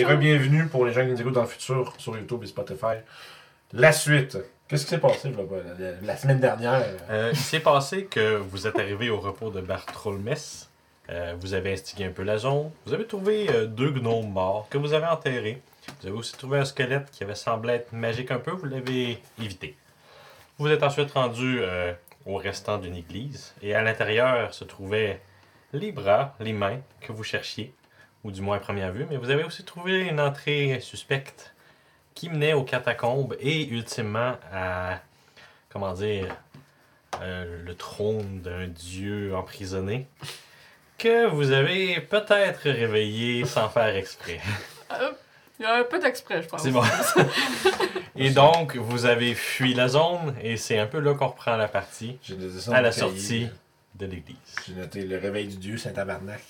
Et re-bienvenue pour les gens qui nous écoutent dans le futur sur YouTube et Spotify. La suite. Qu'est-ce qui s'est passé la semaine dernière? Il s'est passé que vous êtes arrivé au repos de Bartholmès. Vous avez investigué un peu la zone. Vous avez trouvé 2 gnomes morts que vous avez enterrés. Vous avez aussi trouvé un squelette qui avait semblé être magique un peu. Vous l'avez évité. Vous êtes ensuite rendu au restant d'une église. Et à l'intérieur se trouvaient les bras, les mains que vous cherchiez. Ou du moins à première vue. Mais vous avez aussi trouvé une entrée suspecte qui menait aux catacombes et ultimement à, comment dire, le trône d'un dieu emprisonné que vous avez peut-être réveillé sans faire exprès. Il y a un peu d'exprès, je pense. C'est bon. Et donc, vous avez fui la zone et c'est un peu là qu'on reprend la partie J'ai noté ça dans à mon la cahier. sortie de l'église. J'ai noté le réveil du dieu Saint-Tabarnak.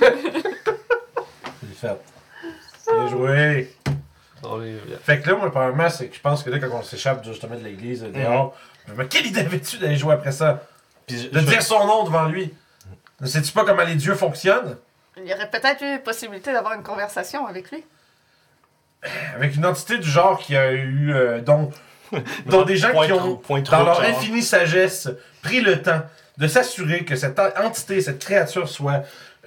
J'ai fait. Bien joué! Fait que là, moi, probablement, c'est que je pense que là, quand on s'échappe justement de l'église dehors, mais quelle idée avais-tu d'aller jouer après ça? Puis De dire son nom devant lui? Ne sais-tu pas comment les dieux fonctionnent? Il y aurait peut-être eu possibilité d'avoir une conversation avec lui. Avec une entité du genre qui a eu, dont des gens qui ont, dans leur infinie sagesse, pris le temps de s'assurer que cette entité, cette créature soit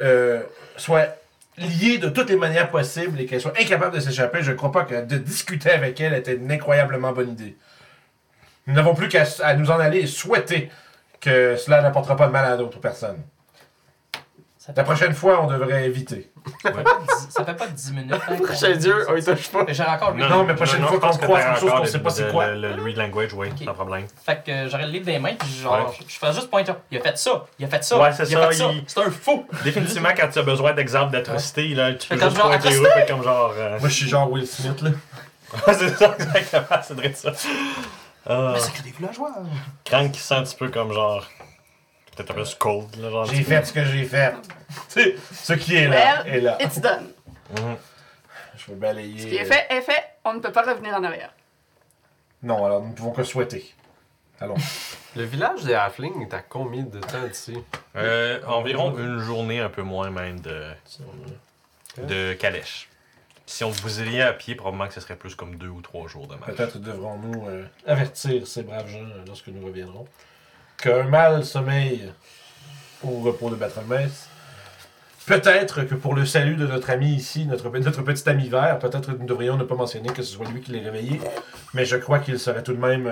liée de toutes les manières possibles et qu'elle soit incapable de s'échapper, je ne crois pas que de discuter avec elle était une incroyablement bonne idée. Nous n'avons plus qu'à nous en aller et souhaiter que cela n'apportera pas de mal à d'autres personnes. La prochaine fois, on devrait éviter. Ça fait pas 10 minutes. Hein, Prochain dieu, on y touche pas. Mais j'ai encore le Non, mais prochaine fois qu'on croise quelque chose qu'on sait pas c'est quoi. Le read language, oui, Ok. sans problème. Fait que j'aurais le livre des mains, puis genre, Ouais. je ferais juste pointer. Il a fait ça, il a fait ça. Ouais, c'est il a ça, fait ça. il- C'est un fou. Définitivement, quand tu as besoin d'exemples d'atrocité, là, tu peux Fait comme juste genre, pointer eux, fait comme genre... Moi, je suis genre Will Smith, là. c'est ça, exactement, c'est vrai ça. Mais sacré des villageois. Crank qui sent un petit peu comme genre... Peut-être un peu cold, là, genre... J'ai fait ce que j'ai fait. Tu sais, ce qui est là, Well, est là. it's done. Mhm. Je vais balayer. Ce qui est fait est fait. On ne peut pas revenir en arrière. Non, alors nous ne pouvons que souhaiter. Allons. Le village des Halflings est à combien de temps d'ici? Environ une journée, un peu moins même, de calèche. Si on vous alliez à pied, probablement que ce serait plus comme 2 ou 3 jours de marche. Peut-être devrons-nous avertir ces braves gens lorsque nous reviendrons qu'un mal sommeille au repos de Bartholmès. Peut-être que pour le salut de notre ami ici, notre petit ami vert, peut-être que nous devrions ne pas mentionner que ce soit lui qui l'ait réveillé, mais je crois qu'il serait tout de même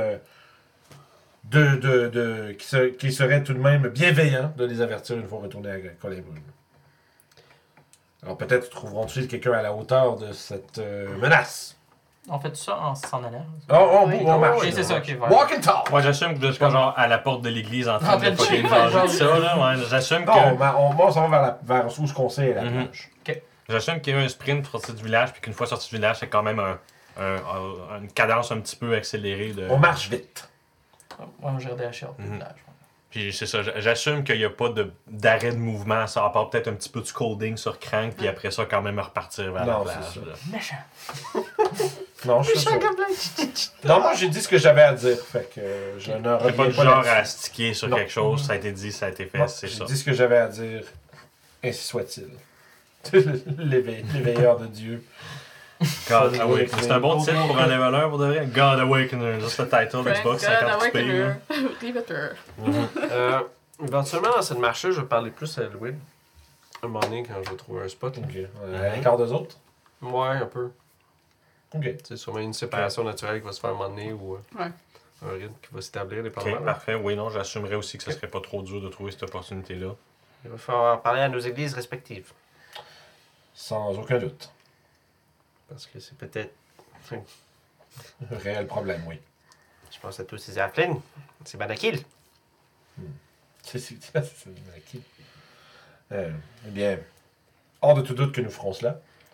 qu'il serait tout de même bienveillant de les avertir une fois retournés à Colin-Brune. Alors peut-être trouverons-ils quelqu'un à la hauteur de cette menace. On fait tout ça en s'en allant. On marche. Oui, c'est ça, ok. Voilà. Walk and talk! Moi, j'assume que vous êtes pas genre à la porte de l'église en train En train de de fucking chier, jaser genre. de ça, là. Ouais, j'assume Non, que... on s'en va vers où ce qu'on sait à la Mhm. plage. J'assume qu'il y a eu un sprint pour sortir du village, puis qu'une fois sorti du village, c'est quand même une cadence un petit peu accélérée de... On marche vite. Moi, j'ai regardé la chienne du Mhm. village. Puis c'est ça, j'assume qu'il n'y a pas d'arrêt de mouvement, ça à part peut-être un petit peu de colding sur Crank, puis après ça, quand même repartir vers Non, la c'est plage. ça. là. Méchant. Non, je suis ça. Non, moi j'ai dit ce que j'avais à dire, fait que je ne C'est pas reviens du pas genre là-dessus. à sticker sur Non. quelque chose, ça a été dit, ça a été fait, Non, c'est j'ai ça. dit ce que j'avais à dire, ainsi soit-il. L'éveilleur de Dieu. God Ça, Awakener. C'est un bon oui. titre pour un leveler, pour de vrai. God Awakener, juste le title d'Xbox, 50 pays. Riveter. Éventuellement, dans cette marche-là, je vais parler plus à Louis. Un moment donné, quand je vais trouver un spot. Ok. À l'écart des autres? Ouais, un peu. Ok. C'est sûrement une séparation naturelle qui va se faire un moment donné ou Ouais. un rythme qui va s'établir, Ok, dépendamment. parfait. Oui, non, j'assumerais aussi que ce serait pas trop dur de trouver cette opportunité-là. Il va falloir parler à nos églises respectives. Sans aucun doute. Parce que c'est peut-être. Un réel problème, oui. Je pense à tous ces Halflings. C'est Banakil. C'est qui? Eh bien, hors de tout doute que nous ferons cela.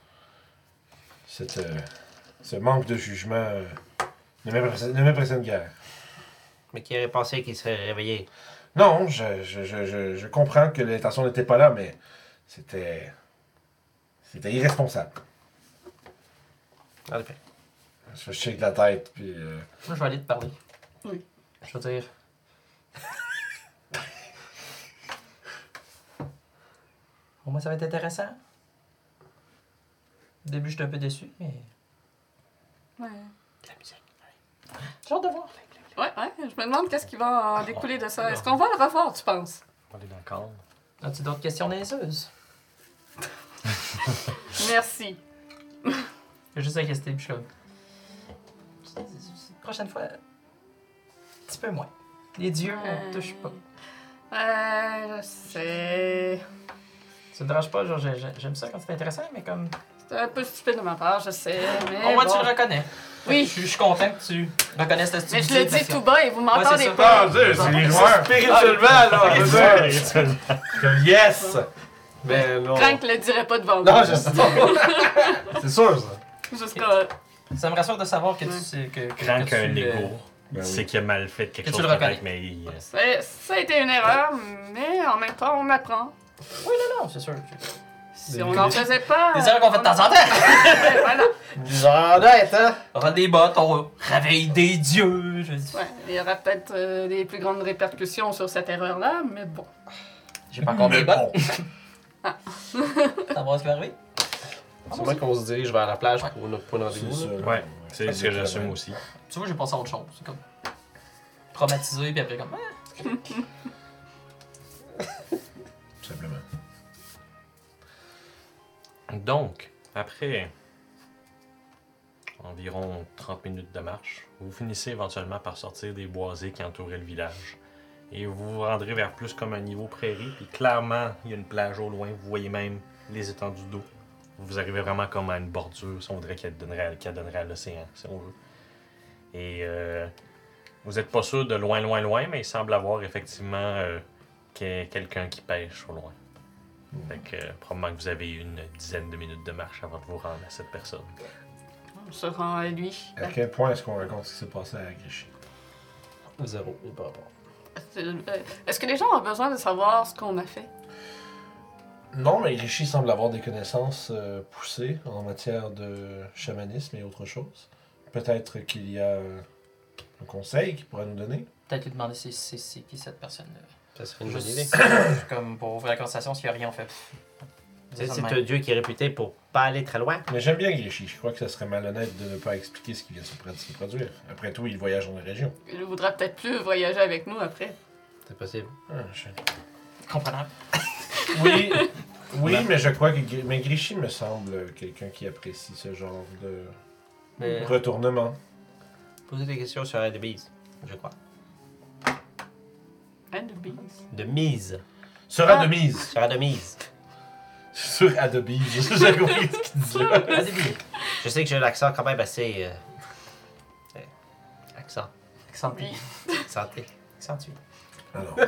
Ce manque de jugement ne m'impressionne guère. Mais qui aurait pensé qu'il serait réveillé? Non, je comprends que l'intention n'était pas là, mais c'était irresponsable. En effet. Je shake la tête, puis... Moi, je vais aller te parler. Oui. Je veux dire. Au moins, ça va être intéressant. Au début, j'étais un peu déçu, mais. Ouais. La musique. J'ai hâte de voir. Ouais, je me demande qu'est-ce qui va en découler de ça. Est-ce qu'on va le revoir, tu penses? On va aller dans le cadre. As-tu d'autres questions niaiseuses? Merci. J'ai juste inquiété, puis je suis comme. Prochaine fois, un petit peu moins. Les dieux, on touche pas. Je sais. Ça te dérange pas, genre, j'aime ça quand c'est intéressant, mais comme. C'est un peu stupide de ma part, je sais. Mais Au moins, bon. tu le reconnais. Oui. Je suis content que tu reconnaisses ta Mais stupidité. je le dis tout bas et vous m'entendez c'est ça. pas. Ah, Dieu, c'est les joueurs! Spirituellement, là, je veux dire. Comme yes! Mais non. Crank le dirait pas devant Non, vous. je sais pas. C'est sûr, ça. Jusqu'à... Ça me rassure de savoir que tu sais que Crank tu a un le- ego. Ben C'est oui. qu'il a mal fait quelque Que tu chose le reconnais. peut-être, mais il... Ça a été une erreur, mais en même temps, on apprend. Non, c'est sûr. Si on n'en faisait pas... Des erreurs qu'on fait de temps en temps. Ouais, voilà. Des honnêtes, hein? On aura des bottes, on réveille des dieux. Je dis. Ouais, il y aura peut-être des plus grandes répercussions sur cette erreur-là, mais bon. J'ai pas encore des bottes. Ah. T'as voir ce qui va arriver? Sûrement qu'on se dirige vers la plage pour notre point de C'est rendez-vous. ça. là. là. Ouais, c'est ce que j'assume aussi. Tu vois, j'ai pensé à autre chose. C'est comme. Traumatisé, puis après, comme. Tout simplement. Donc, après environ 30 minutes de marche, vous finissez éventuellement par sortir des boisés qui entouraient le village. Et vous vous rendrez vers plus comme un niveau prairie, puis clairement, il y a une plage au loin, vous voyez même les étendues d'eau. Vous arrivez vraiment comme à une bordure, si on voudrait qu'elle donnerait à l'océan, si on veut. Et vous n'êtes pas sûr de loin, mais il semble avoir effectivement quelqu'un qui pêche au loin. Fait que probablement que vous avez une dizaine de minutes de marche avant de vous rendre à cette personne. On se rend à lui. À quel point est-ce qu'on raconte ce qui s'est passé à Grichy? Zéro, il par rapport. Est-ce que les gens ont besoin de savoir ce qu'on a fait? Non, mais Grichy semble avoir des connaissances poussées en matière de chamanisme et autre chose. Peut-être qu'il y a un conseil qu'il pourrait nous donner. Peut-être lui demander c'est qui cette personne-là. Ça serait une bonne Juste idée. comme pour ouvrir la conversation, s'il n'y a rien, on fait. C'est un dieu qui est réputé pour pas aller très loin. Mais j'aime bien Grichy. Je crois que ça serait malhonnête de ne pas expliquer ce qui vient de se produire. Après tout, il voyage dans la région. Il voudra peut-être plus voyager avec nous après. C'est possible. Ah, Comprenable. Oui, oui, mais je crois que mais Grichy me semble quelqu'un qui apprécie ce genre de Mais retournement. Poser des questions sur de mise, je crois. And the bees. De mise. Sur Adomise. Sur de mise. Sur Adomise. J'ai compris ce qu'il disait. Vas-y, je sais que j'ai l'accent quand même assez. Accent. accentué. Santé. Accentué. Alors,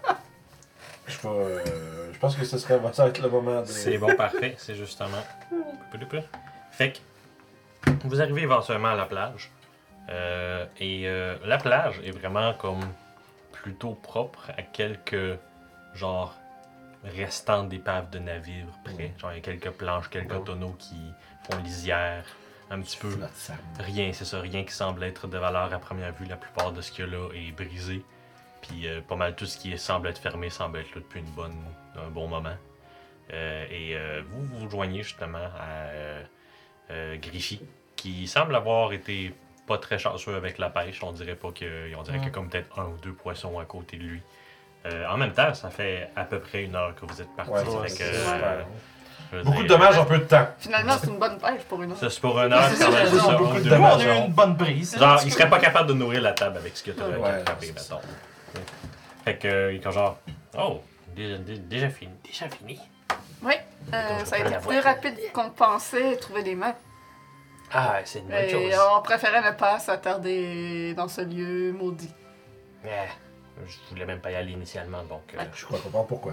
je pense que ça va être le moment de... C'est bon, parfait. C'est justement. Fait que vous arrivez éventuellement à la plage. La plage est vraiment comme plutôt propre à quelques genre restants d'épaves de navires près. Genre il y a quelques planches, quelques tonneaux qui font lisière. Un petit peu. Flotte sable. Rien, c'est ça. Rien qui semble être de valeur à première vue. La plupart de ce qu'il y a là est brisé. Puis pas mal tout ce qui semble être fermé semble être là depuis un bon moment. Vous vous joignez justement à Grichy, qui semble avoir été pas très chanceux avec la pêche. On dirait pas que, on dirait qu'il y a comme peut-être 1 ou 2 poissons à côté de lui. En même temps, ça fait à peu près 1 heure que vous êtes parti. Ouais, fait c'est que, super. je veux Beaucoup de dire, dommages en peu de temps. Finalement, c'est une bonne pêche pour une heure. Ça, c'est pour 1 heure, C'est ça va ça, être genre, ça, beaucoup ou de 2 dommages, On a eu poissons. une bonne brise. Genre, il serait pas capable de nourrir la table avec ce que tu as Ouais, attrapé, c'est mettons. Fait que, il est comme genre, oh, déjà fini. Déjà fini. Oui, je ça a prends été la plus rapide qu'on pensait trouver des mains. Ah, c'est une bonne Et chose. on préférait ne pas s'attarder dans ce lieu maudit. Mais, je voulais même pas y aller initialement, donc. Je crois comprendre pourquoi.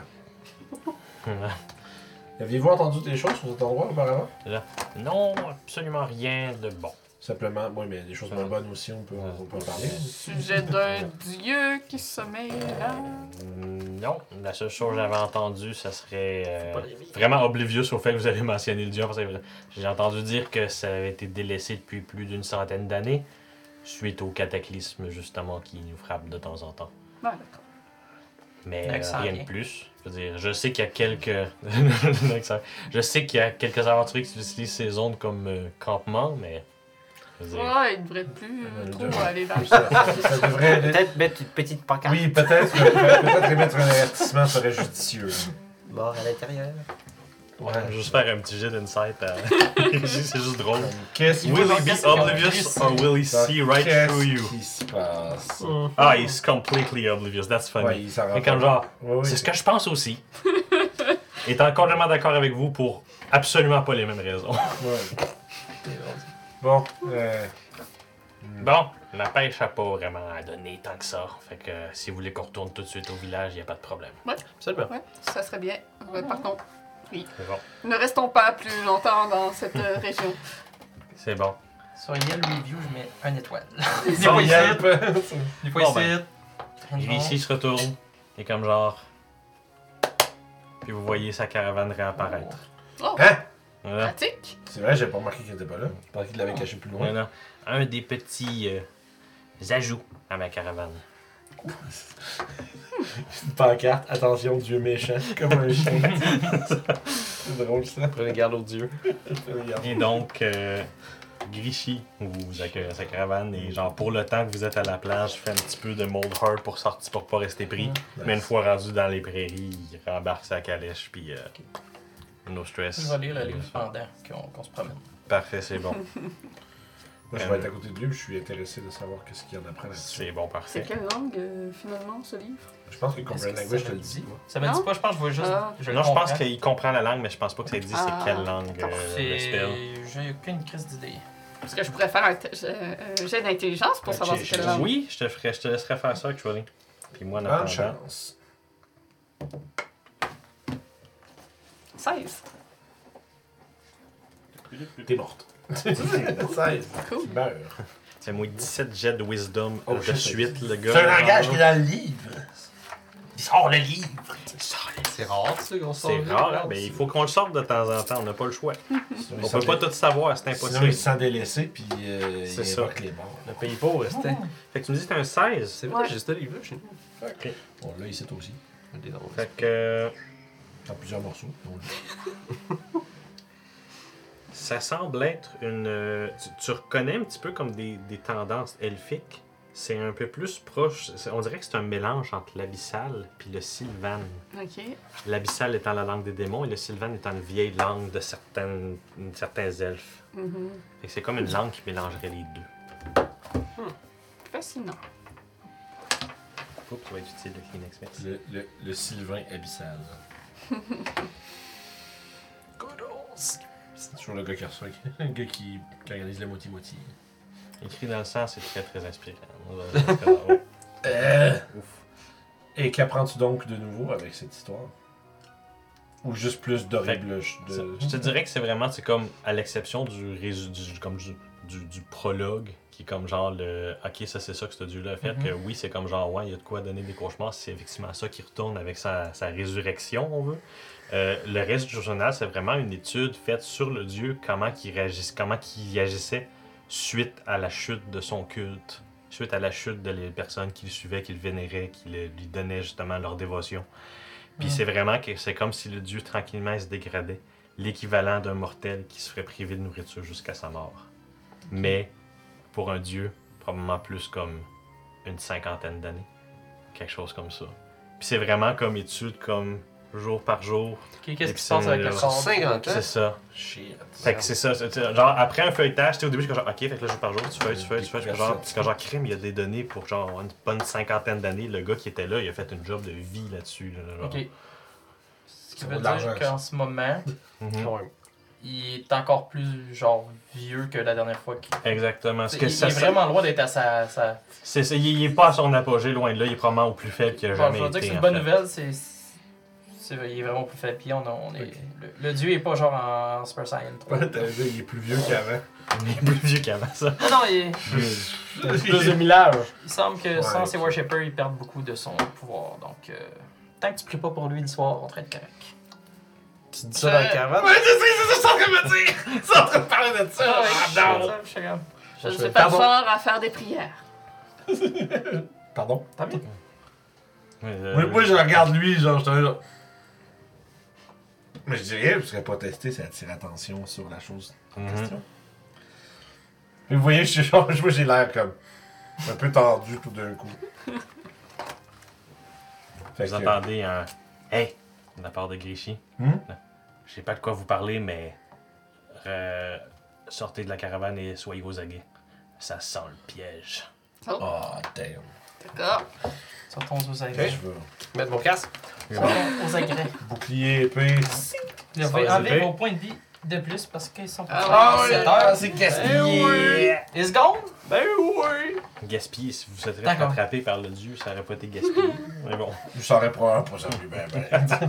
Aviez-vous entendu des choses sur cet endroit auparavant? Non, absolument rien de bon. Simplement, oui, mais des choses moins bonnes aussi, on peut en parler. Sujet d'un dieu qui sommeille là. Non, la seule chose que j'avais entendue, ça serait vraiment oblivious au fait que vous avez mentionné le dieu. Parce que j'ai entendu dire que ça avait été délaissé depuis plus d'une centaine d'années, suite au cataclysme justement qui nous frappe de temps en temps. Ouais, d'accord. Mais Accent rien rien. de plus. Je veux dire, je sais qu'il y a quelques. Je sais qu'il y a quelques aventuriers qui utilisent ces zones comme campement, mais. Je veux dire, Ouais, il devrait plus trop aller vers Ça devrait... Peut-être mettre une petite pancarte. Oui, peut-être émettre un avertissement serait judicieux. Mort à l'intérieur. Ouais. juste faire un petit jet d'insight. C'est juste drôle. Qu'est-ce Will he be oblivious or will he see right through you? Qu'est-ce qui se passe? Ah, he's completely oblivious. That's funny. Ouais, il s'en rend Et comme compte. genre, Ouais, oui. c'est ce que je pense aussi. Étant complètement d'accord avec vous pour absolument pas les mêmes raisons. Ouais. Bon, Bon, la pêche a pas vraiment donné tant que ça. Fait que si vous voulez qu'on retourne tout de suite au village, y a pas de problème. Absolument. Ouais, ça serait bien. Par contre, C'est bon. ne restons pas plus longtemps dans cette région. C'est bon. Sur Yelp Review, je mets 1 étoile. sans Yelp. Des fois Bon, ici. ben. rien de bon. Ici se retourne et comme genre. Puis vous voyez sa caravane réapparaître. Oh, Hein? Voilà. pratique. C'est vrai, j'ai pas remarqué qu'il était pas là. Je pensais qu'il l'avait caché plus loin. Voilà. Un des petits ajouts à ma caravane. Une pancarte, attention, Dieu méchant, comme un chien. C'est drôle ça. Prenez garde aux dieux. Et donc, Grishy vous accueille à sa caravane et genre pour le temps que vous êtes à la plage, fait un petit peu de mold hard pour sortir pour pas rester pris. Mais une fois rendu dans les prairies, il rembarque sa calèche puis no stress. Je vais lire le livre pendant qu'on se promène. Parfait, c'est bon. Moi, je vais être à côté de lui, je suis intéressé de savoir qu'est-ce qu'il y en apprend là-dessus. C'est bon, C'est parfait. quelle langue, finalement, ce livre? Je pense que Est-ce Comprehend que Language ça te le me dit. dit? Ça me dit Non? pas, je pense que je vois juste. Ah. Je le Non, je pense comprends. qu'il comprend la langue, mais je pense pas que ça dit c'est Ah, quelle langue le spell. J'ai aucune crise d'idée. Parce que je pourrais faire un jet d'intelligence pour savoir c'est quelle langue. Oui, je te laisserai faire ça, actually. Puis moi, en Bonne attendant, chance. 16. T'es morte. 16. Cool. Tu meurs. c'est moi 17 jets de wisdom Oh, de shit, suite, le gars. C'est un langage qui est dans le livre. Il sort le livre. C'est rare, tu sais, qu'on sort. C'est rare, hein? Mais il faut qu'on le sorte de temps en temps, on n'a pas le choix. On peut pas tout savoir, c'est Sinon, impossible. il se sent délaissé, puis il C'est ça. évoque les morts. Le pays pauvre, c'était. Fait que tu me dis que c'est un 16. C'est vrai, Ouais. j'ai ce livre-là chez nous. Bon, là, il sait aussi. Des noms. Fait que Dans plusieurs morceaux. Donc, ça semble être une. Tu reconnais un petit peu comme des tendances elfiques. C'est un peu plus proche. On dirait que c'est un mélange entre l'abyssal puis le sylvan. Ok. L'abyssal étant la langue des démons et le sylvan étant une vieille langue de certains elfes. Mhm. Fait que c'est comme une langue qui mélangerait les deux. Fascinant. Faut que tu vas être utile le Kleenex, merci. le Sylvain abyssal. C'est toujours le gars qui reçoit, le gars qui organise la moitié-moitié. Écrit dans le sang, c'est très très inspirant. Ouf. Et qu'apprends-tu donc de nouveau avec cette histoire? Ou juste plus d'horribles... Je te dirais que c'est vraiment, c'est comme, à l'exception du prologue, qui est comme genre le ok, ça c'est ça que ce dieu-là a fait, que oui, c'est comme genre, ouais, il y a de quoi donner des cauchemars, c'est effectivement ça qui retourne avec sa résurrection, on veut. Le reste du journal, c'est vraiment une étude faite sur le dieu, comment il agissait suite à la chute de son culte, suite à la chute de les personnes qui le suivaient, qui le vénéraient, qui lui donnaient justement leur dévotion. Puis c'est vraiment que c'est comme si le dieu tranquillement il se dégradait, l'équivalent d'un mortel qui se ferait priver de nourriture jusqu'à sa mort. Mais pour un dieu, probablement plus comme une 50aine d'années, quelque chose comme ça. Puis c'est vraiment comme étude, comme jour par jour. Qu'est-ce qui se passe avec le Sur corps? 50 ans. C'est ça. Shit. Fait que c'est ça. Genre, après un feuilletage, au début, je suis comme genre, ok, fait que là, jour par jour, tu feuilles. Parce que genre, crime, il y a des données pour genre une bonne 50aine d'années. Le gars qui était là, il a fait une job de vie là-dessus. Là, genre. Ok. Ce qui Ça veut vaut de l'argent, dire qu'en ce moment, Mhm. Ouais. il est encore plus genre vieux que la dernière fois. Exactement. Il est vraiment loin d'être à sa... Il est pas à son apogée, loin de là. Il est probablement au plus faible qu'il a Bon, jamais je veux dire été. que c'est une en bonne fait. nouvelle, il est vraiment plus faible. Puis on est... le dieu est pas genre en Super Saiyan 3. Ouais, t'as vu, il est plus vieux qu'avant. Il est plus vieux qu'avant ça. Non, il Plus de 1000 âges. semble que sans Ouais, ses worshippers, il perd beaucoup de son pouvoir. Donc, tant que tu pries pas pour lui le soir, on traite correct. Tu dis ça dans la caravane? Ouais, c'est ça que je suis en train de me dire! Je suis en train de parler de ça! Ah, Ah, non! je suis comme... Je ne suis pas Pardon. fort à faire des prières. Pardon? Tant mieux. Ouais, Moi, je regarde lui, genre, je te dis, Mais je dirais, je serais pas testé, ça attire attention sur la chose en Mhm. question. Et vous voyez, moi j'ai l'air comme un peu tendu tout d'un coup. Fait Vous que- entendez un Hey de la part de Grishy. Hmm? Je sais pas de quoi vous parlez, mais sortez de la caravane et soyez aux aguets. Ça sent le piège. Oh, damn. D'accord. Sortons aux Ok. agrès. Je veux Mettre mon casque. Aux agrès. bouclier, épée. Vous pouvez enlever vos points de vie de plus parce qu'ils sont pas Ah ouais, 7 heures. c'est gaspillé. It's gone? Ben oui! Gaspillé, si vous êtes D'accord. rattrapé par le dieu, ça aurait pas été gaspillé. Mais bon. Je saurais probablement pas servi ben ben.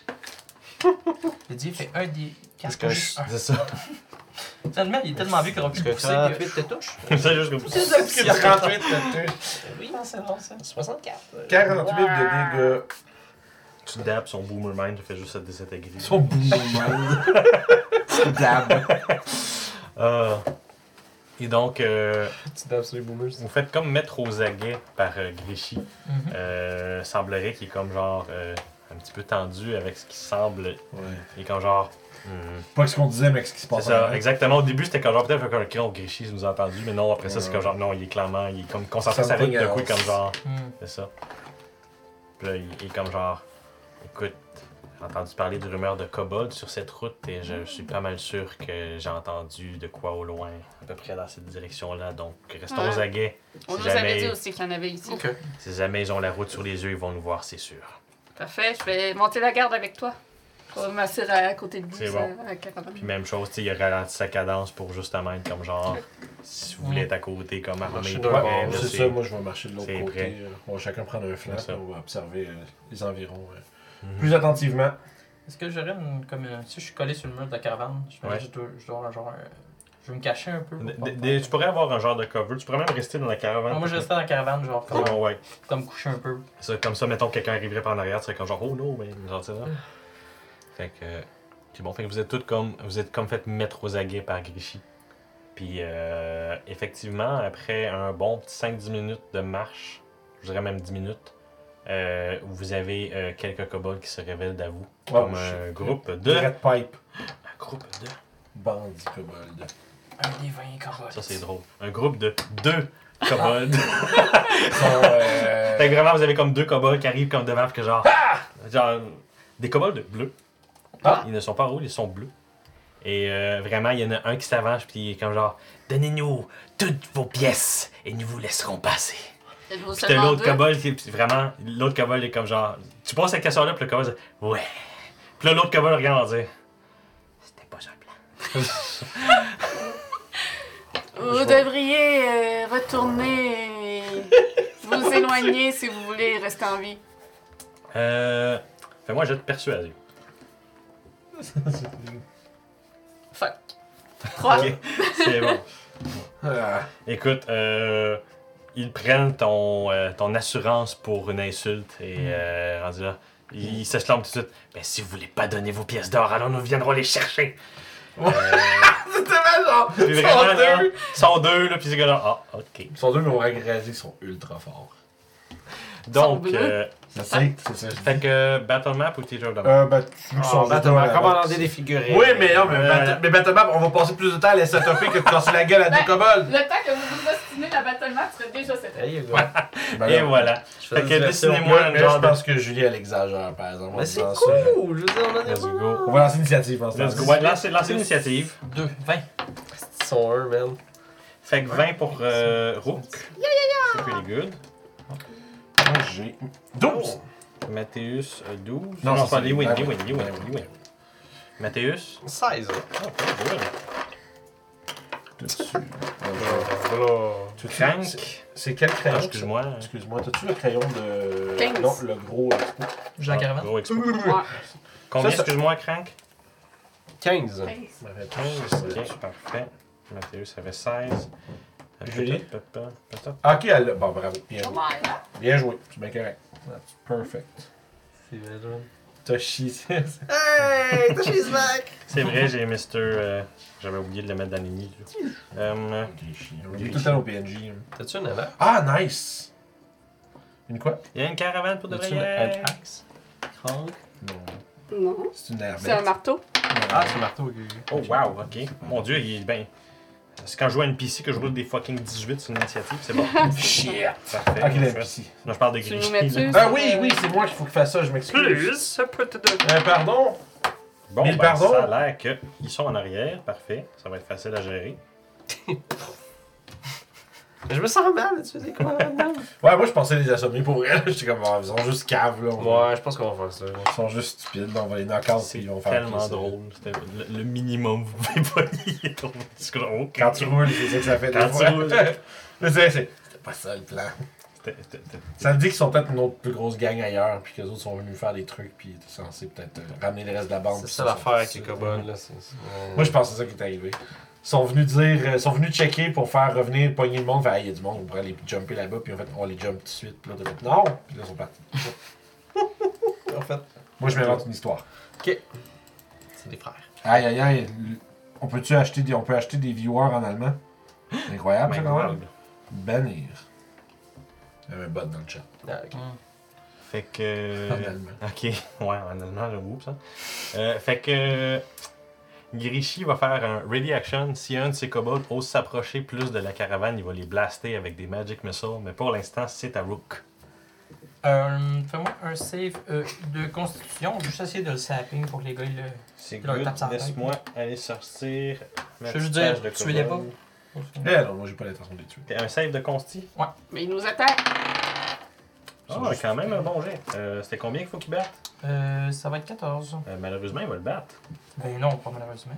Le dieu fait un des Est-ce 4 que C'est ça. Finalement, il est tellement vieux qu'il aura plus Est-ce de que pousser 38 te touche? C'est juste comme ça. Est-ce que 38 te touche? Oui, c'est bon ça. 64. 48 de dégâts. Tu dabs son boomer mind, tu fais juste se désintégrer. Son boomerang. Dab. Et donc, Tu dabs sur les boomers. vous faites comme mettre aux aguets par Grishy. Mhm. Semblerait qu'il est comme genre un petit peu tendu avec ce qui semble. Ouais. Il est comme genre. Pas ce qu'on disait, mais ce qui se C'est passe. ça, avant. exactement. Au début, c'était comme genre peut-être que le Grishy nous a entendu, mais non, après ça, c'est comme genre non, il est clairement. Il est comme concentré sur sa route, Something d'un coup, il est comme else. genre. Mhm. C'est ça. Puis là, il est comme genre. Écoute, j'ai entendu parler de rumeurs de kobolds sur cette route et je suis pas mal sûr que j'ai entendu de quoi au loin, à peu près dans cette direction-là. Donc, restons aux aguets. On Si nous avait jamais- dit aussi qu'il y en avait ici. Ok. Si jamais ils ont la route sur les yeux, ils vont nous voir, c'est sûr. Parfait, je vais monter la garde avec toi. Je vais m'asseoir à côté de vous, C'est ça, bon. à la caravane. Puis même chose, tu sais, il a ralenti sa cadence pour justement être comme genre, si vous voulez être à côté, comme armé, Marcher puis d'un prêt, bord, là, C'est ça, moi je vais marcher de l'autre c'est côté. prêt. On va chacun prendre un flanc, C'est ça. on va observer les environs Mhm. plus attentivement. Est-ce que j'aurais si je suis collé sur le mur de la caravane, Ouais. je dois avoir genre je vais me cacher un peu. pour pas Tu pourrais avoir un genre de cover, tu pourrais même rester dans la caravane. Moi, je restais dans la caravane, genre, Ouais, ouais. comme coucher un peu. Ça, comme ça, mettons que quelqu'un arriverait par en arrière, tu serais comme genre, oh non, mais genre, tu sais, là. Fait que. Puis bon, fait que vous êtes toutes comme. Vous êtes comme fait mettre aux aguets par Grishy. Puis effectivement, après un bon petit 5-10 minutes de marche, je dirais même 10 minutes, vous avez quelques kobolds qui se révèlent à vous. Comme un groupe de. Red Pipe, Un groupe de. bandit kobold. Un des 20 combats. Ça, c'est drôle. Un groupe de 2 kobolds. Ils sont, Fait que vraiment, vous avez comme 2 kobolds qui arrivent comme devant, puis que genre. Genre. Des kobolds bleus. Ah! Ils ne sont pas rouges, ils sont bleus. Et vraiment, il y en a un qui s'avance, puis il est comme genre. Donnez-nous toutes vos pièces et nous vous laisserons passer. Êtes-vous Puis t'as seulement l'autre deux? kobold qui. Puis vraiment, l'autre kobold est comme genre. Tu poses cette question-là, puis le kobold dit ouais. Puis là, l'autre kobold regarde et dit c'était pas un plan. Vous devriez retourner et vous éloigner si vous voulez rester en vie. Fais-moi un jet de persuasion. Fuck. 3. Ok, c'est bon. Ah, Écoute, ils prennent ton assurance pour une insulte et rendu là, ils s'exclament tout de suite. Ben si vous voulez pas donner vos pièces d'or, alors nous viendrons les chercher. C'était mal, genre! Puis Ils vraiment, sont là, deux! ils sont deux, là, puis c'est comme là, ah, ok. Ils sont deux, mais on va agréger, ils sont ultra forts. Donc, bleus. C'est ça, c'est ça. fait que Battle Map ou Teacher of the Map? Ben, tu veux qu'ils sont Battle Map, commander des figurines. Oui, mais non, mais Battle Map, on va passer plus de temps à les setuper que de casser la gueule à des kobolds. Le temps que vous vous ostinez la battle map serait déjà cette There you go. Ben Et non. voilà. Je Fait fais que des dessinez-moi Moi, un mais genre je de... pense que Julie, elle exagère, par exemple. en Mais c'est disant ça. cool! Je veux dire, on a des Let's bons. go. On va lancer l'initiative en ce Let's go. temps-ci. Ouais, lancez l'initiative. 2, 20. Ils sont eux, man. Fait que 20 pour Rook. C'est pretty good. Moi, j'ai 12. Mathéus 12. Non, Non, ça, c'est pas c'est Lewin. Lewin. Lewin. Mathéus. 16. Oh, good. T'as-tu- Tu Crank. C'est quel crayon? Ah, excuse-moi. Excuse-moi, t'as-tu le crayon de. 15. Non, le gros expo. J'ai la caravane. Gros expo. Ouais. Combien, Ça, ça- excuse-moi, Crank? 15. 15. Ma réponse, Ok, parfait. Mathéus avait 16. Julie? Peut-être. Ah, ok, elle. Bon, bravo. Bien joué. Ouais, là. Bien joué. C'est bien correct. That's perfect. C'est vrai, John. Toshi. Hey! Toshi's back! C'est vrai, j'ai Mr. J'avais oublié de le mettre dans les nids. On est tout le temps au PNJ. T'as-tu un avant? Ah, nice! Une quoi? Il y a une caravane pour de T'as-tu vrai. un axe? Crank? Non. Non. C'est une herbette. C'est un marteau. Ah, c'est marteau. Oh wow, ok. Mon dieu, il est bien. C'est quand je joue à NPC que je roule des fucking 18 sur l'initiative, c'est bon. Shit! Parfait. Ok, Je la fais- PC. Non, je parle de Tu nous Gris. mets dessus. Ah oui, oui, c'est moi qu'il faut qu'il fasse ça, je m'excuse. ça peut te donner. Pardon? Bon, Mille ben, pardons? ça a l'air qu'ils sont en arrière. Parfait. Ça va être facile à gérer. Je me sens mal, tu sais quoi là-dedans? Ouais, moi je pensais les assommer pour elle. J'étais comme, ils sont juste caves là. Ouais, je pense qu'on va faire ça. Ils sont juste stupides, là. On va les knock out C'est puis ils vont faire tellement pire, ça. drôle. C'était le minimum vous pouvez pas nier. C'est comme, ok. Quand tu roules, c'est ça que ça fait. Quand des tu fois. roules. Là, c'était pas ça le plan. C'était- Ça me dit qu'ils sont peut-être une autre plus grosse gang ailleurs, puis que les autres sont venus faire des trucs, puis ils étaient censés peut-être ramener le reste de la bande. C'est puis ça ils l'affaire sont- avec les kobolds là. Moi je pense que c'est ça qui est arrivé. Ils sont venus dire, ils sont venus checker pour faire revenir, pogner le monde, faire il y a du monde, on pourrait aller jumper là-bas, puis en fait on les jump tout de suite, puis là t'as fait non, puis là ils sont partis. En fait, Moi je m'invente une histoire. c'est des frères. Aïe aïe aïe, on peut acheter des viewers en allemand? Incroyable ça quand même. Bannir. Il y avait un bot dans le chat. Ah, ok. Fait que. En allemand. Ok, ouais, en allemand, j'avoue ça. Fait que. Girishi va faire un ready action. Si un de ses kobolds ose s'approcher plus de la caravane, il va les blaster avec des magic missiles. Mais pour l'instant, c'est à Rook. Fais-moi un save de constitution. Je vais juste essayer de le sapping pour que les gars ils le. C'est Là, good. tape sur la tête. Laisse-moi aller sortir. ma Je veux juste petite dire, page de tuez-les kobold. Eh non, moi j'ai pas l'intention de les tuer. Un save de consti. Mais il nous attaque. Ah, ouais, quand même un bon jet. C'était combien qu'il faut qu'il batte? Ça va être 14. Malheureusement, il va le battre. Ben non, pas malheureusement.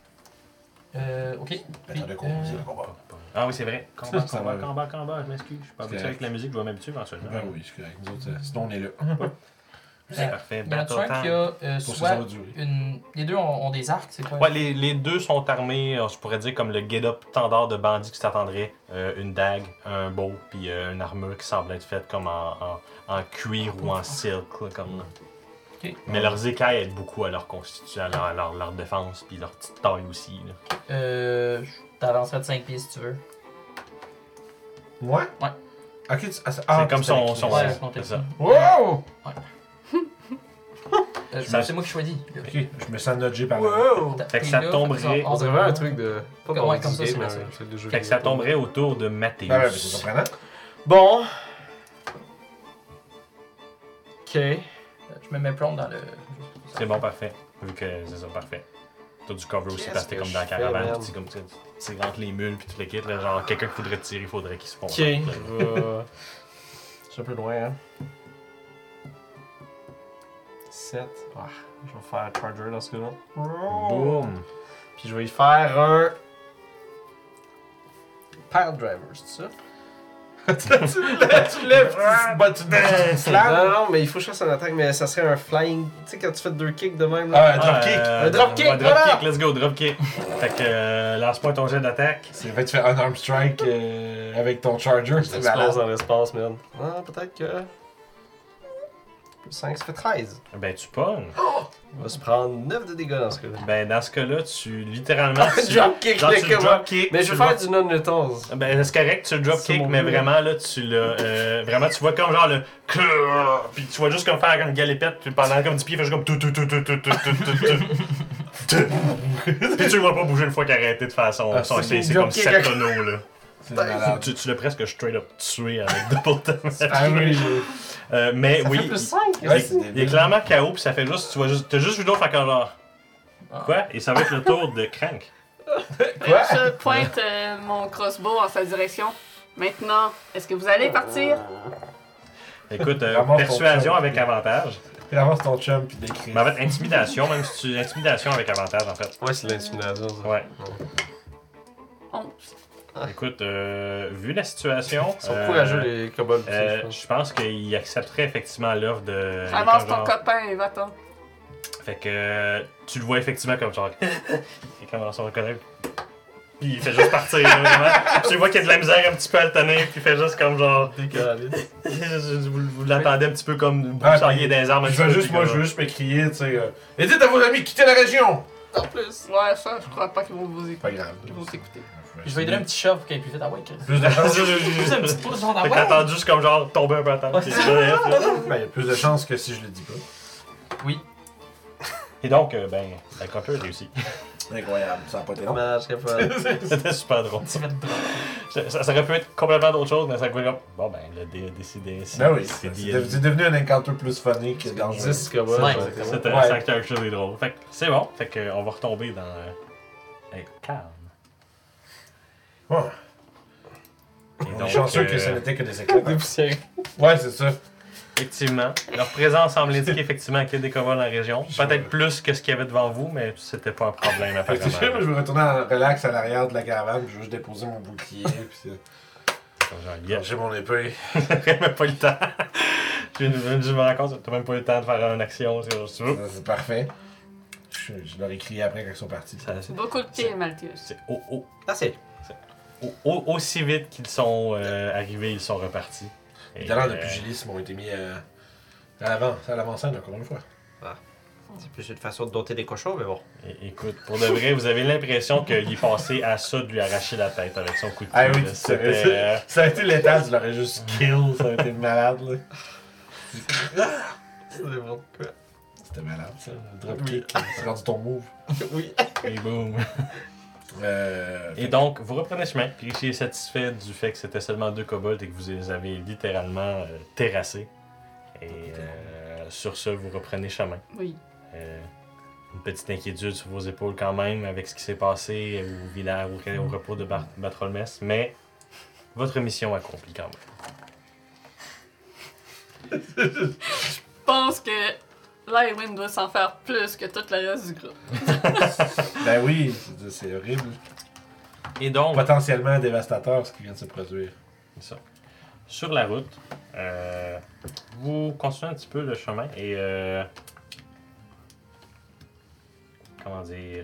Ok. Puis, Attends, de combat, le combat. Ah oui, c'est vrai. Combat, Ça combat, va. combat, combat, je m'excuse. Je suis pas C'est habitué avec la musique, je vais m'habituer éventuellement. Ben oui, c'est correct. Nous autres, sinon on est là. C'est parfait. il y en a Battle un qui time. a Pour ça, soit ça va durer. une. Les deux ont des arcs, c'est quoi? Ouais, les deux sont armés, je pourrais dire comme le get-up standard de bandit qui s'attendrait. Une dague, un bow, puis une armure qui semble être faite comme en cuir ou en silk. Là, comme... Ok. Mais leurs écailles aident beaucoup à leur constitution, à leur défense, puis leur petite taille aussi. Là. Je t'avancerai de 5 pieds si tu veux. Ouais? Ouais. Ok, C'est comme son- avec- son- Ouais, Ouais, je comptais c'est ça. ça. Wow! C'est moi qui choisis. là. Ok, je me sens nudgé par là. Wow! Fait que T'es ça là, tomberait- ils sont On hors dirait de vraiment un moi. truc de. Pas Ouais, bon comme ça, c'est mais ça. un truc de jeu Fait que ça vidéo. tomberait autour de Mathéus. Ah ouais, mais c'est surprenant. Bon. Ok. Je me mets plomb dans le. C'est bon, parfait. Vu que c'est ça, parfait. T'as du cover aussi Qu'est-ce parce que t'es que comme dans la je fais, caravane, merde? pis comme tu sais, entre les mules puis tout le kit, là, genre quelqu'un qui faudrait tirer, il faudrait qu'il se fonde. Ok. Je suis un peu loin, hein. 7. Ah, je vais faire Charger dans ce cas-là. Boum! Puis je vais y faire un. Pile Driver, c'est ça? Tu lèves, tu slam. Non, non, mais il faut que je fasse une attaque, mais ça serait un flying. Tu sais, quand tu fais 2 kicks de même, là. Ah, un dropkick. Un dropkick, Ouais, voilà! dropkick, let's go, dropkick. Fait que lance-moi ton jet d'attaque. C'est vrai, tu fais un arm strike avec ton charger, c'est Ça se passe malade. dans l'espace, man. Ah, peut-être que. Plus 5, ça fait 13. Ben, tu pognes. On va se prendre 9 de dégâts dans ce cas-là. Ben, dans ce cas-là, tu littéralement. tu, Dropkick, genre, le tu le comment? dropkick. Mais tu je vais le faire du non-letals. Ben, c'est correct, tu le C'est dropkick, mon mais but. vraiment, là, tu l'as. Vraiment, tu vois comme genre le. Puis tu vois juste comme faire une galépette, puis pendant comme 10 pieds, il fait juste comme tout. Puis tu le vois pas bouger une fois qu'il a arrêté de faire son. Ah, C'est c'est comme dropkick. 7 tonneaux, là. C'est malade. Tu l'as presque straight up tué avec double damage. Ah oui, Mais Ça oui. fait plus 5 Ouais, aussi. Il est clairement KO, puis ça fait juste. Tu vois juste. T'as juste vu l'autre faire comme genre. Quoi? Et ça va être le tour de Crank. Quoi? Je pointe mon crossbow en sa direction. Maintenant, est-ce que vous allez partir? Écoute, Ramasse ton persuasion chum. avec avantage. Puis avance ton chum, puis décris. Mais en fait, intimidation, même si tu. Intimidation avec avantage, en fait. Ouais, c'est l'intimidation, ça. Ouais. 11. Écoute, vu la situation. Ils sont courageux, les kobolds. aussi, je pense. Je pense qu'il accepterait effectivement l'offre de. Ramasse comme ton genre- copain et va-t'en. Fait que tu le vois effectivement comme genre. Il commence à reconnaître. Puis il fait juste partir, là, vraiment. Puis tu vois qu'il y a de la misère un petit peu à le tenir, puis il fait juste comme genre. vous l'attendez un petit peu comme vous Ah, seriez des armes un Je petit veux peu, juste, puis moi, comme- je veux juste m'écrier, tu sais. Dites à vos amis de quitter la région! En plus. Ouais, ça, je crois pas qu'ils vont vous écouter. Pas grave. Ils vont t'écouter. Je vais lui donner un petit shove pour qu'elle ait plus vite. Ah ouais, Chris. Plus de chances. Juste un petit pouce, genre, ah Fait que t'as ouais. entendu juste comme genre tomber un peu à terre. Ouais, puis c'est bref, là. Ben, il y a plus de chances que si je le dis pas. Oui. Et donc, ben, la coupure réussit. Incroyable, ça n'a pas été long. Non, je serais pas. C'était super drôle. Ça fait drôle. Ça aurait pu être complètement d'autre chose, mais ça aurait comme. Bon, ben, le dé a décidé. Ben oui, c'est c'est devenu un encounter plus funny que dangereux. 10 kobolds. Ouais. C'était Ouais. ça quelque chose de drôle. Fait que c'est bon. Fait que on va retomber dans. Calme. Ouais. Et On est donc, chanceux que ce n'était que des éclats. Des poussières. Ouais, c'est ça. effectivement, leur présence semble indiquer effectivement qu'il y a des kobolds dans la région. Peut-être plus que ce qu'il y avait devant vous, mais c'était pas un problème Fait que tu sais, moi, apparemment. je vais retourner en relax à l'arrière de la caravane, puis je vais juste déposer mon bouclier, puis Comme genre, yeah, j'ai mon épée. j'ai même pas eu le temps. Je me rends compte, t'as même pas eu le temps de faire une action. C'est C'est parfait. Je leur ai crié après quand ils sont partis. Beaucoup de pieds, Malthus. c'est Ah, c'est. aussi vite qu'ils sont arrivés, ils sont repartis. Les talents de pugilisme ont été mis à l'avant-scène encore une fois. C'est plus une façon de dompter des cochons, mais bon. Écoute, pour de vrai, vous avez l'impression qu'il est passé à ça de lui arracher la tête avec son coup de pied. Ah oui, là. c'était... ça a été létal, tu l'aurais juste kill, ça aurait été malade, là. C'est bon. Quoi? C'était malade, ça. Le dropkick, c'est rendu ton move. Oui. Et boum. Et Et donc, vous reprenez chemin, puis Rishi est satisfait du fait que c'était seulement 2 kobolds et que vous les avez littéralement terrassés. Et sur ce, vous reprenez chemin. Oui. Une petite inquiétude sur vos épaules quand même avec ce qui s'est passé au village, au repos de Batrolmès, mais votre mission accomplie quand même. Je pense que Lywin doit s'en faire plus que tout le reste du groupe. ben oui, c'est horrible. Et donc, Potentiellement dévastateur ce qui vient de se produire. c'est ça. Sur la route, vous continuez un petit peu le chemin et comment dire,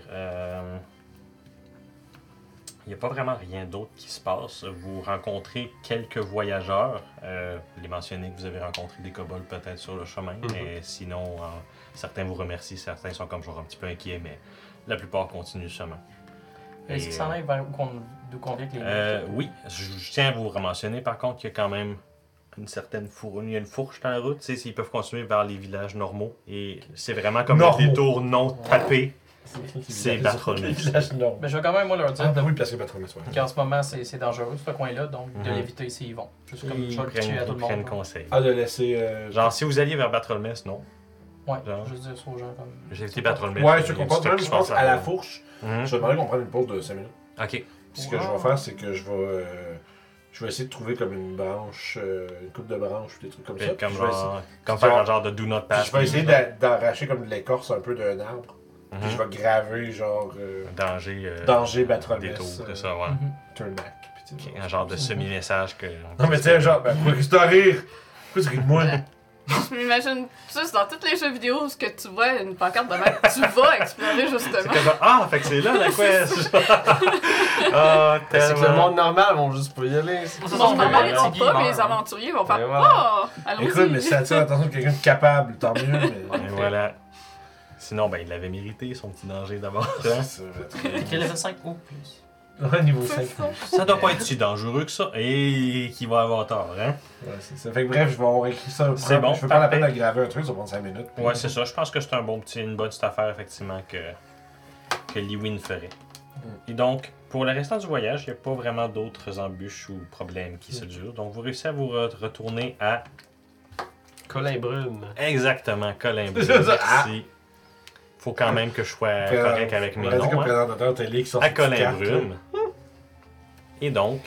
il n'y a pas vraiment rien d'autre qui se passe. Vous rencontrez quelques voyageurs, les mentionnés que vous avez rencontré des kobolds peut-être sur le chemin, mais sinon, certains vous remercient, certains sont comme genre un petit peu inquiets, mais la plupart continuent le chemin. Est-ce qu'il s'en aille vers d'où qu'on vient que les. Oui, je tiens à vous mentionner par contre qu'il y a quand même une certaine il y a une fourche dans la route, tu sais, s'ils peuvent continuer vers les villages normaux, et c'est vraiment comme Normaux. un détour non tapé. C'est Batrolmès. Mais je vais quand même moi leur dire Ah, oui, parce que Batrolmès, ouais. qu'en ce moment c'est dangereux ce coin-là, donc de Mhm. l'éviter s'ils y vont. Juste comme Ils je vais le pitcher à tout le prennent monde. conseil. Ah, de laisser. Genre, si vous alliez vers Batrolmès, non. Ouais, Genre. juste dire ça aux gens comme. J'ai été Batrolmès. Ouais, je comprends. Même, je pense à la fourche. fourche. Je vais demander qu'on prenne une pause de 5 minutes. Ok. Puis ce que je vais faire, c'est que je vais essayer de trouver comme une branche, une coupe de branches ou des trucs comme ça. Comme, Puis je vais essayer- comme faire un genre de do not puis pass. je vais essayer d'arracher comme de l'écorce un peu d'un arbre. Puis je vais graver genre Danger. danger Batrolmès. Détour, c'est ça, ouais. Turn back. Puis tu sais, Un genre de semi-message que. Non mais tu sais, genre, ben, pourquoi que tu dois rire? Pourquoi tu ris de moi? Je m'imagine juste dans tous les jeux vidéo où ce que tu vois une pancarte de même, tu vas explorer C'est justement. comme, ah, fait que c'est là la quest! Ah, C'est que le tellement. monde normal vont juste pas y aller. Bon, normalement, ils vont Tiggy pas, mais meurt. les aventuriers vont faire Et voilà. oh, allons-y. Écoute, mais si ça attire l'attention de quelqu'un de capable, tant mieux, mais. Et voilà. Sinon, ben, il l'avait mérité, son petit danger d'abord. hein. Quel level 5 ou plus? Ouais, niveau C'est 5. ça. Ça doit pas être si dangereux que ça. Et qui va avoir tort, hein? Ouais, c'est ça. Fait que bref, je vais avoir écrit ça. C'est bon, Je vais prendre la parfait. peine de graver un truc, ça va prendre 5 minutes. Ouais, c'est ça. Je pense que c'est une bonne petite affaire, effectivement, que Liwin ferait. Et donc, pour le restant du voyage, il n'y a pas vraiment d'autres embûches ou problèmes qui se durent. Donc, vous réussissez à vous retourner à Colin Brune. exactement Colin Brune. C'est ça. Merci. Faut quand même que je sois correct avec mes On a dit noms. comme hein. présentateur télé qui sort À ses petites Colin cartes, Brune. Et donc,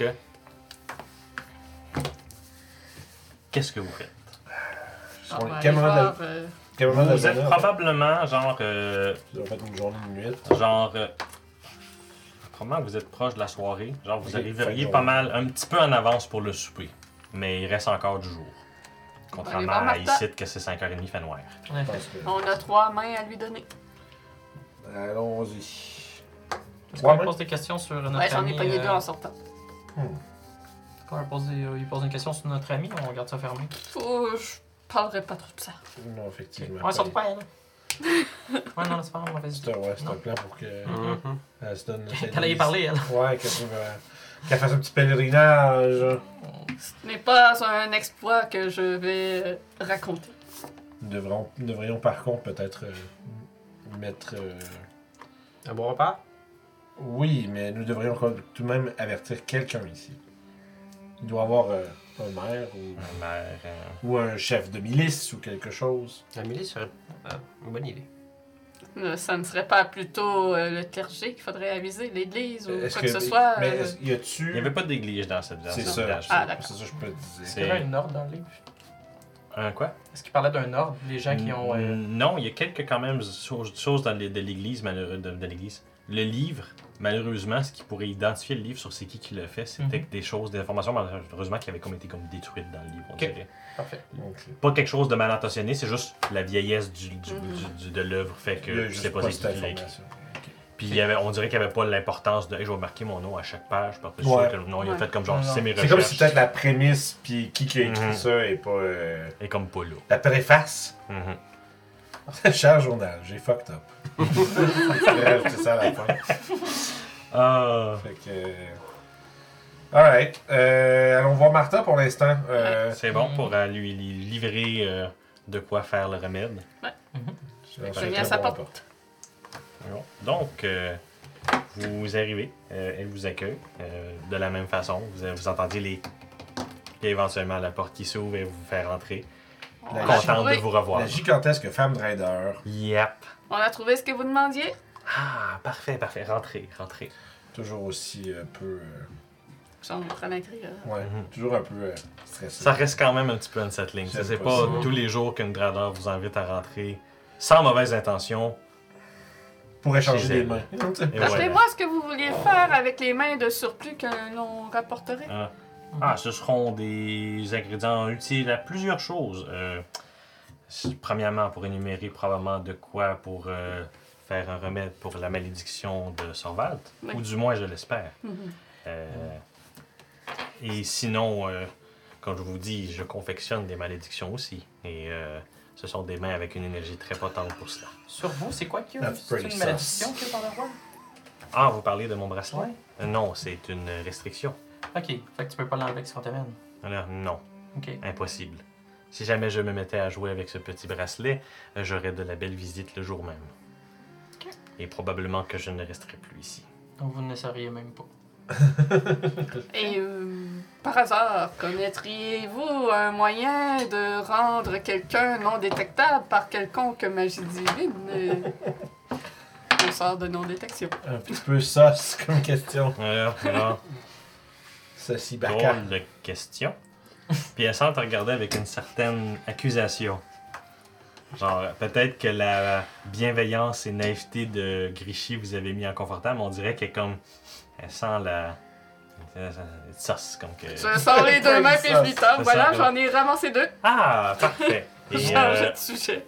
qu'est-ce que vous faites? là. On va Quel aller moment voir, de quel moment de Vous êtes journée, probablement genre en fait? On va faire une journée, une nuit. probablement vous êtes proche de la soirée. Genre vous Ok, fin arriveriez de pas journée. mal, un petit peu en avance pour le souper. Mais il reste encore du jour. On va Contrairement aller voir à Martha. ici que c'est 5h30 fait noir. En Je effet. pense que... On a 3 mains à lui donner. Allons-y. Est-ce qu'on lui pose des questions sur notre Ouais, j'en ami? ai pogné 2 en sortant. Est-ce qu'on lui pose une question sur notre ami ou on garde ça fermé? Je parlerai pas trop de ça. Non, effectivement. Ouais, sort pas, elle. Ouais, non, c'est pas grave, on va C'est un plan pour que elle se donne. T'allais y parler, elle. Ouais, qu'elle fasse un petit pèlerinage. Ce n'est pas un exploit que je vais raconter. Nous devrions par contre peut-être mettre... Un bon repas? Oui, mais nous devrions tout de même avertir quelqu'un ici. Il doit y avoir un maire ou un chef de milice ou quelque chose. La milice serait une bonne idée. Ça ne serait pas plutôt le clergé qu'il faudrait aviser, l'église ou Est-ce quoi que ce soit? Mais y a-tu... Il n'y avait pas d'église dans cette C'est ce ça. village. Ah, d'accord. C'est ça que je peux te dire. Est-ce qu'il y avait un ordre dans le livre? Un quoi? Est-ce qu'il parlait d'un ordre? Les gens qui ont... Non, il y a quelques quand même choses dans de l'église, de l'église. Le livre, malheureusement, ce qui pourrait identifier le livre sur c'est qui l'a fait, c'était des choses, des informations malheureusement qui avaient comme été comme détruites dans le livre, on dirait. Parfait. Pas quelque chose de mal intentionné, c'est juste la vieillesse de l'œuvre fait Il y a que je juste sais pas pas c'est cette qui l'a écrit. information. Puis on dirait qu'il n'y avait pas l'importance de hey, je vais marquer mon nom à chaque page. Parce que je suis Ouais. sûr que non, il a Ouais. fait comme genre Non, c'est mes C'est recherches. comme si peut-être la prémisse, puis qui a écrit ça, et pas... Et comme pas là. La préface. Cher journal, j'ai fucked up. Il faudrait rajouter ça à la fin. Fait que... Alright. Allons voir Martha pour l'instant. C'est bon pour lui livrer de quoi faire le remède. Je viens à sa porte. Bon. Donc, vous arrivez, elle vous accueille de la même façon. Vous entendiez puis éventuellement la porte qui s'ouvre et vous fait rentrer. La Contente de Oui. vous revoir. La gigantesque femme de raider. Yep. On a trouvé ce que vous demandiez? Ah, parfait. Rentrez. Toujours aussi un peu... J'en prends l'intérieur. ouais, toujours un peu stressé. Ça reste quand même un petit peu unsettling. J'aime C'est pas pas ça. tous les jours qu'une Drader vous invite à rentrer sans mauvaise intention. Pour échanger Chez des elle. mains. Et voilà. Rappelez-moi ce que vous vouliez faire avec les mains de surplus que l'on rapporterait. Ce seront des ingrédients utiles à plusieurs choses. Premièrement, pour énumérer probablement de quoi pour faire un remède pour la malédiction de Sorvald. Oui. Ou du moins, je l'espère. Mhm. Et sinon, comme je vous dis, je confectionne des malédictions aussi. Et ce sont des mains avec une énergie très potente pour cela. Sur vous, c'est quoi qu'il y a? That's C'est pretty une malédiction qu'il y a dans le roi? Ah, vous parlez de mon bracelet? Ouais. Non, c'est une restriction. Ok, fait que tu peux pas l'enlever avec ce qu'on t'amène. Alors, non, Ok. impossible. Si jamais je me mettais à jouer avec ce petit bracelet, j'aurais de la belle visite le jour même. Ok. Et probablement que je ne resterai plus ici. Donc vous ne le sauriez même pas. Et par hasard, connaîtriez-vous un moyen de rendre quelqu'un non détectable par quelconque magie divine? On sort de non-détection. Un petit peu sauce comme question. Alors, Ceci, baka. drôle de question. Puis elle semble te regarder avec une certaine accusation. Genre, peut-être que la bienveillance et naïveté de Grishy vous avez mis inconfortable, mais on dirait qu'elle est comme... Elle sent la sauce, comme que... Je sors les deux mains puis je lui tape. C'est Voilà, ça, j'en ai ramassé deux. Ah, parfait! Et Change de sujet.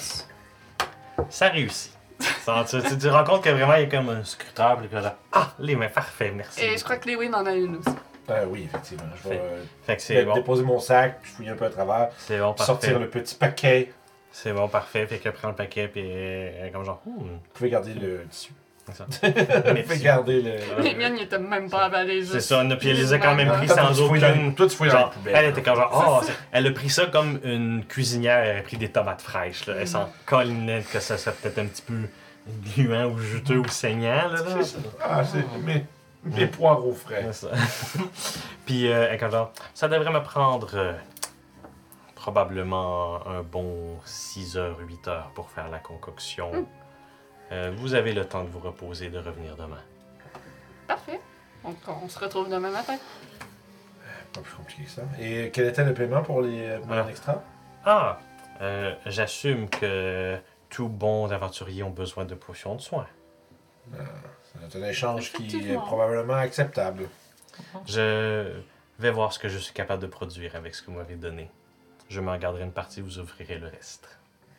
ça réussit. Tu te rends compte que vraiment, il y a comme un scruteur, puis là, ah, les mains, parfait, merci. Et je crois que Lewin en a une aussi. Oui, effectivement. Je vais Fait que c'est bon, déposer mon sac, puis fouiller un peu à travers, c'est bon, puis sortir parfait. le petit paquet. C'est bon, parfait. Fait qu'elle prend le paquet, puis elle est comme genre, Vous pouvez garder le tissu. c'est ça. Vous pouvez Merci. garder le... Les miennes n'étaient même pas emballées. C'est ça, puis elle les a quand même pris Toi, sans tu fouilles dans- aucune... Toi, tu fouilles dans la Genre, poubelle. elle était comme genre, oh, elle a pris ça comme une cuisinière, elle a pris des tomates fraîches, là. Elle s'en collinait que ça serait peut-être un petit peu gluant ou juteux ou saignant, là. Ah, c'est mes poireaux frais. C'est ça. Puis elle est comme genre, ça devrait me prendre probablement un bon 6 heures, 8 heures pour faire la concoction. Vous avez le temps de vous reposer et de revenir demain. Parfait. Donc, on se retrouve demain matin. Pas plus compliqué que ça. Et quel était le paiement pour les Voilà. extra? Ah, j'assume que tous bons aventuriers ont besoin de potions de soins. C'est un échange qui est Effectivement. probablement acceptable. Je vais voir ce que je suis capable de produire avec ce que vous m'avez donné. Je m'en garderai une partie, vous offrirez le reste.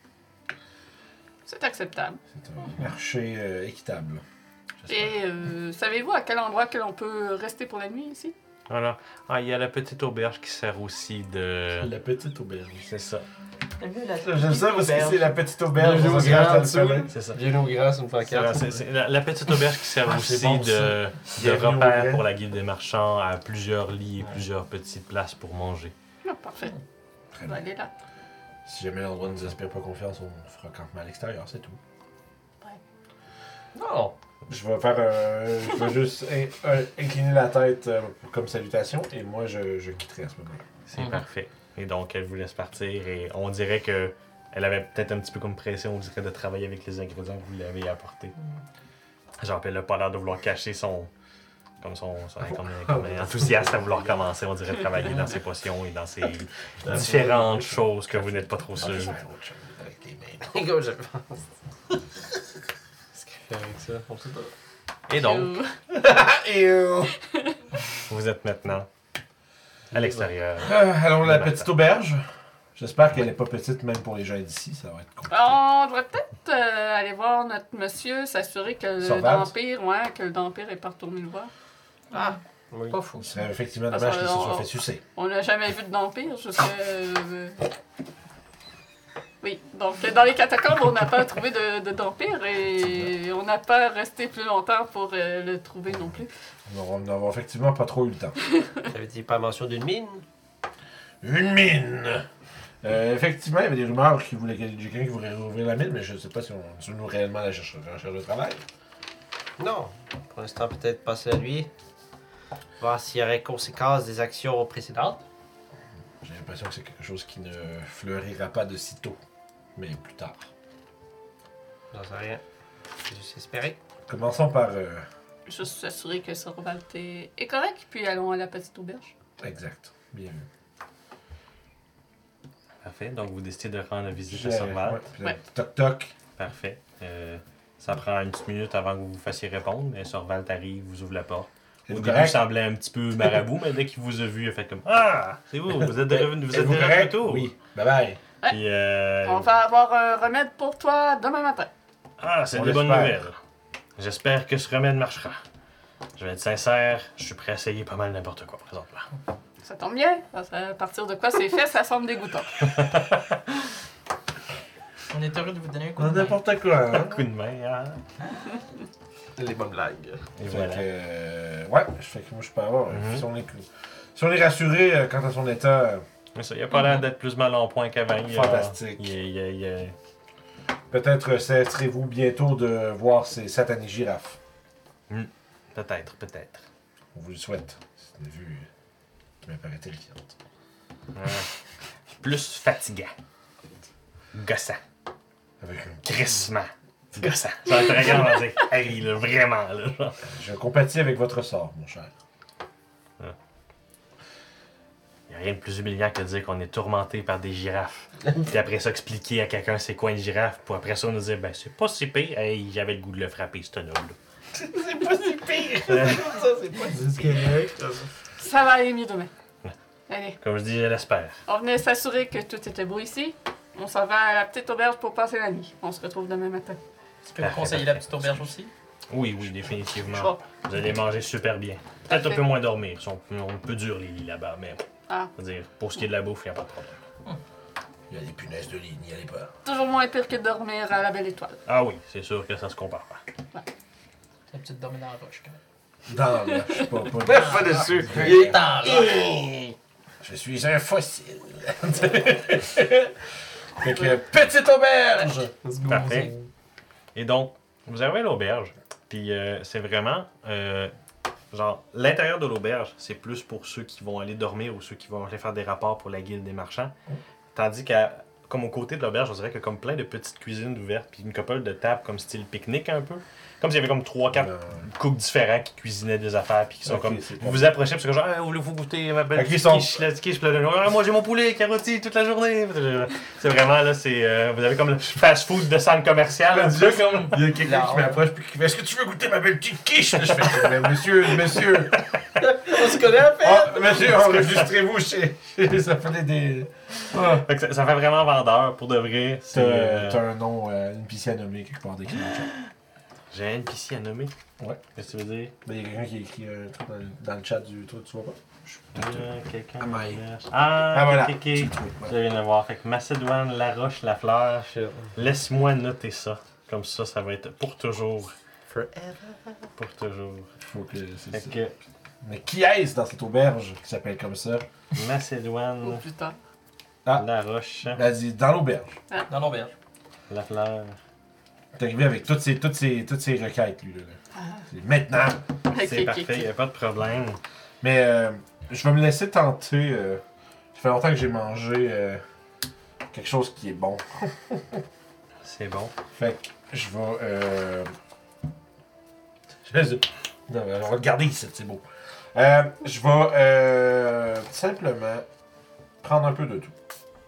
C'est acceptable. C'est un marché équitable. Et savez-vous à quel endroit que l'on peut rester pour la nuit ici? Voilà. Ah, il y a la petite auberge qui sert aussi de... La petite auberge. C'est ça. J'aime ça parce que c'est la petite auberge. Bienvenue au ça se gâte grand dans le dessous. palais. C'est ça. Bien au grand, c'est une C'est vrai, pancarte. c'est la petite auberge qui sert Ah, aussi c'est bon, de Bienvenue au repère grand. pour la guilde des marchands à plusieurs lits et plusieurs petites places pour manger. Ah, parfait. Très On va bien. aller là. Si jamais l'endroit ne nous inspire pas confiance, on fera campement à l'extérieur, c'est tout. Pas Non. Je vais faire je vais juste incliner la tête comme salutation et moi je quitterai à ce moment-là. C'est parfait. Et donc, elle vous laisse partir et on dirait que elle avait peut-être un petit peu comme pression, on dirait, de travailler avec les ingrédients que vous lui avez apportés. Genre, elle n'a pas l'air de vouloir cacher son enthousiasme à vouloir commencer, on dirait, travailler dans ses potions et dans ses différentes choses que vous n'êtes pas trop sûr. Je vais faire autre chose avec les mains. Comme je pense. Qu'est-ce qu'il fait avec ça? On sait pas. Et donc, Ew. vous êtes maintenant à l'extérieur. Allons à la petite auberge. J'espère qu'elle n'est pas petite même pour les gens d'ici, ça va être compliqué. On devrait peut-être aller voir notre monsieur, s'assurer que le Sorval? Dampire est pas retourné le voir. Ah, Oui. pas fou. Il serait effectivement Parce dommage que qu'il se on- soit fait sucer. On n'a jamais vu de Dampire jusqu'à... Oui, donc dans les catacombes, on n'a pas trouvé de Dampire et on n'a pas resté plus longtemps pour le trouver non plus. On n'avait effectivement pas trop eu le temps. T'avais dit pas mention d'une mine? Une mine! Effectivement, il y avait des rumeurs qu'il voulait qu'il y ait quelqu'un qui voulait rouvrir la mine, mais je ne sais pas si on nous réellement la recherche de travail. Non. Pour l'instant, peut-être passer à lui. Voir s'il y aurait conséquence des actions précédentes. J'ai l'impression que c'est quelque chose qui ne fleurira pas de sitôt, mais plus tard. J'en sais rien. J'ai juste espéré. Commençons par... Juste s'assurer que Sorval est correct, puis allons à la petite auberge. Exact. Bien vu. Parfait. Donc, vous décidez de rendre visite à J'ai- Sorval. ouais, puis là, Ouais. Toc toc. Parfait. Ça prend une petite minute avant que vous vous fassiez répondre. Mais Sorval t'arrive, vous ouvre la porte. Au Êtes-vous début, il correct? semblait un petit peu marabout, mais dès qu'il vous a vu, il a fait comme Ah, c'est vous êtes de revenu, vous êtes Êtes-vous de correct? retour. Oui. Bye bye. Puis, On va avoir un remède pour toi demain matin. ah, c'est On de bonnes l'espère. nouvelles. J'espère que ce remède marchera. Je vais être sincère, je suis prêt à essayer pas mal n'importe quoi présentement. Ça tombe bien, parce qu'à partir de quoi c'est fait, ça semble dégoûtant. On est heureux de vous donner un coup de main. N'importe quoi, hein? Coup de main, hein? Les bonnes blagues. Et Fait voilà. que, ouais, je fais que moi je peux avoir. Mhm. Si on est rassuré quant à son état, Mais ça, il a pas l'air d'être plus mal en point qu'avant. Fantastique. peut-être cesserez-vous bientôt de voir ces satanés girafes. Peut-être, peut-être. On vous le souhaite. C'est une vue qui m'apparaît terrifiante. Ouais. Plus fatigant. Gossant. Avec un... Crissement. Gossant. Ça va être très grand à dire. Harry, là, vraiment, là. Genre. Je compatis avec votre sort, mon cher. Il n'y a rien de plus humiliant que de dire qu'on est tourmenté par des girafes. Puis après ça, expliquer à quelqu'un c'est quoi une girafe. Pour après ça, nous dire, ben c'est pas si pire. Hey, j'avais le goût de le frapper, ce tonneau-là. C'est pas si pire! Ça, c'est pas si correct. Ça va aller mieux demain. Allez, Comme je dis, je l'espère. on venait s'assurer que tout était beau ici. On s'en va à la petite auberge pour passer la nuit. On se retrouve demain matin. Tu peux me conseiller la petite auberge aussi? Oui, oui, définitivement. Bon. Vous allez manger super bien. Peut-être un Parfait. peu moins dormir. Ils sont un peu durs, les lits là-bas. Mais, Ah. je veux dire, pour ce qui est de la bouffe, il n'y a pas de problème. Il y a des punaises de lit, n'y allez pas. Toujours moins pire que de dormir à la belle étoile. Ah oui, c'est sûr que ça se compare pas. La petite dormir dans la roche, quand même. Non, là, je suis pas... Pas dessus. Je suis un fossile. Fait que, petite auberge! Parfait. Et donc, vous arrivez à l'auberge, puis c'est vraiment, genre, l'intérieur de l'auberge, c'est plus pour ceux qui vont aller dormir ou ceux qui vont aller faire des rapports pour la guilde des marchands. Tandis qu'à, comme au côté de l'auberge, on dirait que comme plein de petites cuisines ouvertes, puis une couple de tables comme style pique-nique un peu. Comme s'il y avait comme 3-4 cooks différents qui cuisinaient des affaires, puis qui sont Ok, comme. c'est Vous vous approchez, puis c'est comme genre, ah, voulez-vous goûter ma belle Ok, ils petite sont- quiche, la petite quiche, puis là, ah, moi j'ai mon poulet, carotti toute la journée. C'est vraiment là, c'est. Vous avez comme le fast-food de centre commercial. un peu comme. Il y a quelqu'un qui m'approche puis qui fait « Est-ce que tu veux goûter ma belle petite quiche? » Je fais « Mais monsieur, On se connaît à peine. monsieur, enregistrez-vous chez... Ça fait des... Ah. Fait que ça fait vraiment vendeur, pour de vrai. T'as un nom, une piscine à nommer quelque part d'écrit dans le chat. J'ai un NPC à nommer. Ouais. Qu'est-ce que tu veux dire? Ben, il y a quelqu'un qui a écrit un truc dans le chat du truc, tu vois pas? Quelqu'un. Ah, my. Ah, voilà. ok, ok. Tu le trouves, Je ouais. viens de voir. Fait que Macédoine, La Roche, La Fleur. Laisse-moi noter ça. Comme ça va être pour toujours. Forever. Pour toujours. Faut que c'est Fait ça. que Mais qui est-ce dans cette auberge qui s'appelle comme ça? Ou Macédoine, plus tard. Ah. La Roche, Vas-y, dans l'auberge. Dans l'auberge. La Fleur. T'es arrivé avec toutes ces requêtes, lui. Là. C'est maintenant. C'est parfait, il n'y a pas de problème. Mais je vais me laisser tenter. Ça fait longtemps que j'ai mangé quelque chose qui est bon. C'est bon. Fait que je vais. Non, on va le garder ici, c'est beau. Je vais simplement prendre un peu de tout.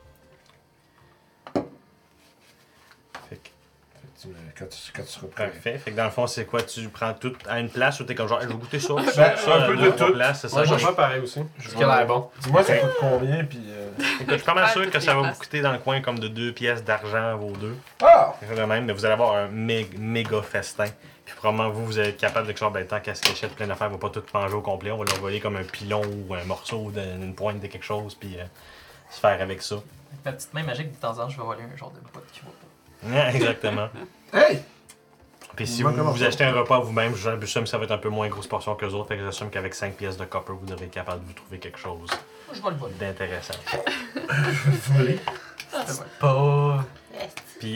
Fait que, Quand tu seras prêt. parfait. Fait que dans le fond, c'est quoi? Tu prends tout à une place ou t'es comme genre, je vais goûter ça, Ben, ça, un peu deux, de trois tout. places, c'est ça? Moi, je Ok. vais faire pareil aussi. Ce qui a l'air bon. Dis-moi, ça coûte combien, puis. Écoute, je suis pas mal sûr que toutes ça les va vous places. coûter dans le coin comme de 2 pièces d'argent vos deux. Ah! Quelque chose de même, mais vous allez avoir un méga festin. Puis probablement vous allez être capable de genre, ben, tant qu'à se cacher plein d'affaires, on va pas tout manger au complet. On va leur voler comme un pilon ou un morceau d'une pointe de quelque chose, puis se faire avec ça. Avec ma petite main magique, de temps en temps, je vais voler un genre de boîte qui va pas. Ouais, exactement. Hey! Puis si Dis-moi vous, comment vous ça. achetez un repas vous-même, j'assume que ça va être un peu moins grosse portion que les autres. Fait que j'assume qu'avec 5 pièces de copper, vous devez être capable de vous trouver quelque chose Moi, je vais le voler. d'intéressant. Voler. Pas. Puis,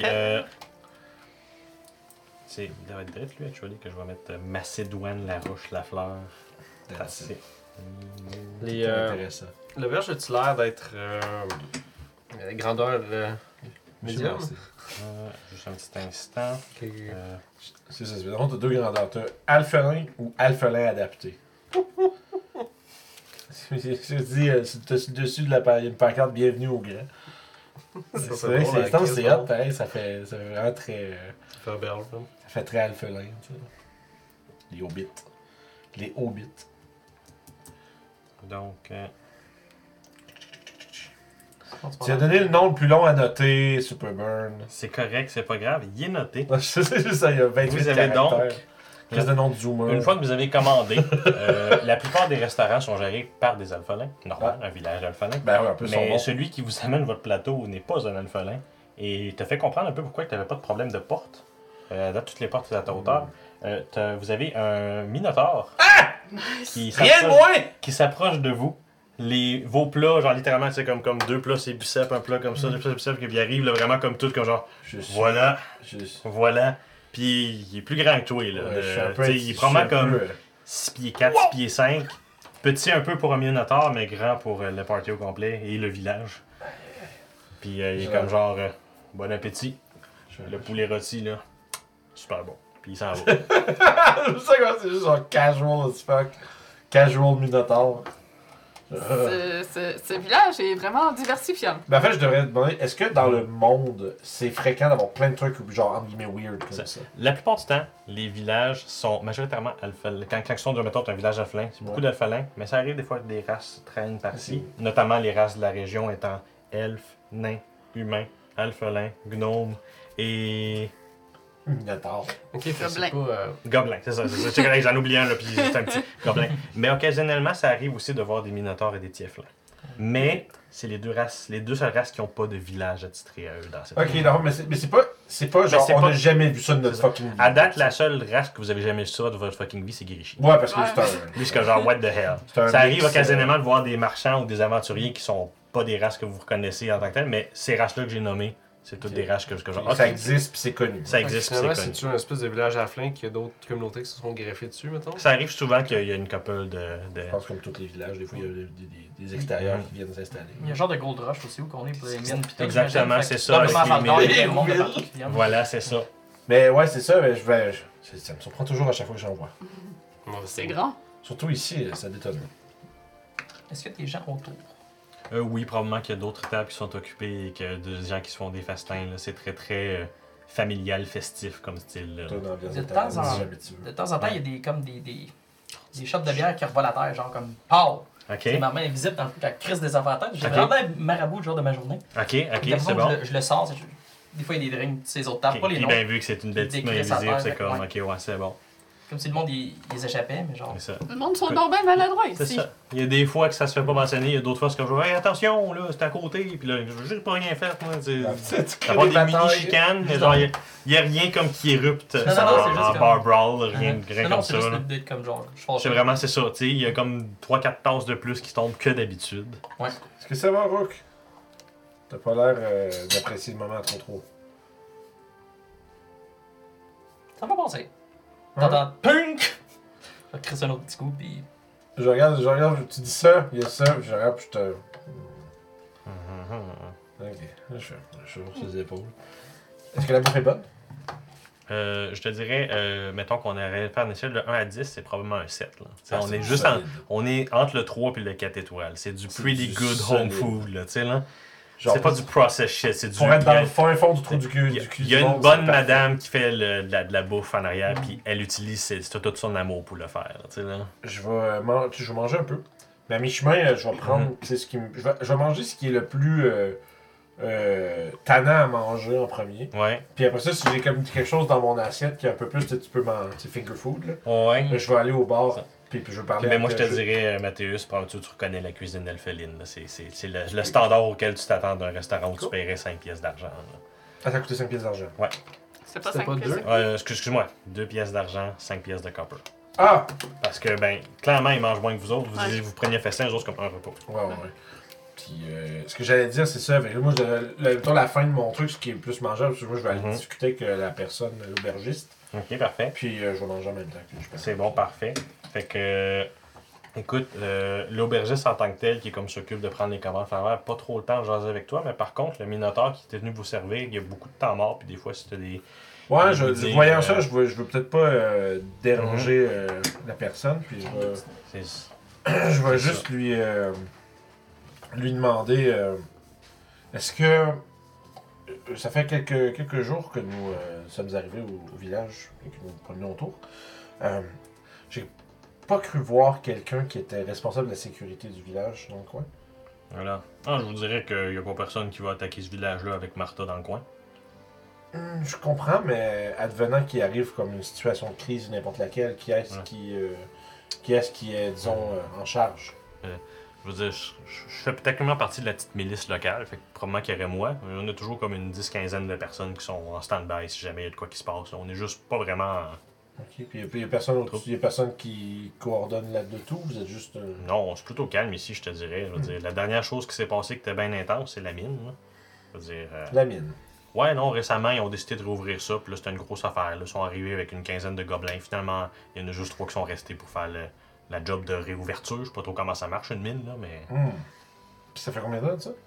il doit être direct, lui, actually, que je vais mettre Macédoine, la roche, la fleur. That's it. C'est Les, C'est intéressant. le verge a-tu l'air d'être grandeur médium? Merci. Juste un petit instant. Ok. C'est ça, c'est vraiment t'as deux grandeurs. T'as alphelin ou alphelin adapté. Je dis, c'est dessus de il y a une pancarte bienvenue au grand. C'est vrai, drôle, la c'est crise, c'est hein. hot, pareil, ça fait vraiment très. Ça fait berge, là. Ça fait très alphelin, tu sais. Les hobbits. Les hobbits. Donc, Tu as donné le nom le plus long à noter, Superburn. c'est correct, c'est pas grave. Il est noté. C'est juste ça, il y a 28 Vous avez donc- caractères. Qu'est-ce de nom de zoomer? Une fois que vous avez commandé, la plupart des restaurants sont gérés par des alphelins. Normal, un village alphelin. Ben oui, un peu son Mais nom. celui qui vous amène votre plateau n'est pas un alphelin. Et il te fait comprendre un peu pourquoi tu n'avais pas de problème de porte. Dans toutes les portes à ta hauteur. Vous avez un minotaure qui Rien de moins! s'approche de vous. Vos plats, genre littéralement, c'est comme deux plats, c'est biceps, un plat comme ça, deux plats, c'est biceps, puis il arrive là, vraiment comme tout, comme genre, Je suis- voilà, je suis- voilà. Puis il est plus grand que toi, là. Ouais, je suis un peu- Tu sais, il est probablement je suis un comme peu, 6 pieds 4, 6 pieds 5. Petit un peu pour un minotaure, mais grand pour le party au complet et le village. Puis il est Ouais. comme genre, bon appétit. je- Le poulet rôti, là, super bon. Puis il s'en va. Je sais quoi, c'est juste un casual as fuck. Casual minotaure. Ce village est vraiment diversifiant. Ben en fait, je devrais te demander, est-ce que dans le monde, c'est fréquent d'avoir plein de trucs genre entre guillemets weird comme ça? La plupart du temps, les villages sont majoritairement alphalins. Quand ils sont, mettons, un village alphalin, c'est beaucoup Ouais. d'alphalins, mais ça arrive des fois que des races traînent par-ci, notamment les races de la région étant elfes, nains, humains, alphelins, gnomes et Minotaure. Ok, fait que c'est Gobelin. pas. gobelins. C'est ça, c'est correct, j'en oublie un, là, puis c'est un petit gobelin. Mais occasionnellement, ça arrive aussi de voir des minotaures et des tieflins. Mais c'est les deux seules races qui n'ont pas de village attitré à eux dans cette Ok, non, mais c'est pas genre, c'est on pas- n'a jamais vu ça de notre c'est ça. fucking vie. À date, la seule race que vous avez jamais vu ça de votre fucking vie, c'est Girishi. Ouais, parce que Ouais. c'est un. Lui, c'est que genre, what the hell. C'est un Ça arrive mix, occasionnellement de voir des marchands ou des aventuriers qui sont pas des races que vous reconnaissez en tant que telles, mais ces races-là que j'ai nommées, c'est toutes des races que genre, Ça ok, existe pis c'est connu. ça existe, puis Finalement, c'est connu. c'est-tu un espèce de village à flin qu'il y a d'autres communautés qui se sont greffées dessus, mettons? Ça arrive souvent qu'il y a une couple de... Je pense comme tous les villages, des fois il y a des extérieurs qui viennent s'installer. Il y a un genre de Gold Rush aussi où on est pour les mines pis tout. Exactement, j'imagine. c'est Fait ça, que avec probablement, les dans mines. il y a le monde de partout qui vient. Voilà, c'est ça. Mais ouais, c'est ça, mais ça me surprend toujours à chaque fois que j'en vois. C'est grand. Surtout ici, ça détonne. Est-ce qu'il y a des gens autour? Oui, probablement qu'il y a d'autres tables qui sont occupées et que des gens qui se font des festins. Là. C'est très, très familial, festif comme style. Là. Toi, dans l'ambiance De de ta temps vie, en- si jamais tu veux. De temps en temps, il y a des shots de bière qui revolent à terre, genre comme pow! Ok, C'est ma main invisible dans le coup, quand crise des affaires à terre. J'ai Ok. vraiment un marabout le jour de ma journée. ok, Puis la c'est façon que bon. je le sors, des fois il y a des drinks de ces autres tables, Ok, pas les puis noms. bien vu que c'est une belle Des petite main crisses à invisible, terre, c'est comme, ouais. ok, ouais, c'est bon. Comme si le monde ils échappaient, mais genre. C'est ça. Le monde sont donc bien maladroits C'est ici. ça. Il y a des fois que ça se fait pas mentionner, il y a d'autres fois c'est comme, hey, attention, là, c'est à côté, puis là, j'ai pas rien fait, moi. Tu Avoir des crées des batailles. mini-chicanes, mais genre, il y a rien comme qui érupte Non, non, en, c'est juste en comme- bar brawl, rien, Non, rien non, comme c'est ça. juste là. d'être comme genre. C'est vraiment, c'est ça, tu sais, il y a comme 3-4 tasses de plus qui tombent que d'habitude. Est-ce que ça va, Rook? T'as pas l'air d'apprécier le moment trop. Ça va passer. Hein? T'entends punk! Je vais crisser un autre petit coup, puis. Je regarde, tu dis ça, il y a ça, puis je regarde, puis je te. Ok, je fais sur ses épaules. Est-ce que la bouffe est bonne? Je te dirais, mettons qu'on aurait fait une échelle de 1 à 10, c'est probablement un 7. Là. Ah, On c'est est juste solide. on est entre le 3 et le 4 étoiles. C'est du C'est pretty du good solide. home food. Là, tu sais, là. Genre, C'est pas du process shit, c'est du. Pour être dans il y a- le fond du trou du cul. il y a une bonne madame qui fait de la bouffe en arrière, puis elle utilise tout son amour pour le faire. Tu sais, là. Je vais manger un peu. Mais à mi-chemin, je vais prendre. Tu sais, je vais manger ce qui est le plus tannant à manger en premier. Ouais. Puis après ça, si j'ai comme quelque chose dans mon assiette qui est un peu plus, tu peux manger finger food, là, Ouais. là, je vais aller au bar. Ça. Puis je vais parler Mais moi, je te avec- dirais, Mathéus, tu reconnais la cuisine d'Elfeline. là. C'est le standard auquel tu t'attends d'un restaurant où tu paierais 5 pièces d'argent. là. Ah, ça a coûté 5 pièces d'argent. C'est pas C'était 5 pas pièces. deux? Excuse-moi, 2 pièces d'argent, 5 pièces de copper. Ah! Parce que, ben, clairement, ils mangent moins que vous autres. Ouais. Vous preniez festin, eux autres, comme un repas. Ouais. Puis ce que j'allais dire, c'est ça. Fait que moi, mettons, la fin de mon truc, ce qui est le plus mangeable, parce que moi, je vais aller discuter avec la personne, l'aubergiste. Ok, parfait. Puis je vais manger en même temps que je pense. C'est bon, parfait. Fait que, écoute, l'aubergiste en tant que tel, qui est comme s'occupe de prendre les commandes, n'a pas trop le temps de jaser avec toi, mais par contre, le Minotaure qui était venu vous servir, il y a beaucoup de temps mort, puis des fois, c'était des. Ouais, Je veux dire, voyant ça, je veux peut-être pas déranger la personne. Puis C'est- je vais C'est juste lui demander est-ce que ça fait quelques jours que nous sommes arrivés au village et que nous prenions autour. J'ai pas cru voir quelqu'un qui était responsable de la sécurité du village dans le coin. Voilà. Ah, je vous dirais qu'il n'y a pas personne qui va attaquer ce village-là avec Martha dans le coin. Je comprends, mais advenant qu'il arrive comme une situation de crise, n'importe laquelle, qui est-ce qui est, disons, en charge? Je veux dire, je fais techniquement partie de la petite milice locale, fait que probablement qu'il y aurait moi. Mais on a toujours comme une 10-15aine de personnes qui sont en stand-by si jamais il y a de quoi qui se passe. On est juste pas vraiment. Ok, puis il y a personne qui coordonne là-de tout, vous êtes juste... Non, c'est plutôt calme ici, je te dirais. Je veux dire, la dernière chose qui s'est passée qui était bien intense, c'est la mine. Là. Je veux dire. La mine. Ouais, non, récemment, ils ont décidé de rouvrir ça, puis là, c'était une grosse affaire. Là. Ils sont arrivés avec une quinzaine de gobelins. Finalement, il y en a juste 3 qui sont restés pour faire la job de réouverture. Je sais pas trop comment ça marche, une mine, là, mais. Puis ça fait combien de temps de ça?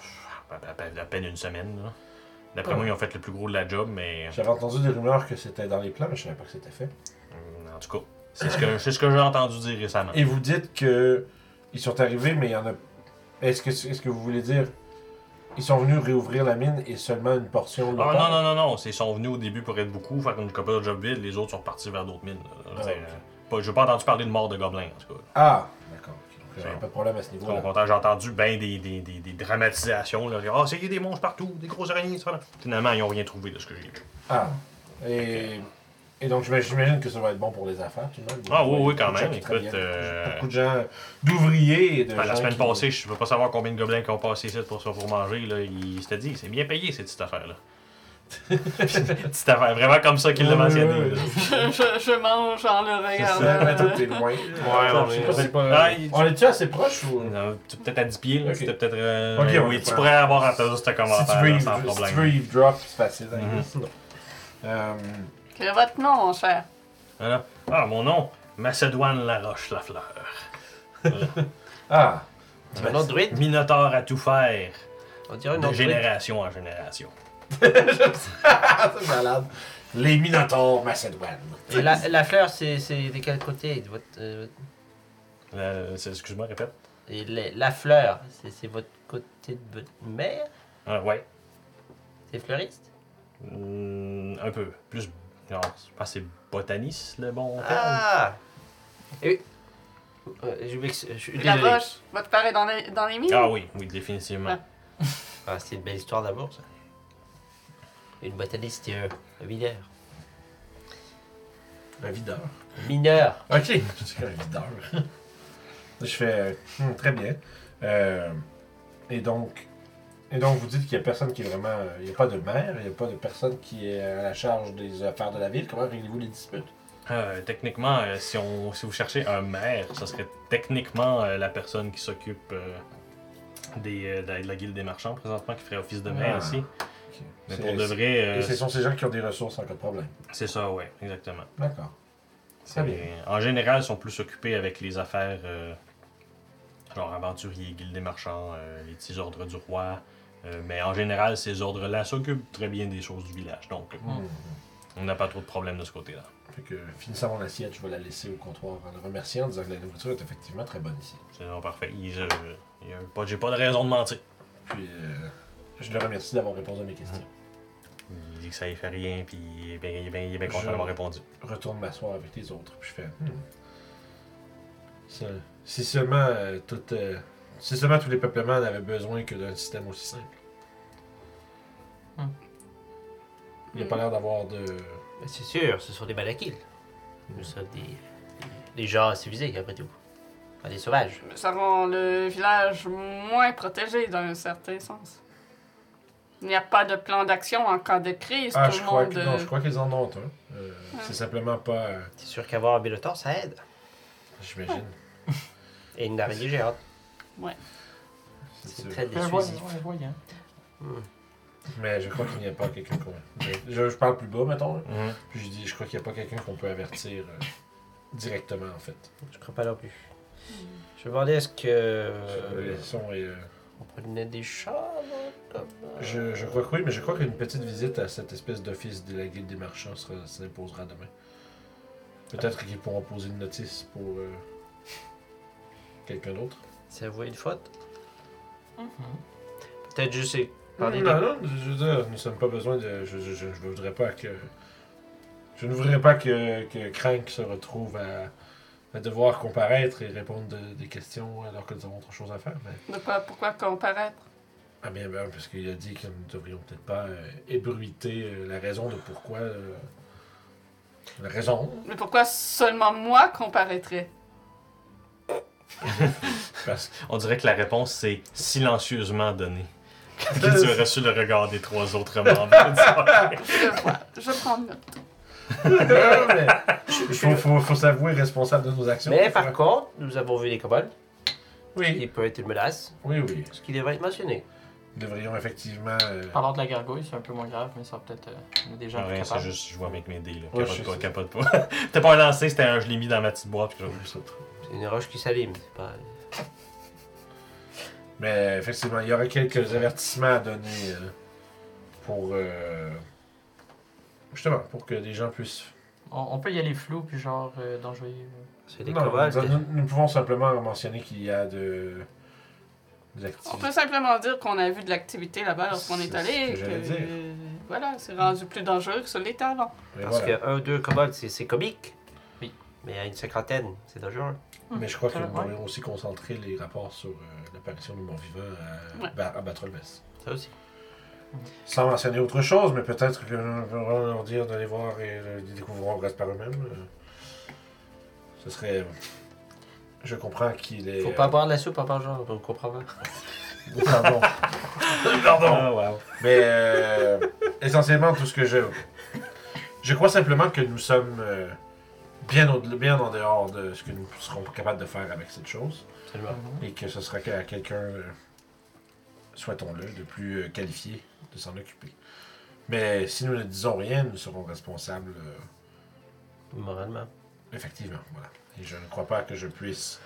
À peine une semaine, là. D'après moi, ils ont fait le plus gros de la job, mais. J'avais entendu des rumeurs que c'était dans les plans, mais je savais pas que c'était fait. En tout cas, c'est ce que j'ai entendu dire récemment. Et vous dites que ils sont arrivés, mais il y en a... Est-ce que vous voulez dire... Ils sont venus réouvrir la mine et seulement une portion de Ah l'automne? non. Ils sont venus au début pour être beaucoup, faire une couple de job vide, les autres sont repartis vers d'autres mines. Là. Je veux dire, j'ai pas entendu parler de mort de gobelins, en tout cas. Ah, d'accord. Ok. Donc, pas de problème à ce Au niveau-là. contraire, j'ai entendu bien des dramatisations. Là. Ah, c'est des monstres partout, des grosses araignées, ça. Finalement, ils n'ont rien trouvé de ce que j'ai vu. Ah. Et donc, j'imagine que ça va être bon pour les affaires, tout de même. Ah oui, quand Beaucoup de même. gens qui travaillent, Écoute, beaucoup de gens, d'ouvriers et de gens la semaine qui- passée, je ne veux pas savoir combien de gobelins qui ont passé ici pour manger. Là. Il s'était dit, c'est bien payé cette petite affaire-là. Petite affaire, vraiment comme ça qu'il l'a mentionné. Ouais, là. Je mange en le C'est ça, mais toi, regardant. t'es loin. on Je sais est- pas si c'est pas... Ah, On est-tu assez proche ou... Non, peut-être à 10 pieds, là, Ok. c'était peut-être. Ok, ouais, oui, ouais. tu pourrais avoir entendu ce Si commentaire tu veux, là, sans problème. si tu veux eavesdrop, c'est facile. hein. Mhm. Sinon. Quel est votre nom, mon cher? Voilà. Ah, mon nom, Macédoine Laroche Lafleur. Ah, C'est un autre druide? Minotaure à tout faire, On dirait un de autre druide. génération en génération. c'est malade. Les Minotaures Macédoine. Et la fleur, c'est de quel côté de votre, Excuse-moi, répète. et la fleur, c'est votre côté de votre mère? Ah, ouais. C'est fleuriste? Un peu. Plus. Non, je pense que c'est botaniste le bon terme. Ah! Et, je suis La désolé. roche, votre père est dans les mines? Ah oui, définitivement. Ouais. Ah, c'est une belle histoire d'amour, ça. Une botaniste et un mineur. Un videur. Mineur! Ok, je sais qu'un videur. Je fais très bien. Et donc vous dites qu'il n'y a personne qui est vraiment. Il n'y a pas de maire, il n'y a pas de personne qui est à la charge des affaires de la ville. Comment réglez-vous les disputes? Techniquement, si vous cherchez un maire, ça serait techniquement la personne qui s'occupe de la guilde des marchands présentement, qui ferait office de maire Ah. ici. Mais C'est- pour de vrai, Et ce sont ces gens qui ont des ressources en cas de problème. c'est ça, ouais, exactement. D'accord. Très bien. En général, ils sont plus occupés avec les affaires genre aventuriers, guildes des marchands, les petits ordres du roi. Mais en général, ces ordres-là s'occupent très bien des choses du village. Donc, on n'a pas trop de problèmes de ce côté-là. Fait que, finissant mon assiette, je vais la laisser au comptoir en le remerciant en disant que la nourriture est effectivement très bonne ici. C'est vraiment parfait. J'ai pas de raison de mentir. Puis, je le remercie d'avoir répondu à mes questions. Il dit que ça y fait rien, puis il est bien content Je- d'avoir répondu. Retourne m'asseoir avec les autres, puis je fais. Si seulement si seulement tous les peuplements n'avaient besoin que d'un système aussi simple. Il n'y a pas l'air d'avoir de. Mais c'est sûr, ce sont des Malakils. Nous sommes des gens civilisés, après tout. Pas des sauvages. Ça rend le village moins protégé d'un certain sens. Il n'y a pas de plan d'action en cas de crise. Ah, tout je le crois, monde. je crois qu'ils en ont un. C'est simplement pas. C'est sûr qu'avoir un Bellator, ça aide. J'imagine. Et une araignée géante. C'est C'est sûr. très Un voyant, dissuasif. un voyant. Mais je crois qu'il n'y a pas quelqu'un qu'on. Je parle plus bas, mettons. Là. Mhm. Puis je dis, je crois qu'il n'y a pas quelqu'un qu'on peut avertir directement, en fait. Je crois pas non plus. Je me demandais est-ce que. Le son est, On prenait des chars, comme. je crois que oui, mais je crois qu'une petite visite à cette espèce d'office de la Guilde des marchands s'imposera demain. Peut-être qu'ils pourront poser une notice pour quelqu'un d'autre. C'est avouer une faute. Mhm. Peut-être juste parler Non, non, je veux dire, nous n'avons pas besoin de. Je ne voudrais pas que. Je ne voudrais pas que Crank se retrouve à devoir comparaître et répondre des questions alors que nous avons autre chose à faire. Mais... Pourquoi comparaître? Ah bien, parce qu'il a dit que nous ne devrions peut-être pas ébruiter la raison de pourquoi. La raison. Mais pourquoi seulement moi comparaîtrais? Parce On dirait que la réponse, c'est silencieusement donné. Quand tu as reçu le regard des trois autres membres. Je vois, je prends note. Il faut s'avouer responsable de nos actions. Mais par contre, nous avons vu des kobolds. Oui, Qui peut être une menace. oui, oui. Ce qui devrait être mentionné. Nous devrions effectivement. Parlant de la gargouille, c'est un peu moins grave, mais ça va peut-être. On est déjà Rien, c'est capable. juste, je joue avec mes dés. Là. Ouais, Capote pas. T'as pas un lancé, c'était un je l'ai mis dans ma petite boîte. Puis C'est C'est une roche qui s'allume. C'est pas. Mais effectivement, il y aurait quelques avertissements à donner pour. Justement, pour que les gens puissent. On peut y aller flou, puis genre dangereux. C'est des Non, kobolds. nous pouvons simplement mentionner qu'il y a des On activités. peut simplement dire qu'on a vu de l'activité là-bas lorsqu'on est C'est allé. ce que et j'allais dire. Voilà, c'est rendu plus dangereux que ce l'était avant. Mais, Parce voilà. que 1 ou 2 kobolds, c'est comique. Oui. Mais à une cinquantaine, c'est dangereux. Mais je crois que nous Ouais. devrions aussi concentrer les rapports sur l'apparition du mort-vivant à Batrolves. Ça aussi. Sans mentionner autre chose, mais peut-être que nous pourrons leur dire d'aller voir et les découvriront grâce par eux-mêmes. Ce serait. Je comprends qu'il est. Faut pas boire de la soupe à part genre, on comprend pas. Pardon. Pardon. Ah, wow. Mais essentiellement, tout ce que je. Je crois simplement que nous sommes bien en dehors de ce que nous serons capables de faire avec cette chose. Absolument. Et que ce sera à quelqu'un, souhaitons-le, de plus qualifié de s'en occuper. Mais si nous ne disons rien, nous serons responsables, Moralement. effectivement. Voilà. Et je ne crois pas que je puisse.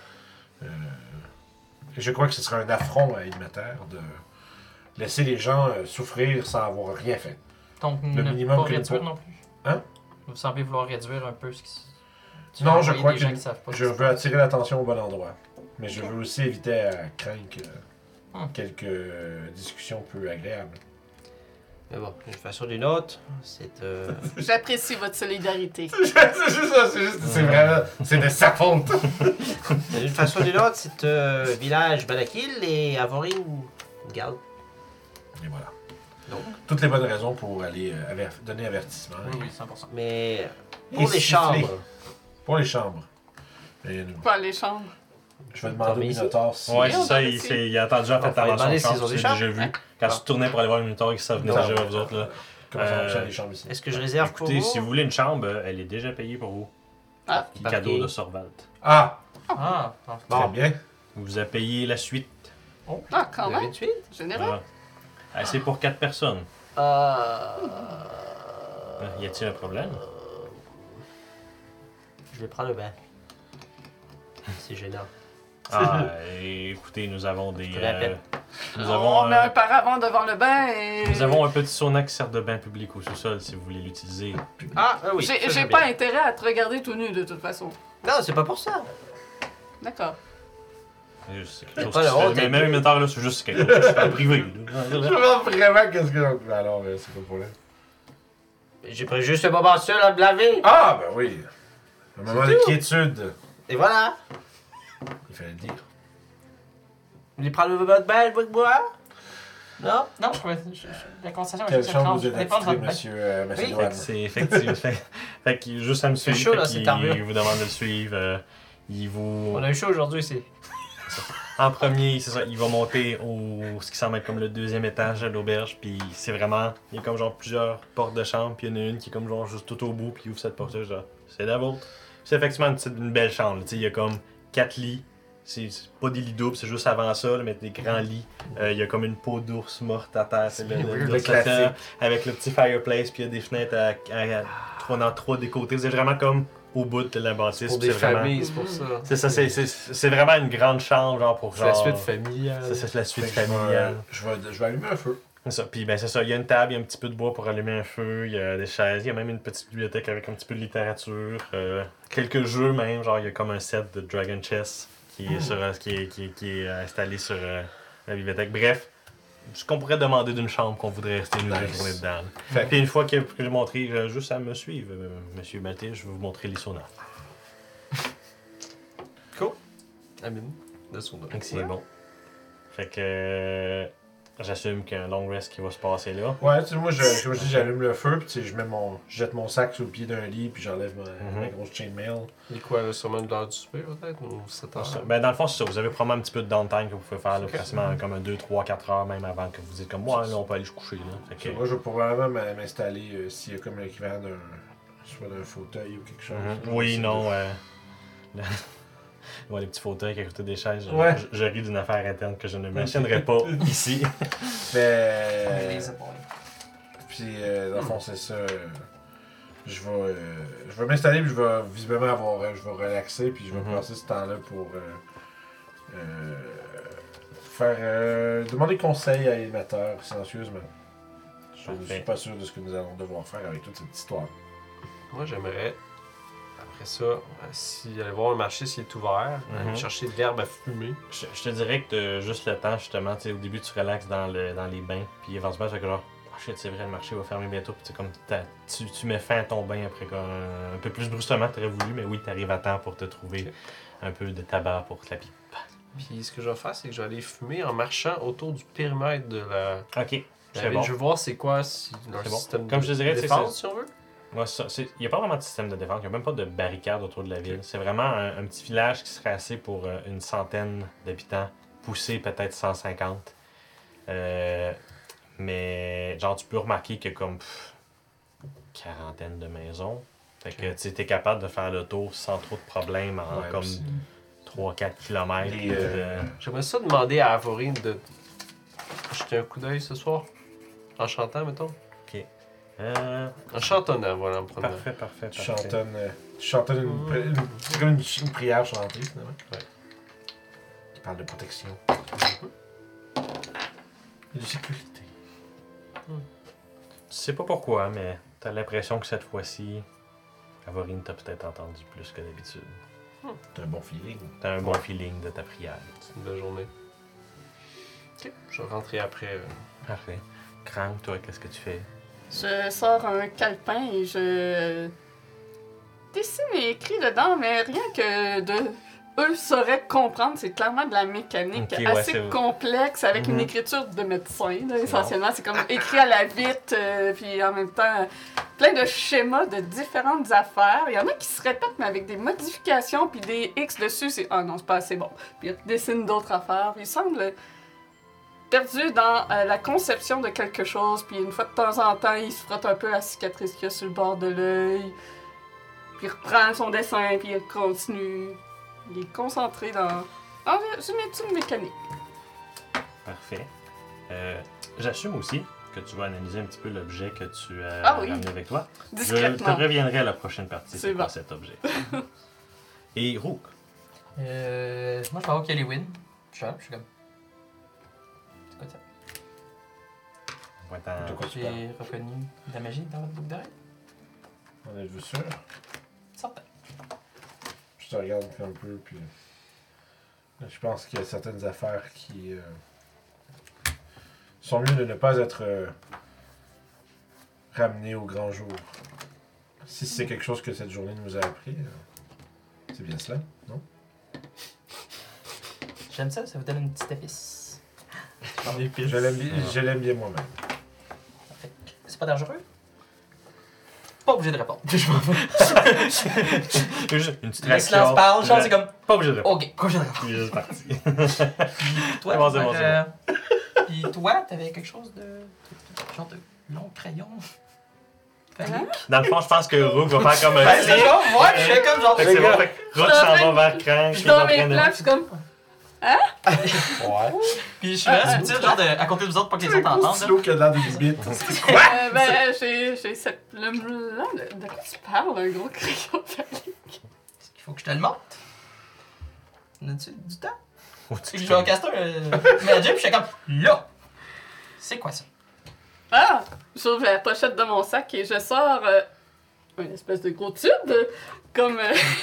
Et je crois que ce sera un affront à Ilmater de laisser les gens souffrir sans avoir rien fait. Donc, Le ne minimum pas que nous réduire pas- non plus. Hein? Vous semblez vouloir réduire un peu ce qui. Tu Non, veux je envoyer crois des que gens qui savent pas ce je qui se veux passe. attirer l'attention au bon endroit. Mais je veux aussi éviter à Crank quelques discussions peu agréables. Mais bon, d'une façon ou d'une autre, c'est. J'apprécie votre solidarité. c'est juste ça, c'est vraiment. C'est de sa faute. D'une façon ou d'une autre, c'est village Balakil et avoir une garde. Et voilà. Donc. Toutes les bonnes raisons pour aller donner avertissement. Oui, oui, 100%. Mais Et pour les siffler. chambres, Pour les chambres. Et Pas les chambres. je vais demander au Dormez ici. Minotaur si. Ouais, Et c'est on ça, dort il, ici. il a entendu en fait On va ta demander mention de s'ils ont des chambre, c'est chambres. déjà vu. Quand tu tournais pour aller voir le Minotaur, ça venait Non. déjà vous autres. Là. Comment ça fonctionne les chambres ici? est-ce que je réserve pour Écoutez, vous? si vous voulez une chambre, elle est déjà payée pour vous. Ah. Cadeau de Sorvalt. Ah! Ah, Très bien. On vous a payé la suite. Ah, quand Vous avez même. une suite? Généreux. Voilà. Ah, c'est pour 4 personnes. Y a-t-il un problème? Je vais prendre le bain. C'est gênant. Ah, écoutez, nous avons des... Je répète. nous avons On met un paravent devant le bain et... nous avons un petit sauna qui sert de bain public au sous-sol si vous voulez l'utiliser. Ah, oui. ça, J'ai je veux pas bien. intérêt à te regarder tout nu de toute façon. Non, c'est pas pour ça. D'accord. C'est quelque chose pas qui la se fait- honte, mais et même puis- maintenant, là, c'est juste quelque chose qui se fait privé. Je me demande vraiment qu'est-ce que. Alors, c'est pas le problème. J'ai pris juste le moment seul à me laver. Ah, ben oui. Un moment de tout. quiétude. Et voilà. Il fallait le dire. Vous voulez prendre le bain avec moi? Non? Non, la conversation Quelle est chambre vous êtes dépend de attitré, votre bain. monsieur Oui. Fait Douane? que c'est effectivement. fait qu'il juste à me suivre. chaud, là, fait cette qu'il- armure. il vous demande de le suivre. Il vous. On a eu chaud aujourd'hui ici. En premier, c'est ça, il va monter au ce qui semble être comme le deuxième étage de l'auberge, puis c'est vraiment, il y a comme genre plusieurs portes de chambre, puis il y en a une qui est comme genre juste tout au bout, puis il ouvre cette porte-là, genre, c'est la vôtre. C'est effectivement une belle chambre, tu sais, il y a comme 4 lits, c'est pas des lits doubles, c'est juste avant ça, là, mais des grands lits. Il y a comme une peau d'ours morte à terre, c'est le classique. avec le petit fireplace, puis il y a des fenêtres dans trois des côtés, c'est vraiment comme au bout de la bâtisse. Pour puis des c'est vraiment- familles, c'est pour ça. C'est ça, c'est vraiment une grande chambre, genre pour C'est la genre. suite familiale. C'est la suite Fait que familiale. Je vais allumer un feu. C'est ça. Puis ben c'est ça, il y a une table, il y a un petit peu de bois pour allumer un feu, il y a des chaises, il y a même une petite bibliothèque avec un petit peu de littérature, quelques jeux même, genre il y a comme un set de Dragon Chess qui est, qui est installé sur la bibliothèque. Bref, ce qu'on pourrait demander d'une chambre qu'on voudrait rester une Nice. journée dedans. Fait Puis une fois que j'ai montré, juste à me suivre, Monsieur Maltais, je vais vous montrer les saunas. Amine, de son nom. Donc c'est bon. Fait que j'assume qu'il y a un long rest qui va se passer là. Ouais, tu sais, moi, comme je dis, j'allume le feu, puis tu sais, je jette mon sac sur le pied d'un lit, puis j'enlève ma grosse chainmail. Il est quoi, là, sûrement de l'heure du souper, peut-être, ou 7 heures? Ben, dans le fond, c'est ça. Vous avez probablement un petit peu de downtime que vous pouvez faire, là, Ok. facilement comme un 2, 3, 4 heures, même avant que vous dites comme moi, là, on peut aller se coucher. Là. Fait que, Moi, je vais probablement m'installer s'il y a comme l'équivalent soit d'un fauteuil ou quelque chose. Oui, C'est non. de- Ouais, les petits fauteuils à côté des chaises. Ouais. Je ris d'une affaire interne que je ne mentionnerai pas ici. Mais. Les épaules. Puis, dans le fond, c'est ça. Je vais m'installer, puis je vais visiblement avoir. Je vais relaxer, puis je vais passer ce temps-là pour. Faire. Demander conseil à l'animateur silencieusement. Je ne Parfait. suis pas sûr de ce que nous allons devoir faire avec toute cette histoire. Moi, j'aimerais, après ça, aller voir un marché s'il est ouvert, aller Mhm. chercher de l'herbe à fumer. Je te dirais que t'as juste le temps, justement. Tu sais, au début, tu relaxes dans les bains, puis éventuellement, tu fais que genre, oh shit, c'est vrai, le marché va fermer bientôt. Puis comme tu mets fin à ton bain après un peu plus brusquement que tu aurais voulu, mais oui, tu arrives à temps pour te trouver Ok. un peu de tabac pour te la pipe. Puis ce que je vais faire, c'est que je vais aller fumer en marchant autour du périmètre de la Ok, ville. c'est bon. Je veux voir c'est quoi leur C'est bon. système Comme de je te dirais, tu sais, défense, si on veut. Ouais, il n'y a pas vraiment de système de défense, il n'y a même pas de barricade autour de la ville. C'est vraiment un petit village qui serait assez pour une centaine d'habitants, poussé peut-être 150. Mais genre, tu peux remarquer qu'il y a comme quarantaine de maisons. Fait que tu es capable de faire le tour sans trop de problèmes en Ouais, comme aussi. 3-4 km. Les, J'aimerais ça demander à Avorine de jeter un coup d'œil ce soir. En chantant, mettons. En chantonnant, voilà, en prenant. Parfait. Tu chantonnes c'est comme une prière chantée, finalement. Ouais. Qui parle de protection. Et de sécurité. Tu sais pas pourquoi, mais t'as l'impression que cette fois-ci, Avorine t'a peut-être entendu plus que d'habitude. T'as un bon feeling. T'as un bon feeling de ta prière. C'est une belle journée. Ok, je vais rentrer après. Parfait. Crank, toi, qu'est-ce que tu fais? Je sors un calepin et je dessine et écris dedans, mais rien que de eux sauraient comprendre. C'est clairement de la mécanique Ok, ouais, assez c'est- complexe avec une Mhm. écriture de médecin. Là, essentiellement, c'est comme écrit à la vite, puis en même temps, plein de schémas de différentes affaires. Il y en a qui se répètent, mais avec des modifications, puis des X dessus. C'est ah non, c'est pas assez bon. Puis ils dessinent d'autres affaires. Puis il semble perdu dans la conception de quelque chose, puis une fois de temps en temps, il se frotte un peu la cicatrice qu'il y a sur le bord de l'œil, puis il reprend son dessin, puis il continue. Il est concentré dans une étude mécanique. Parfait. J'assume aussi que tu vas analyser un petit peu l'objet que tu as Ah oui. ramené avec toi. Je te Discrètement. reviendrai à la prochaine partie. C'est quoi bon. cet objet? Et Rook. Moi, je vais voir Kelly-Win. Je suis comme. C'est quoi ça? Ouais, t'en- De quoi tu parles? J'ai reconnu de la magie dans votre boucle d'oreille. On est sûr. Certain. Je te regarde un peu, puis. Je pense qu'il y a certaines affaires qui. sont mieux de ne pas être ramenées au grand jour. Si c'est quelque chose que cette journée nous a appris, c'est bien cela, non? J'aime ça, ça vous donne une petite épice. Je l'aime bien moi-même. C'est pas dangereux? Pas obligé de répondre. Juste une petite Le silence parle, genre, c'est comme. Pas obligé de répondre. Ok, pas obligé de répondre. Il est juste parti. Toi, C'est bon, c'est bon, Puis toi, t'avais quelque chose de. Genre de long crayon. Hein? Dans le fond, je pense que Rook va faire comme un. Ben, c'est genre, moi, je fais comme genre. Fait que c'est bon, fait que Rook s'en va vers Crank. Je suis qui est en dans mes train de- plans, je suis comme. Ouais. Puis je suis là, subtil, genre de. À côté des autres, pas que les autres entendent. là. stylo qui a l'air d'une bite. Ben, j'ai cette plume-là. De quoi tu parles, un gros crayon phallique? Il faut que je te le montre. On a-tu du temps? Oh, Puis je vais en caster Magic, puis je suis comme. Là! C'est quoi ça? Ah! J'ouvre la pochette de mon sac et je sors une espèce de gros tube, comme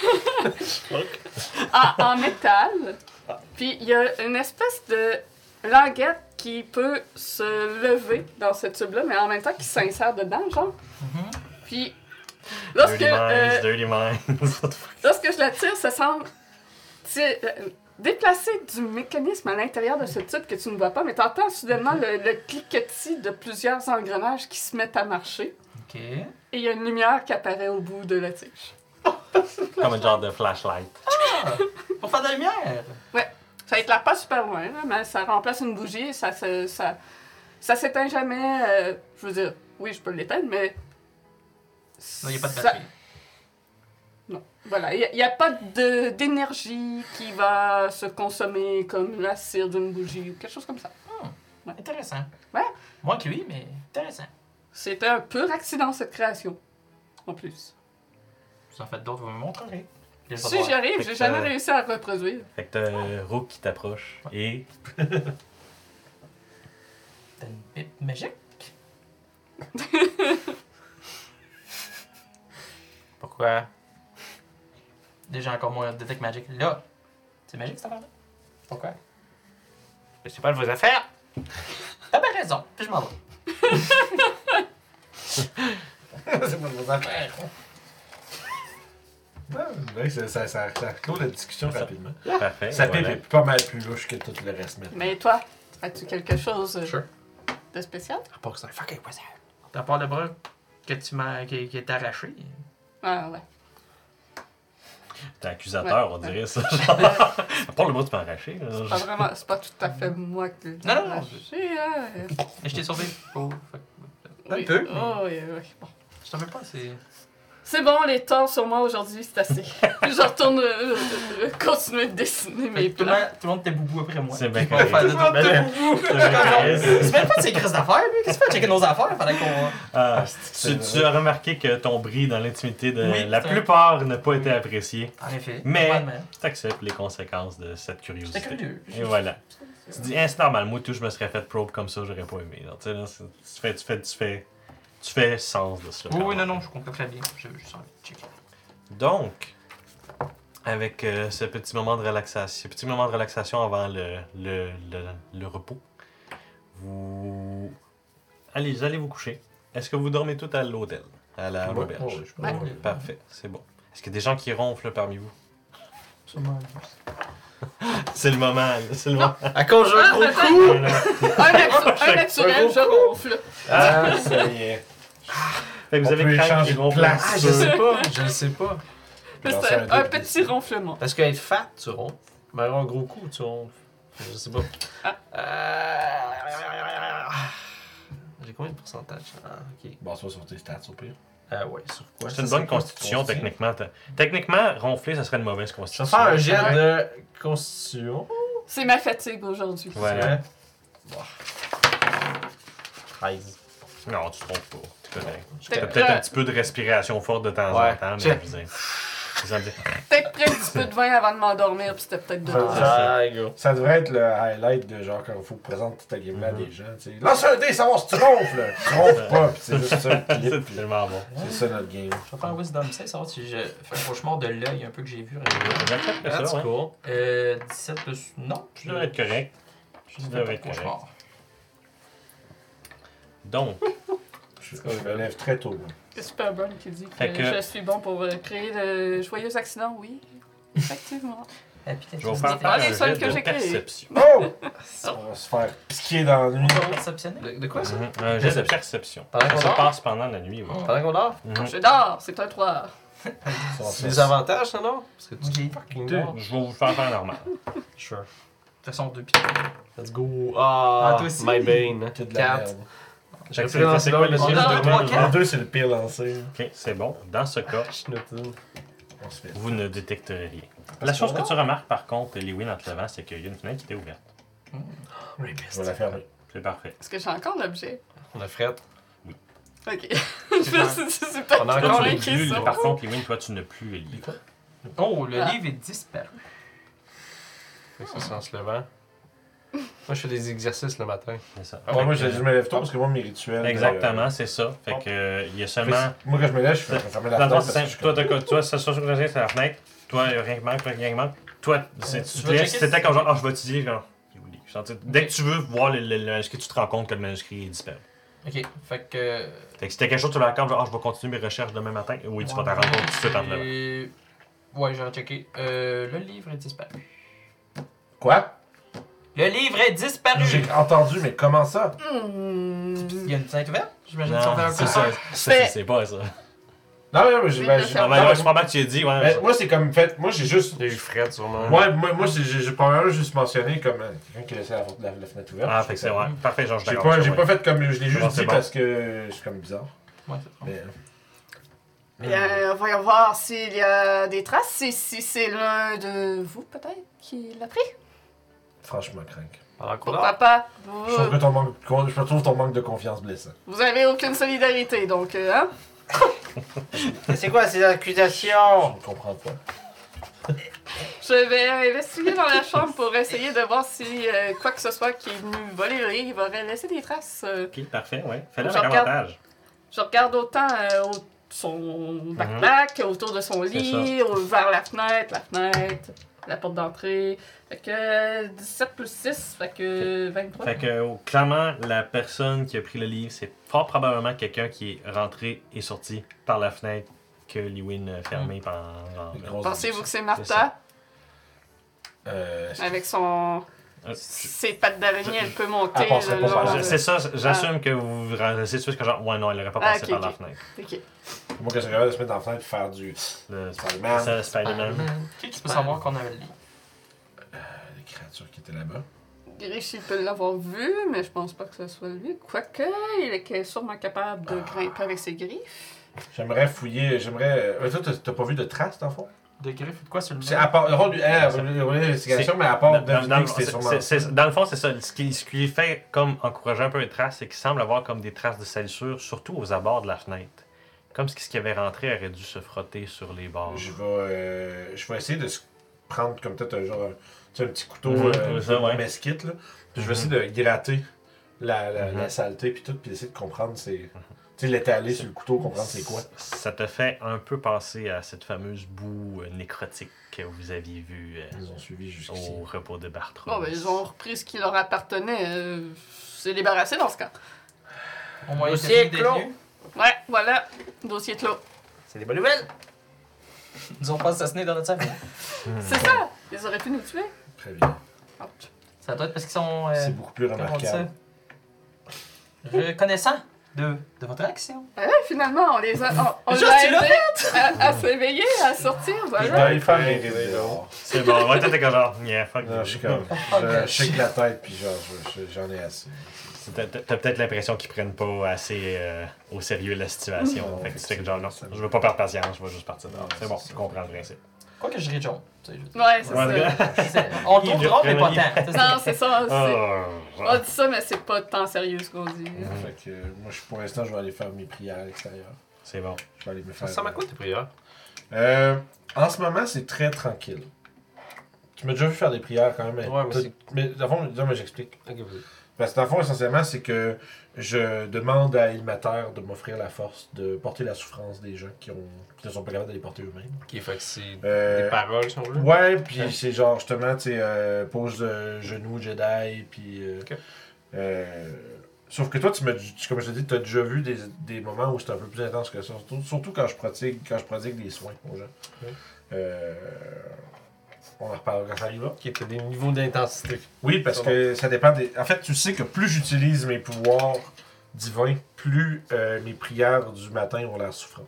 en métal. Puis il y a une espèce de languette qui peut se lever dans ce tube-là, mais en même temps qui s'insère dedans, genre. Puis lorsque, Dirty Minds. lorsque je la tire, ça semble déplacer du mécanisme à l'intérieur de ce tube que tu ne vois pas, mais tu entends soudainement le cliquetis de plusieurs engrenages qui se mettent à marcher. Ok. Et il y a une lumière qui apparaît au bout de la tige. Comme un genre de flashlight. Pour faire de la lumière! Ça éclaire pas super loin, là, mais ça remplace une bougie, ça s'éteint jamais. Je veux dire, oui, je peux l'éteindre, mais. Non, il n'y a pas de ça- batterie. Non, voilà, il n'y a pas d'énergie qui va se consommer comme la cire d'une bougie ou quelque chose comme ça. Intéressant. Ouais. Moins que lui, mais intéressant. C'était un pur accident, cette création. En plus. Si en faites d'autres, vous me montrerez. Je vais Si voir. j'y arrive, Fait j'ai que, jamais réussi à reproduire. Fait que t'as Rook qui t'approche. Et. T'as une pipe magique? Pourquoi? Déjà encore moins Detect Magic. Là, c'est magique cette affaire-là? Pourquoi? Je sais pas de vos affaires. T'as bien raison, puis je m'en vais. C'est pas de vos affaires. Ouais, ça clôt la discussion rapidement. Parfait. Ça voilà. pipe est pas mal plus louche que tout le reste maintenant. Mais toi, as-tu quelque chose Sure. de spécial? À part que c'est un fucking poisson. T'as part le bras que tu m'as, qui est arraché. Ah ouais. T'es accusateur, on dirait ça. À part le mot, tu peux arracher. là. Pas vraiment, c'est pas tout à fait moi que Non, non, non. arraché, hein. Mais je t'ai sauvé. Oh, Oui. un peu. Oh, oui, oui. Bon. Je t'en veux pas, c'est. C'est bon, les torts sur moi aujourd'hui, c'est assez. Je retourne continuer de dessiner mes Tout le plans. monde- tout le monde était boubou après moi. C'est bien Ils vont faire de correct. ton- C'est même pas de ces crises d'affaires, lui. Qu'est-ce que tu fais checker nos affaires pendant qu'on. Ah, tu as remarqué que ton bris dans l'intimité de Oui, la c'est un- plupart n'a pas été apprécié. En effet. Mais- Normalement. Tu acceptes les conséquences de cette J'étais curiosité. curieux. Et voilà. Tu dis, c'est normal, moi tout, je me serais fait probe comme ça, j'aurais pas aimé. Là, tu sais, là, tu fais sens de cela. Oui, quand oui, même. non, non, je comprends très bien. Je juste envie de checker. Donc, avec ce petit moment de relaxation avant le repos, vous allez vous coucher. Est-ce que vous dormez tout à l'hôtel, à l'auberge? Ouais. Parfait, c'est bon. Est-ce qu'il y a des gens qui ronflent parmi vous? Sûrement. C'est le moment, là, c'est le moment. À cause d'un gros peut-être. coup! Un naturel, je ronfle. Ah, ça y est. Fait que vous On avez peut Crank échanger qui de ronfle. place. Ah, je sais pas, je le sais pas. Alors, C'est c'est un doute petit d'ici. ronflement. Parce qu'être fat, tu ronfles. Mais avoir un gros coup, tu ronfles. Je sais pas. J'ai combien de pourcentage? Ah, ok. Bon, ça sur tes stats au pire. Ouais, sur quoi? C'est une bonne constitution, techniquement. Techniquement, ronfler, ça serait une mauvaise Je vais constitution. faire un jet de constitution. C'est ma fatigue aujourd'hui. Voilà. 13. Non, tu te trompes pas. C'est correct. T'es T'as peut-être prêt- un petit peu de respiration forte de temps Ouais. en temps, mais Check. je veux dire, ça me dit- Peut-être pris un petit peu de vin avant de m'endormir, puis c'était peut-être de l'eau. Ah, go. Ça devrait être le highlight de genre quand il faut présenter ta game à des gens. Tu sais, lance un dé, savoir si tu ronfles. Tu ronfles pas, puis c'est juste ça. le clip, C'est puis tellement bon. C'est ça notre game. Je vais faire un Wisdom save, savoir si je fais un cauchemar de l'œil un peu que j'ai vu. J'accepte que That's ça, ouais. cool. 17 plus. Non, Tu devrais être correct. je ne tu fais devrais pas de être cauchemar. Donc, Je me lève très tôt. moi. C'est super bon qui dit Fait que, que- je suis bon pour créer de joyeux accidents, oui. Effectivement. je vais vous faire pas les un seuls jet que de j'ai créés. perception. Oh! On va se faire piquer dans la nuit. Perceptionner? De quoi ça? Un jet de perception. Pendant Ça qu'on se dort? passe pendant la nuit, ouais. Pendant qu'on dort? Mhm. Je dors, c'est un 3. C'est des avantages, ça, non? Parce que tu Ok. fucking Je vais dors. vous faire faire normal. Sure. De toute façon, 2 pieds. Let's go. Ah, toi aussi? my bane. C'est de la 4. merde. J'ai C'est pris c'est quoi le on jet a de un demain, 3, là? En deux, c'est le pire lancé. Ok, c'est bon. Dans ce cas, On se fait. vous ne détecterez rien. La chose que tu remarques par contre, Lewin, en te levant, c'est qu'il y a une fenêtre qui était ouverte. Je vais la fermer. C'est parfait. Est-ce que j'ai encore l'objet? On a fret. Ok. c'est peut-être On a trop encore loin Tu n'as qui plus, ça. par contre, Lewin, toi, tu n'as plus le livre. Oh, le Ah. livre est disparu. Fait que ça, c'est en se levant. Moi, je fais des exercices le matin. C'est ça. Ouais, moi, je me lève tôt parce que moi, mes rituels. Exactement, c'est ça. Fait que il y a seulement. Moi, quand je me lève, je fais fermer la Dans le fond, fenêtre. c'est parce simple. que je suis Toi, ça, c'est la fenêtre. Toi, rien qui manque, rien qui manque. Toi, tu tu te vas lèves, checker c'était comme genre, je vais étudier, genre, il est où, lui? Genre, dès que tu veux voir le manuscrit, tu te rends compte que le manuscrit est disparu. Ok, fait que. Fait que si t'as quelque chose, tu vas comme genre, je vais continuer mes recherches demain matin. Oui, tu vas t'en rendre compte tout de suite en te levant. Ouais, j'ai rechecké. Le livre est disparu. Quoi? Le livre est disparu! J'ai entendu, mais comment ça? Il y a une fenêtre ouverte? J'imagine qu'ils Non, ont fait un c'est coup ça. de C'est pas ça. Non, mais j'ai. Oui, Non, mais ouais, je crois pas que tu l'as dit, ouais. Moi, c'est comme fait. Moi, j'ai juste. Il y a eu fret, sûrement. Moi, j'ai probablement juste mentionné comme quelqu'un qui laissait la fenêtre ouverte. Ah, fait que c'est ouais. Parfait, genre, je J'ai d'accord. pas fait comme. Je l'ai juste Bon, c'est dit bon. parce que c'est comme bizarre. Ouais, c'est bon. Mais, Bien, voyons voir s'il y a des traces et si c'est l'un de vous, peut-être, qui l'a pris. franchement, crank. Pendant qu'on Pourquoi dort. pas? Je trouve que je trouve ton manque de confiance blessant. Vous avez aucune solidarité, donc, hein? C'est quoi ces Je accusations? ne comprends pas. Je vais investiguer dans la chambre pour essayer de voir si quoi que ce soit qui est venu voler le livre aurait laissé des traces. Ok, parfait, ouais. Fais-le Je avec regarde. avantage. Je regarde autant son backpack, autour de son lit, vers la fenêtre, la porte d'entrée. Fait que 17 plus 6, fait que 23. Fait que, clairement, la personne qui a pris le livre, c'est fort probablement quelqu'un qui est rentré et sorti par la fenêtre que Lewin a fermée pendant. Une grosse Pensez-vous que c'est C'est Martha? ça. Avec son... ses pattes d'araignée, elle peut monter. Elle passerait le pas long par de- C'est ça, j'assume que vous laissez tout de suite que genre, ouais, non, elle aurait pas Ah, passé ok, par ok. la fenêtre. Ok. Moi, quand je suis capable de se mettre dans la fenêtre et faire du. Le Spider-Man. ça, Spider-Man. Qui peut savoir qu'on avait le livre? Les créatures qui étaient là-bas. Grish, il peut l'avoir vu, mais je pense pas que ce soit lui. Quoique, il est sûrement capable de grimper avec ses griffes. J'aimerais fouiller. Toi, t'as pas vu de traces, dans le fond? De griffes ou de quoi sur le C'est à part. Le rôle du. L'investigation, mais à part deviner que c'était sûrement. Dans le fond, c'est ça. Ce qui fait comme encourager un peu les traces, c'est qu'il semble avoir comme des traces de salissure, surtout aux abords de la fenêtre. Comme si ce qui avait rentré aurait dû se frotter sur les bords. Je vais essayer de se prendre comme peut-être un genre. Tu sais, un petit couteau ça, ouais. mesquite, là. Puis je vais essayer de gratter la saleté, puis tout, puis essayer de comprendre c'est. Tu sais, l'étaler sur le couteau, comprendre c'est quoi. Ça te fait un peu penser à cette fameuse boue nécrotique que vous aviez vue Ils ont suivi jusqu'ici. au repos de Bartram. Bon, ben, ils ont repris ce qui leur appartenait. C'est débarrassé dans ce cas. Au moins, Dossier il était clos. détenu. Ouais, voilà. Dossier clos. C'est des bonnes nouvelles. Ils ont pas assassiné dans notre cercle. C'est ça! Ils auraient pu nous tuer. Très bien. Ouch. Ça doit être parce qu'ils sont. C'est beaucoup plus comment on dit ça? remarquable. Reconnaissants de votre action. Ouais, finalement, on les a. On Juste, l'a tu l'as aidé à s'éveiller, à sortir, Je voilà. vais aller faire mes réveils dehors. C'est bon, ouais, toi t'es comme genre, yeah, fuck. Non, je suis comme. Je shake la tête, puis genre, j'en ai assez. T'as peut-être l'impression qu'ils prennent pas assez au sérieux la situation. Non, Fait que tu sais que genre, non, je veux pas perdre patience, je vais juste partir dehors. C'est bon, tu comprends le principe. Quoi que je ris jaune. Ouais, c'est ça. On trouve drôle, mais pas tant. Non, c'est ça. On Ah. dit ça, mais c'est pas tant sérieux ce qu'on dit. Fait que moi, pour l'instant, je vais aller faire mes prières à l'extérieur. C'est bon. Je vais aller me Ça faire. ressemble à quoi tes prières? En ce moment, c'est très tranquille. Tu m'as déjà vu faire des prières quand même. Ouais, mais c'est- Mais dans le fond, disons, mais j'explique. Ok, vas-y. Parce que dans le fond, essentiellement, c'est que je demande à Ilmater de m'offrir la force de porter la souffrance des gens qui ne sont pas capables de les porter eux-mêmes. Ok, fait que c'est Euh, des paroles, si on veut. Ouais, puis c'est genre justement, tu sais, pose genoux Jedi, puis. Ok. Sauf que toi, comme je te dis, tu as déjà vu des moments où c'est un peu plus intense que ça. Surtout quand je prodigue des soins aux gens. Ok. On en reparlera quand ça arrivera. Ok, t'as des niveaux d'intensité. Oui, parce Ça que ça dépend des. En fait, tu sais que plus j'utilise mes pouvoirs divins, plus mes prières du matin ont l'air souffrantes.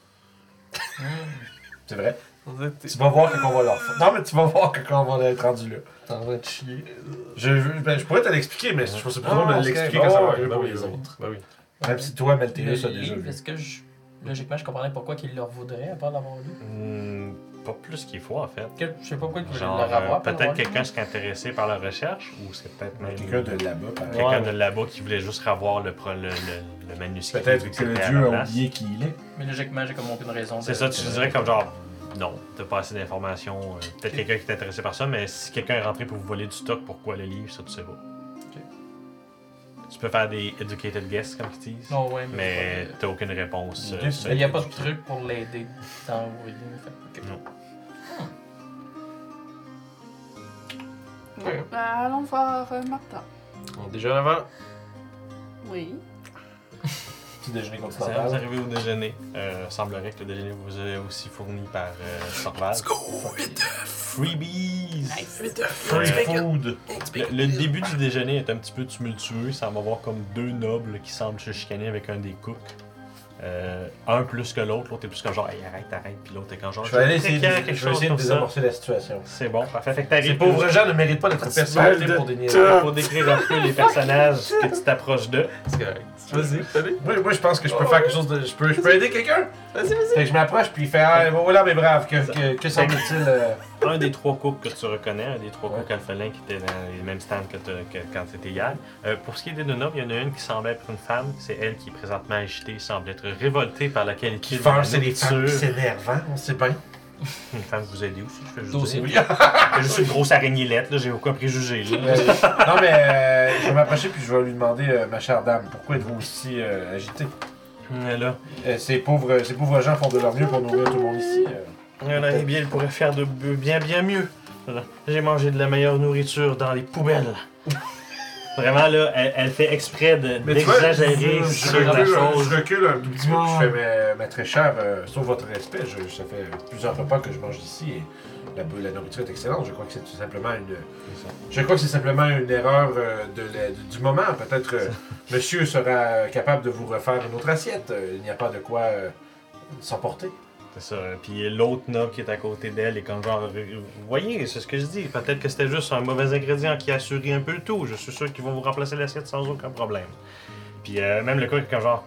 C'est vrai. Tu vas voir quand on va leur faire. Non, mais tu vas voir quand on va être rendu là. T'es en train de chier. Je pourrais te l'expliquer, mais je trouve ça plus Ah, drôle de c'est l'expliquer correct. quand ça va Ah, arriver ouais, pour ben les oui, autres. Ben oui. Même si toi, Melteus, a Le déjà livre, vu. est-ce que logiquement, je comprenais pourquoi qu'il leur voudrait à part l'avoir lu. Pas plus qu'il faut, en fait. Je sais pas pourquoi il voulait Genre, leur avoir. pour peut-être l'avoir lu. quelqu'un serait intéressé par la recherche, ou c'est peut-être même Quelqu'un de là-bas, par exemple. quelqu'un de là-bas qui voulait juste revoir le manuscrit. Peut-être vu que le c'était à dieu la a place. oublié qui il est. Mais logiquement, j'ai comme aucune raison. C'est ça, tu dirais comme genre, non, t'as pas assez d'informations. Peut-être quelqu'un qui est intéressé par ça, mais si quelqu'un est rentré pour vous voler du stock, pourquoi le livre, ça tu sais pas. Tu peux faire des educated guesses, comme ils disent, Non, ouais, mais t'as aucune réponse. Ok, sur- il n'y a pas de truc pour l'aider dans William. Non. Allons voir Martha. On est déjà avant. Oui. Petit déjeuner Vous continental. arrivez au déjeuner. Semblerait que le déjeuner vous est aussi fourni par Sorval. Freebies! Free food. Le début du déjeuner est un petit peu tumultueux. Ça va avoir comme deux nobles qui semblent se chicaner avec un des cooks. Un plus que l'autre est plus comme genre hey, arrête, puis l'autre est comme genre Je vais aller très essayer clair, de, quelque je vais chose essayer de comme ça. désamorcer la situation. C'est bon, parfait. Fait que Ces t'arrives pauvres gens ne méritent pas d'être personnalité pour des niaiseries. pour décrire un peu les personnages que tu t'approches d'eux. C'est correct. Vas-y, allez. Moi, je pense que je peux faire quelque chose de. Je peux aider quelqu'un? Vas-y. Fait que je m'approche puis il fait ah, voilà mes braves, que semble-t-il Un des trois cooks que tu reconnais, un des trois Ouais. cooks alphelins qui étaient dans les mêmes stands que quand c'était hier. Pour ce qui est des deux nobles, il y en a une qui semble être une femme. C'est elle qui est présentement agitée, semble être révoltée par la qualité qui de la c'est des femmes qui nourriture. s'énervent, hein, on sait bien. Une femme que vous aidez aussi, je fais juste Dossier. dire. C'est juste une grosse araignée lettre, là, j'ai aucun préjugé. Là. Non mais je vais m'approcher puis je vais lui demander, ma chère dame, pourquoi êtes-vous aussi agitée? Là. Ces pauvres gens font de leur mieux pour nourrir tout le monde ici. Voilà, eh bien, il pourrait faire de bien mieux. Voilà. J'ai mangé de la meilleure nourriture dans les poubelles. Vraiment, là, elle fait exprès Mais tu vois, d'exagérer sur la chose. je recule un tout petit peu puis je fais mais très cher, sauf votre respect, ça fait plusieurs repas que je mange ici et la nourriture est excellente. Je crois que c'est tout simplement une erreur du moment. Peut-être monsieur sera capable de vous refaire une autre assiette. Il n'y a pas de quoi s'emporter. C'est ça. Puis l'autre noble qui est à côté d'elle est comme genre, vous voyez, c'est ce que je dis. Peut-être que c'était juste un mauvais ingrédient qui a assuré un peu le tout. Je suis sûr qu'ils vont vous remplacer l'assiette sans aucun problème. Puis même le cook est comme genre,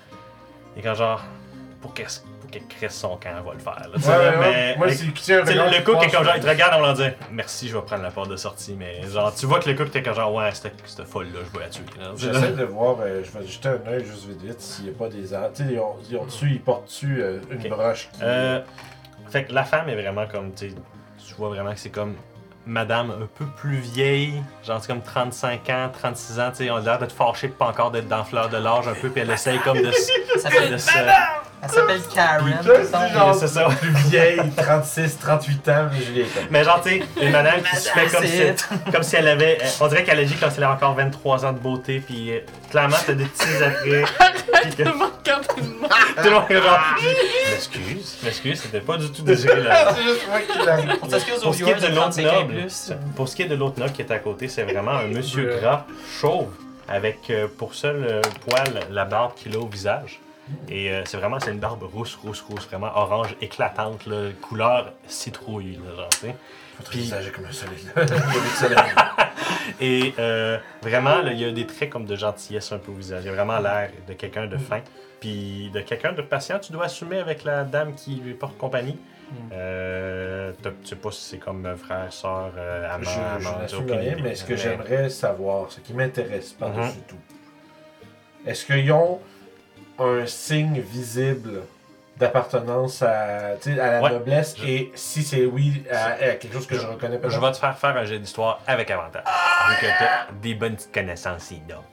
pour qu'elle crisse son camp, elle va le faire. Là, tu sais, là, mais Moi, c'est qui tient un tu sais, regard, le cook je est comme genre, il pense te regarde en voulant dire merci, je vais prendre la porte de sortie. Mais genre, tu vois que le cook était comme genre, ouais, cette folle-là, je vais la tuer. Là. J'essaie de voir, je vais jeter un œil juste vite s'il n'y a pas des armes. Tu sais, ils portent dessus une Ok. broche qui. Fait que la femme est vraiment comme, tu vois vraiment que c'est comme madame un peu plus vieille, genre c'est comme 35 ans, 36 ans, tu sais, on a l'air d'être fâchée de pas encore d'être dans fleur de l'âge un peu, puis elle essaye comme de Ça s'appelle Elle s'appelle Karen. Là, c'est genre c'est ça. plus vieille, 36, 38 ans, mais je l'ai comme. Mais genre, tu sais, une madame qui se fait comme si elle avait. On dirait qu'elle agit comme si elle avait encore 23 ans de beauté, puis clairement, t'as des petits attraits. puis que- Tout le monde quand il ment. Tout le monde est genre. M'excuse, c'était pas du tout désiré là. C'est juste moi qui l'ai. On s'excuse aux Pour ce qui est viewers de de l'autre 35 ans et noble, plus. pour ce qui est de l'autre noble qui est à côté, c'est vraiment un monsieur gras, chauve, avec pour seul poil la barbe qu'il a au visage. Et c'est une barbe rousse, vraiment orange, éclatante, là, couleur citrouille, là, genre, tu sais. Faut Puis- visager comme un soleil. Le soleil. Et vraiment, là, il y a des traits comme de gentillesse un peu au visage. Il a vraiment l'air de quelqu'un de fin. Puis de quelqu'un de patient, tu dois assumer avec la dame qui lui porte compagnie. Tu sais pas si c'est comme frère, soeur, amant, Je amant, n'assume aucune rien, idée. mais ce que j'aimerais savoir, ce qui m'intéresse par-dessus tout, est-ce qu'ils ont un signe visible d'appartenance à la Ouais. noblesse et si c'est oui, à quelque chose que je reconnais pas? Je vais te faire un jet d'histoire avec avantage. Vu que t'as des bonnes petites connaissances ici, donc.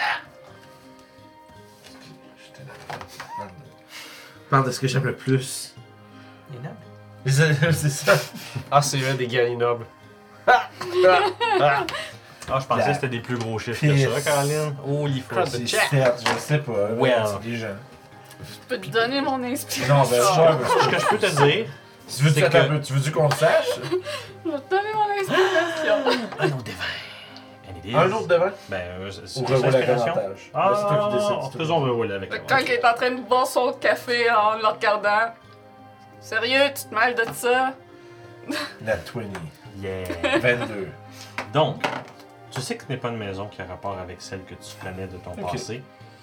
Parle de ce que j'aime le plus. Les nobles. C'est ça. Ah, c'est un des guerriers nobles. Ah, je pensais que c'était des plus gros chiffres que Pisse. ça, Caroline. Holy fuck. C'est certes, je sais pas. Well. C'est des gens. Je peux te donner mon inspiration. Non, ben, Ce que je peux te dire, tu veux-tu c'est que- attends un peu, tu veux-tu qu'on le sache? Je vais te donner mon inspiration. un autre des 20. And it is. Un autre devant? Ben, c'est Ou une revois inspiration. avantage? Ah, Ben, c'est toi qui décides. c'est toi faisons qui rerouler avec Fait que avantage. Quand il est en train de boire son café en le regardant, sérieux, tu te mêles de ça? décides. Nat 20. Yeah. 22. Donc, tu sais que ce n'est pas une maison qui a rapport avec celle que tu connais de ton Ok. passé.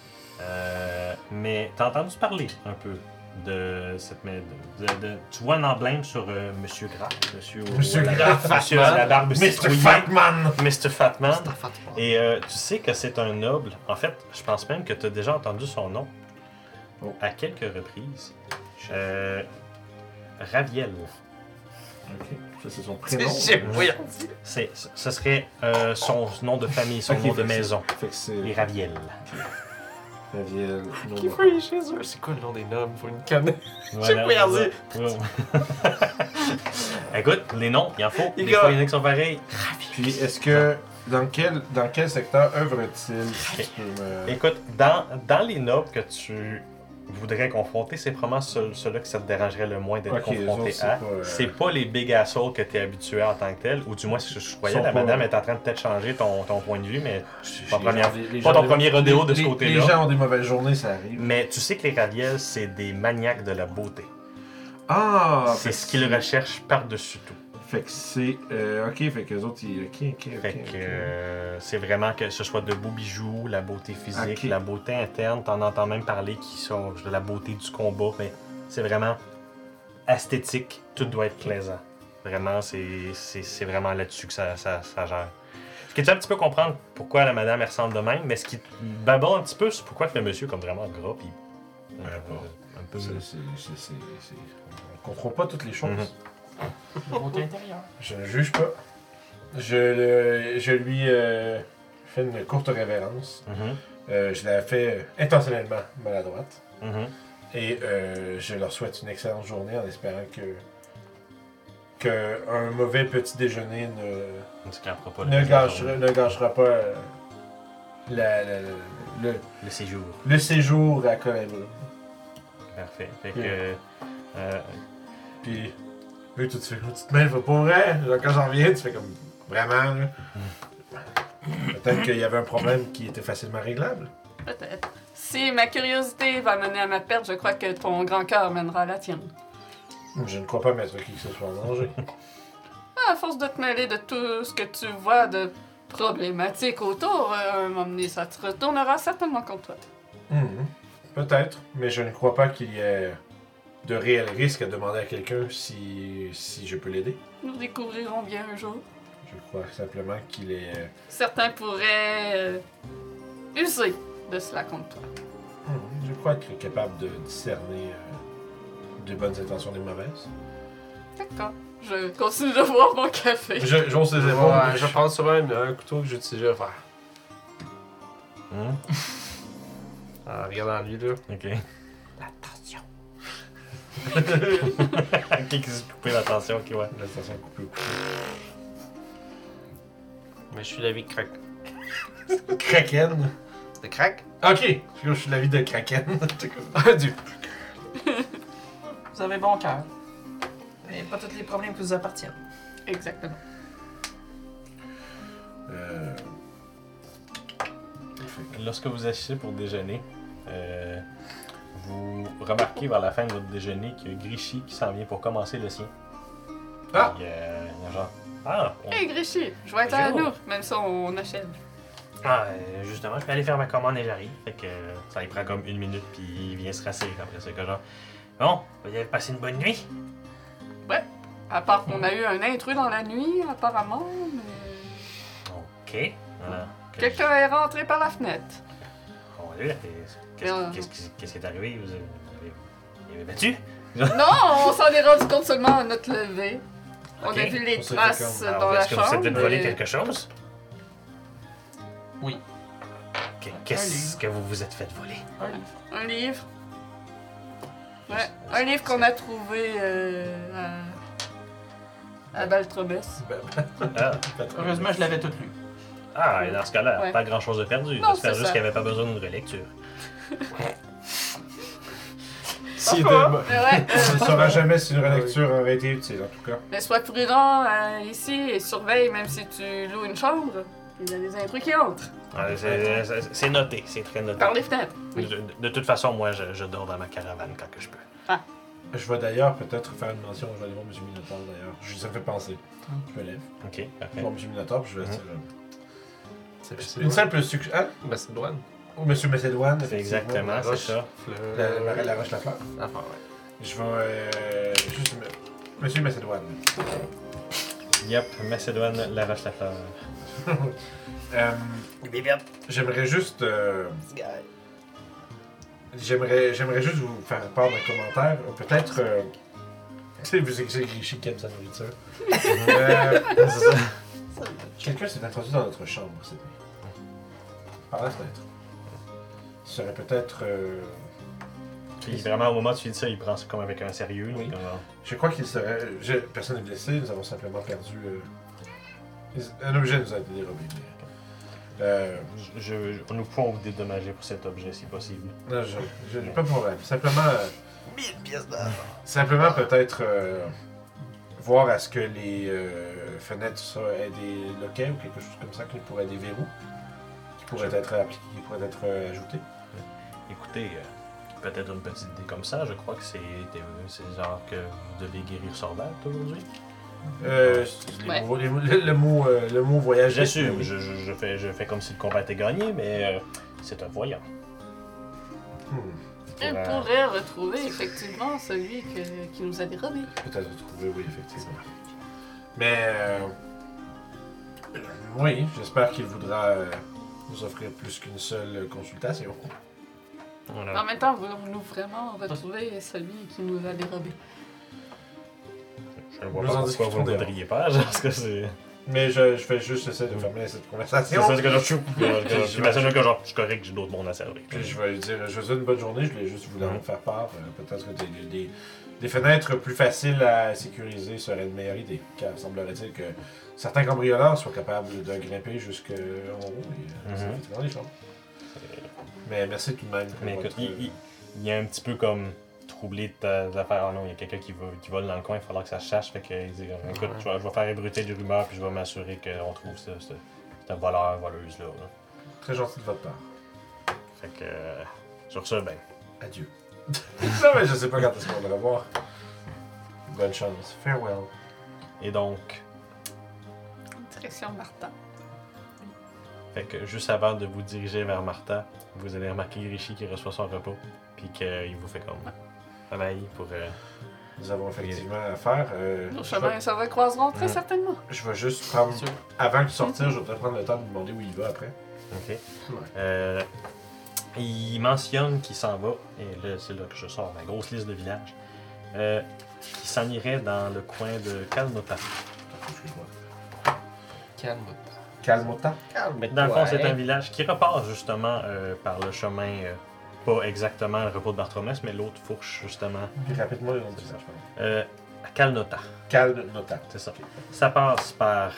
Mais t'as entendu parler un peu de cette maison. Tu vois un emblème sur Monsieur Graff. Monsieur Graff. Monsieur à la barbe Mr. citrouillée. Fatman! Mr. Fatman. Et tu sais que c'est un noble. En fait, je pense même que tu as déjà entendu son nom Oh. à quelques reprises. Raviel. Ok, ça c'est son prénom. Oui. Ce serait son nom de famille, son Ok, nom de fait que maison. Fait que c'est. Et Raviel. Raviel. Qui fouille chez eux? C'est quoi le nom des nobles? Faut une canne. Voilà, pas regardé. ouais. Écoute, les noms, il en faut. Les Des gars. fois, il y en a qui sont pareils. Puis est-ce que. Dans quel secteur œuvre-t-il? Si tu peux me- Écoute, dans les nobles que tu voudrais confronter, c'est probablement ceux-là que ça te dérangerait le moins d'être Ok, les confronté autres, c'est à. pas, C'est pas les big assholes que tu es habitué en tant que tel, ou du moins, je croyais Sont la pas- madame est en train de peut-être changer ton point de vue, mais Les pas première- gens- les pas gens ton ont premier des- rodéo de ce les- côté-là. Les gens ont des mauvaises journées, ça arrive. Mais tu sais que les Raviel, c'est des maniaques de la beauté. Ah! C'est ce qu'ils recherchent par-dessus tout. Fait que c'est. Ok, fait que les autres, ils. Ok. Fait que c'est vraiment que ce soit de beaux bijoux, la beauté physique, Ok. la beauté interne. T'en entends même parler qui sont de la beauté du combat. Mais c'est vraiment esthétique. Tout doit être plaisant. Vraiment, c'est vraiment là-dessus que ça gère. Ce qui est un petit peu comprendre pourquoi la madame elle ressemble de même, mais ce qui babble un petit peu, c'est pourquoi que le monsieur est comme vraiment gras. Puis un peu. On comprend pas toutes les choses. Mhm. Beauté intérieure. Je ne juge pas. Je lui fais une courte révérence. Mhm, Je la fais intentionnellement maladroite. mhm. Et je leur souhaite une excellente journée en espérant que un mauvais petit déjeuner On se capera pas ne gâchera pas le le séjour. séjour à Colabru. Parfait. Fait Yeah. que. Puis, vu que tu te fais tu te mêles pas pour vrai. Genre, quand j'en viens, tu fais comme vraiment. Là. Peut-être qu'il y avait un problème qui était facilement réglable. Peut-être. Si ma curiosité va mener à ma perte, je crois que ton grand cœur mènera à la tienne. Je ne crois pas mettre qui que ce soit en danger. À force de te mêler de tout ce que tu vois de problématique autour, à un moment donné, ça te retournera certainement contre toi. Mhm. Peut-être, mais je ne crois pas qu'il y ait de réels risques à demander à quelqu'un si je peux l'aider. Nous découvrirons bien un jour. Je crois simplement qu'il est. Certains pourraient user de cela contre toi. Je crois qu'il est capable de discerner des bonnes intentions des mauvaises. D'accord. Je continue de boire mon café. J'ose ses épaules. Ouais, je pense souvent un couteau que j'utilisais à faire. Hum, En regardant lui, là. Ok. Attention. Qui s'est coupé l'attention, ok, ouais. La station coupée au couteau. Mais je suis la vie de crack. Kraken. De crack? Ok, je suis l'avis de Kraken. Ah, du. Vous avez bon cœur. Mais pas tous les problèmes qui vous appartiennent. Exactement. Lorsque vous assistez pour déjeuner, vous remarquez vers la fin de votre déjeuner qu'il y a Grichy qui s'en vient pour commencer le sien. Ah! Il y a genre Ah, Hey Gréchy, je vais être à Bonjour. nous, même si on achève. justement, je vais aller faire ma commande et j'arrive. Fait que ça il prend comme 1 minute, puis il vient se rasseoir après ça. Que genre, bon, vous avez passé une bonne nuit? À part qu'on a eu un intrus dans la nuit, apparemment, mais... Ok. Voilà. Quelqu'un est rentré par la fenêtre. Mon Dieu, qu'est-ce qui est arrivé? Vous avez battu? Non, on s'en est rendu compte seulement à notre levée. On Ok. a vu les On s'est traces fait Alors, dans la est-ce que vous chambre. êtes volé et- quelque chose? Oui. Qu'est-ce que vous vous êtes fait voler? Un livre. Ouais, un livre qu'on a trouvé à Baltrobès. Ah, Heureusement, je l'avais tout lu. et dans ce cas-là, Ouais. pas grand-chose de perdu. Non, J'espère c'est juste ça. qu'il n'y avait pas besoin d'une relecture. S'il Pas était- faux. Mais ouais, On ne saura jamais si une relecture aurait été utile, en tout cas. mais sois prudent ici et surveille même si tu loues une chambre. Il y a des intrus qui entrent. C'est noté, c'est très noté. Par les fenêtres. Oui. De toute façon, moi, je dors dans ma caravane quand que je peux. Je vais d'ailleurs peut-être faire une mention, je vais aller voir M. Minotaur d'ailleurs. Ça me fait penser. Je me lève, Ok, je parfait. vais voir M. Minotaur, puis je vais Mhm. dire... C'est Une simple succès. Hein? Macédoine. Ou M. Macédoine, C'est effectivement. exactement, La c'est roche, ça. Fleur. la roche Lafleur. Ah, ouais. Je vais juste... Monsieur Macédoine. Yep, Macédoine, la roche la fleur. J'aimerais juste... J'aimerais juste vous faire part d'un commentaire. Peut-être... Tu sais, vous c'est Gréchy qui aime sa nourriture. C'est ça. Quelqu'un s'est introduit dans notre chambre cette nuit. Par la fenêtre. Ce serait peut-être... Puis vraiment, au moment où tu dis ça, il prend ça comme avec un sérieux. Oui. Comme, Je crois qu'il serait... Personne n'est blessé, nous avons simplement perdu... Un objet nous a été dérobé. Mais, nous pouvons vous dédommager pour cet objet si possible. non, j'ai pas de problème. Simplement... 1000 pièces d'or. Simplement peut-être voir à ce que les fenêtres aient des loquets ou quelque chose comme ça qui pourrait des verrous qui pourraient être appliqués, qui pourraient être ajoutés. Écoutez, peut-être une petite idée comme ça. Je crois que c'est genre que vous devez guérir Sorbet aujourd'hui. Ouais. Le mot voyage. J'assume, je fais comme si le combat était gagné, mais c'est un voyant. Il pourrait retrouver effectivement celui qui nous a dérobé. Peut-être retrouver, oui, effectivement. Mais oui, j'espère qu'il voudra nous offrir plus qu'une seule consultation. Voilà. En même temps, voulons-nous vraiment retrouver celui qui nous a dérobé? Je ne vois Nous pas en pourquoi vous ne discuterons voudriez pas, genre, parce que c'est... Mais je vais juste essayer de fermer cette C'est conversation. ça, c'est que genre, j'imagine que genre, je suis correct, j'ai d'autres mondes à servir. Puis je vais lui dire, je vous souhaite une bonne journée, je voulais juste vous en faire part. Peut-être que des fenêtres plus faciles à sécuriser seraient une meilleure idée. Car semblerait-il que certains cambrioleurs soient capables de grimper jusqu'en haut et c'est effectivement des choses. Mais merci tout de même. pour Mais écoute, votre- il est un petit peu comme troublé de tes affaires. Ah non, il y a quelqu'un qui vole dans le coin, il va falloir que ça se cherche. Fait qu'il dit, écoute, je vais faire ébruiter des rumeurs, puis je vais m'assurer qu'on trouve ce voleuse-là. Là. Très gentil de votre part. Fait que, sur ça, ben, Adieu. Non, mais je sais pas quand est-ce qu'on va le revoir. Bonne chance. Farewell. et donc, Direction Martha. fait que juste avant de vous diriger vers Martha, vous allez remarquer Rishi qui reçoit son repas, puis qu'il vous fait comme bye pour. Nous avons effectivement affaire. Nos je chemins se recroiseront très certainement. vais juste prendre. Sûr. Avant de sortir, je vais peut-être prendre le temps de lui demander où il va après. Ok. Ouais. Il mentionne qu'il s'en va, et là, c'est là que je sors ma grosse liste de villages, qu'il s'en irait dans le coin de Kalnota. Excuse-moi. Calme-toi. Calmota. Dans le fond, c'est un village qui repart justement par le chemin, pas exactement le repos de Barthromès, mais l'autre fourche justement, Puis répète-moi le nom du village, pardon. à Kalnota. Calnota. C'est ça. Ça passe par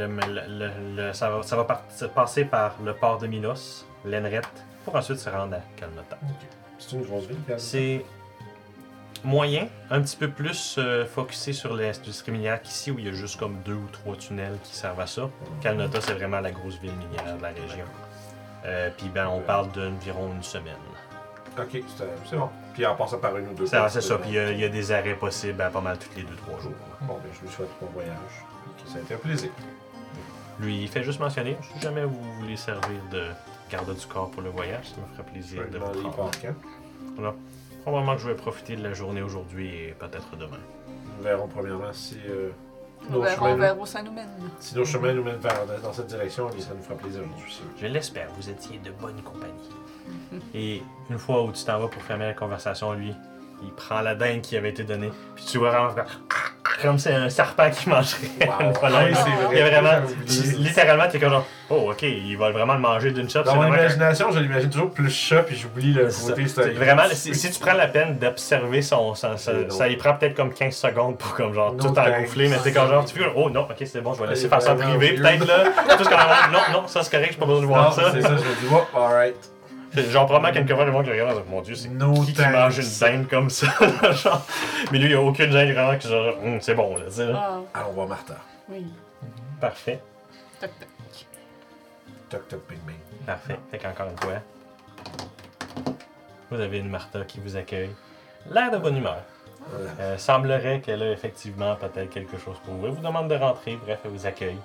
ça va passer par le port de Minos, l'Enret, pour ensuite se rendre à Kalnota. C'est une grosse ville, Calnota. C'est moyen, un petit peu plus focusé sur l'industrie minière qu'ici, où il y a juste comme 2 ou 3 tunnels qui servent à ça. Kalnota, c'est vraiment la grosse ville minière de la région. Puis ben, on parle d'environ une semaine. Ok, c'est bon. Puis en passant par une ou deux C'est portes, ça, puis il y a des arrêts possibles à pas mal tous les 2-3 jours. Bon, ben je lui souhaite bon voyage. Puis Ça a été un plaisir. Lui, il fait juste mentionner, si jamais vous voulez servir de garde du corps pour le voyage, ça me ferait plaisir de vous prendre. Voilà. Probablement que je vais profiter de la journée aujourd'hui et peut-être demain. Nous verrons premièrement si Nous verrons vers où ça nous mène. si nos chemins nous mènent dans cette direction, ça nous fera plaisir, je suis sûr. Je l'espère, vous étiez de bonne compagnie. Et une fois où tu t'en vas pour fermer la conversation, lui, il prend la dinde qui avait été donnée, puis tu vois vraiment comme c'est un serpent qui mangerait. Wow. Voilà, Oui, c'est vrai. il y a vraiment, J'avais oublié. littéralement, t'es comme genre, oh ok, il va vraiment le manger d'une shot. Dans c'est mon vraiment imagination, je l'imagine toujours plus chat, puis j'oublie le C'est côté ça. C'est historique. vraiment, si tu prends la peine d'observer ça drôle. y prend peut-être comme 15 secondes pour comme genre No tout thanks. engouffler, mais c'est comme genre, tu fais oh non, ok c'est bon, je vais laisser C'est faire ça en vraiment privé, weird. peut-être là. Tout ce qu'on non, ça c'est correct, j'ai pas besoin de voir Non, ça. c'est ça, je me dis, oh, alright. Genre probablement quelquefois le monde qui regarde, mon dieu, c'est No qui thanks. mange une dinde comme ça, genre. Mais lui, il a aucune gêne vraiment que genre, c'est bon là, tu sais là. Ah, Allons voir Martha. oui. Parfait, Toc, toc. Toc toc bing bing. parfait. Fait qu'encore une fois, vous avez une Martha qui vous accueille. L'air de bonne humeur. Semblerait qu'elle a effectivement peut-être quelque chose pour vous. Elle vous demande de rentrer, bref, elle vous accueille.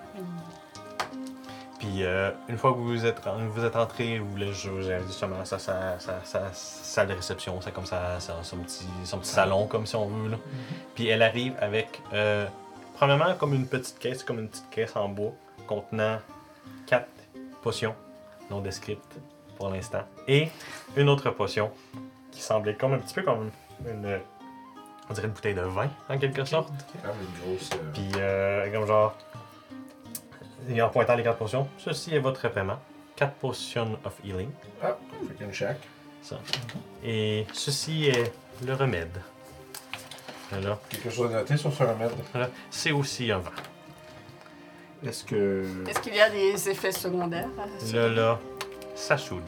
Puis une fois que vous êtes entré, vous voulez justement sa salle de réception, c'est comme ça, son petit salon, comme si on veut. Là. Puis elle arrive avec, probablement comme une petite caisse en bois, contenant 4 potions non descriptes pour l'instant. Et une autre potion qui semblait comme un petit peu comme une on dirait une bouteille de vin, en quelque sorte. Quand même une grosse. Puis, comme genre, et en pointant les 4 potions, ceci est votre paiement. 4 potions of healing. Ah, fait qu'une chaque. Ça. Et ceci est le remède. Voilà. Quelque chose à noter sur ce remède. Voilà. C'est aussi un vin. Est-ce que. Est-ce qu'il y a des effets secondaires à ça? Là, ça saoule.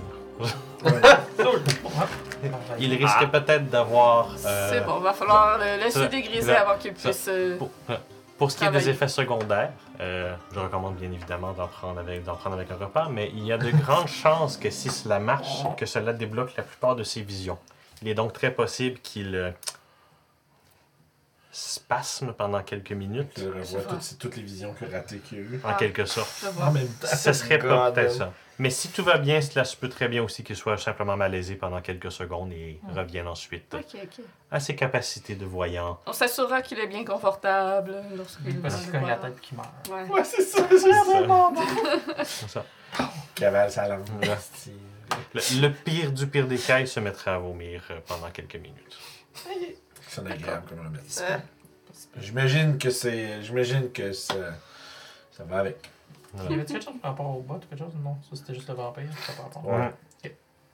Il Il risque peut-être d'avoir. C'est bon, va falloir le laisser ça, dégriser ça, avant qu'il puisse. Pour ce qui est des travailler. effets secondaires, je recommande bien évidemment d'en prendre avec un repas, mais il y a de grandes chances que si cela marche, que cela débloque la plupart de ses visions. Il est donc très possible qu'il spasme pendant quelques minutes, Je revois toutes les visions ratées qu'il y a eu. en quelque sorte. Je vois. même temps. Ce serait pas God. peut-être ça. Mais si tout va bien, cela se peut très bien aussi qu'il soit simplement malaisé pendant quelques secondes et revienne ensuite Ok, ok. à ses capacités de voyant. On s'assurera qu'il est bien confortable lorsqu'il va Parce qu'il le cogne la voir. tête et qu'il meurt. Ouais. Ouais, c'est ça. C'est ça. Cavale sa langue. Le pire du pire des cas, il se mettra à vomir pendant quelques minutes. C'est agréable comme remède. J'imagine que c'est. J'imagine que ça va avec. Voilà. Y avait-tu quelque chose par rapport au bot ou quelque chose? Non, ça c'était juste le vampire. Ça par rapport. Ouais. Ok.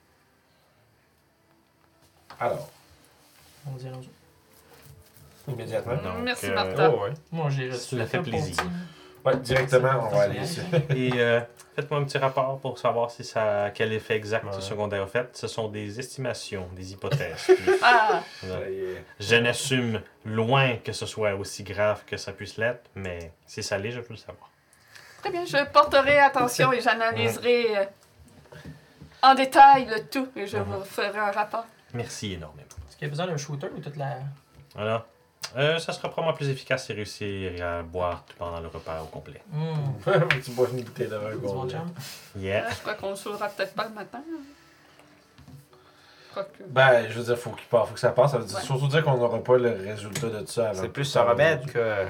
Alors, On dit rendu. immédiatement. Donc, Merci, Martha. Oh, ouais. Moi j'ai Cela fait plaisir. Ouais, directement, on va aller ici. Et faites-moi un petit rapport pour savoir si ça, quel effet exact Ouais. secondaire a fait. Ce sont des estimations, des hypothèses. Ah, Voilà. Ça y est. Je n'assume loin que ce soit aussi grave que ça puisse l'être, mais si ça l'est, je veux le savoir. très bien. Je porterai attention et j'analyserai en détail le tout et je vous ferai un rapport. Merci énormément. Est-ce qu'il y a besoin d'un shooter ou toute la. Voilà. Ça sera probablement plus efficace si réussir à boire pendant le repas au complet. Tu bois une bouteille de vin Du bon gold. chum. Yeah. Je crois qu'on ne saura peut-être pas le matin. Quoique. Ben, je veux dire, faut qu'il passe, faut que ça passe. Ça veut dire, Ouais. surtout dire qu'on n'aura pas le résultat de tout ça avant. C'est plus un remède que.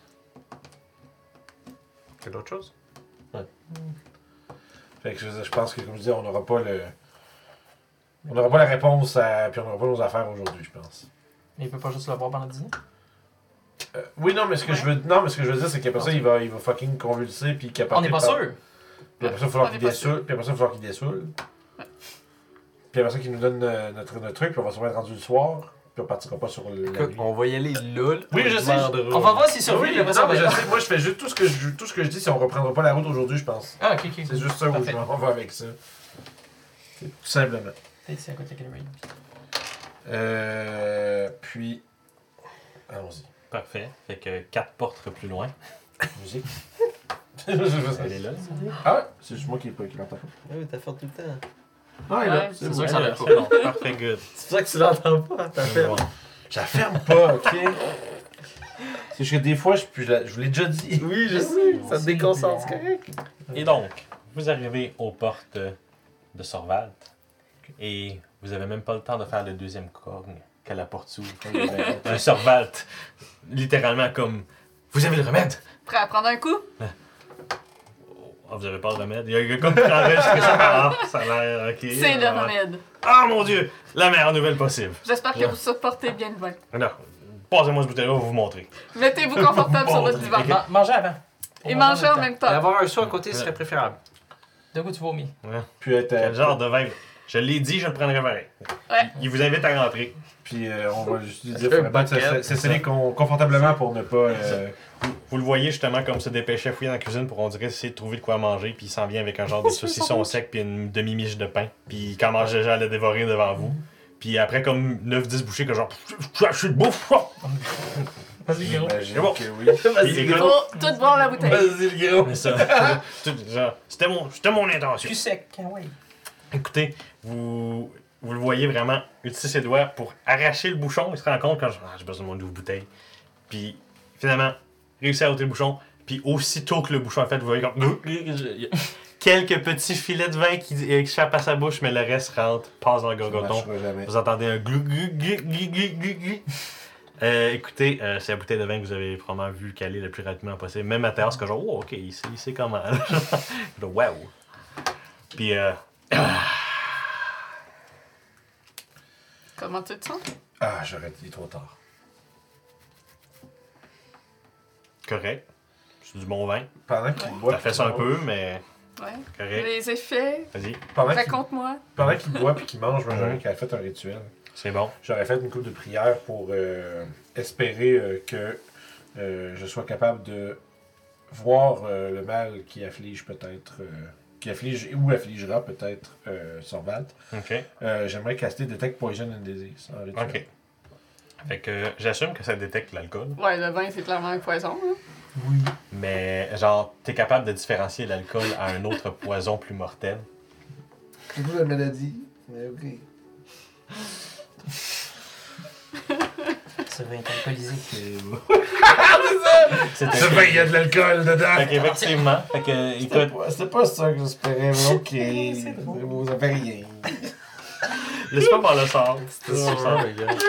que d'autres choses. Fait que je veux dire, je pense que, comme je dis, on n'aura pas le. On n'aura pas la réponse à. Puis on n'aura pas nos affaires aujourd'hui, je pense. Mais il peut pas juste le voir pendant le dîner. Oui, non, mais ce que je veux. Non, mais ce que je veux dire, c'est qu'après ça, il va fucking convulser puis capoter. On n'est pas par- sûr! Puis après ça, il va falloir On qu'il est pas dessoule. Puis après ça, il va falloir qu'il dessoule. Puis après ça, qu'il nous donne notre truc. Puis on va sûrement être rendu le soir. Puis on partira pas sur le. Écoute, on va y aller là. Oui, je sais. On va voir s'il survit, Oui, après ça, non, mais on va- je sais, moi je fais juste tout ce que je dis, si on reprendra pas la route aujourd'hui, je pense. Ah, ok, ok. C'est juste ça où Parfait. on va avec ça. C'est tout simplement. Peut-être c'est à côté de quel raid. Puis. Allons-y. Parfait. Fait que 4 portes plus loin. Musique. Elle est là. Ah ouais, c'est juste moi qui l'entends pas. Ah oui, t'as fait tout le temps. Ah, il est Ouais, là. c'est C'est sûr bon. que ça Elle est va là, pas. c'est bon. Parfait, good. C'est pour ça que tu l'entends pas, t'as fait. Bon. Je la ferme pas, ok? C'est juste que des fois, je vous l'ai déjà dit. Oui, je sais. Ça te déconcentre, c'est correct. Et donc, vous arrivez aux portes de Sorvalt. Et vous avez même pas le temps de faire le deuxième cogne que la porte s'ouvre. Un Sorvalt, littéralement comme... Vous avez le remède? Prêt à prendre un coup? Ah, vous avez pas le remède? Il y a comme qui enregistre ça. Ah, ça a l'air ok. C'est le remède. Ah mon dieu! La meilleure nouvelle possible. J'espère que vous supportez bien le vin. Alors, passez-moi ce bouteille-là, on va vous montrer. Mettez-vous confortable sur votre divan. Mangez avant. Et mangez en même Et temps. avoir un seau à côté serait préférable. De quoi tu vomis? Puis être Quel genre de vin? Je l'ai dit, je le prendrai pareil. Ouais. Il vous invite à rentrer. Puis on va juste lui dire qu'il faudrait pas s'installer confortablement pour ne pas... Vous le voyez justement comme se dépêcher à fouiller dans la cuisine pour on dirait essayer de trouver de quoi manger, puis il s'en vient avec un genre de saucisson sec puis une demi-miche de pain, puis il commence déjà à le dévorer devant vous. Puis après comme 9-10 bouchées que genre je suis de bouffe. Vas-y, Giro. J'imagine bon. que oui. Puis, Il faut tout boire la bouteille. Vas-y, le gros. Mais ça, genre, c'était mon intention. Plus sec, oui. Écoutez, vous le voyez vraiment utiliser ses doigts pour arracher le bouchon. Il se rend compte quand j'ai besoin de mon double bouteille. Puis finalement, réussit à ôter le bouchon. Puis aussitôt que le bouchon est fait, vous voyez comme... il y a quelques petits filets de vin qui échappent à sa bouche, mais le reste rentre, passe dans le gorgoton. Vous entendez un glou glou glou glou glou glou. Écoutez, c'est la bouteille de vin que vous avez probablement vu caler le plus rapidement possible. Même à terre, c'est que genre, oh, ok, il sait comment. Wow! Puis, Comment tu te sens? Ah, j'aurais dit trop tard. correct. C'est du bon vin. Pendant qu'il boit... Ça fait ça un peu, mais Ouais. correct. Les effets, Vas-y, raconte-moi. Pendant qu'il boit puis qu'il mange, moi j'aurais qu'elle a fait un rituel. c'est bon. J'aurais fait une couple de prières pour espérer que je sois capable de voir le mal qui afflige peut-être... qui afflige ou affligera peut-être Sorvalt. Ok. J'aimerais caster Detect Poison and Disease en rituel. Ok. Fait que j'assume que ça détecte l'alcool, Ouais, le vin, c'est clairement un poison. Hein. mais genre, t'es capable de différencier l'alcool à un autre poison plus mortel. C'est pas la maladie, mais ok. Ce vin est alcoolisé. C'était Ce vin, il y a de l'alcool dedans! Fait qu'effectivement, fait que, écoute, C'était pas ça que j'espérais, mais ok. Vous avez rien. laisse-moi voir le sort. C'était super, les gars.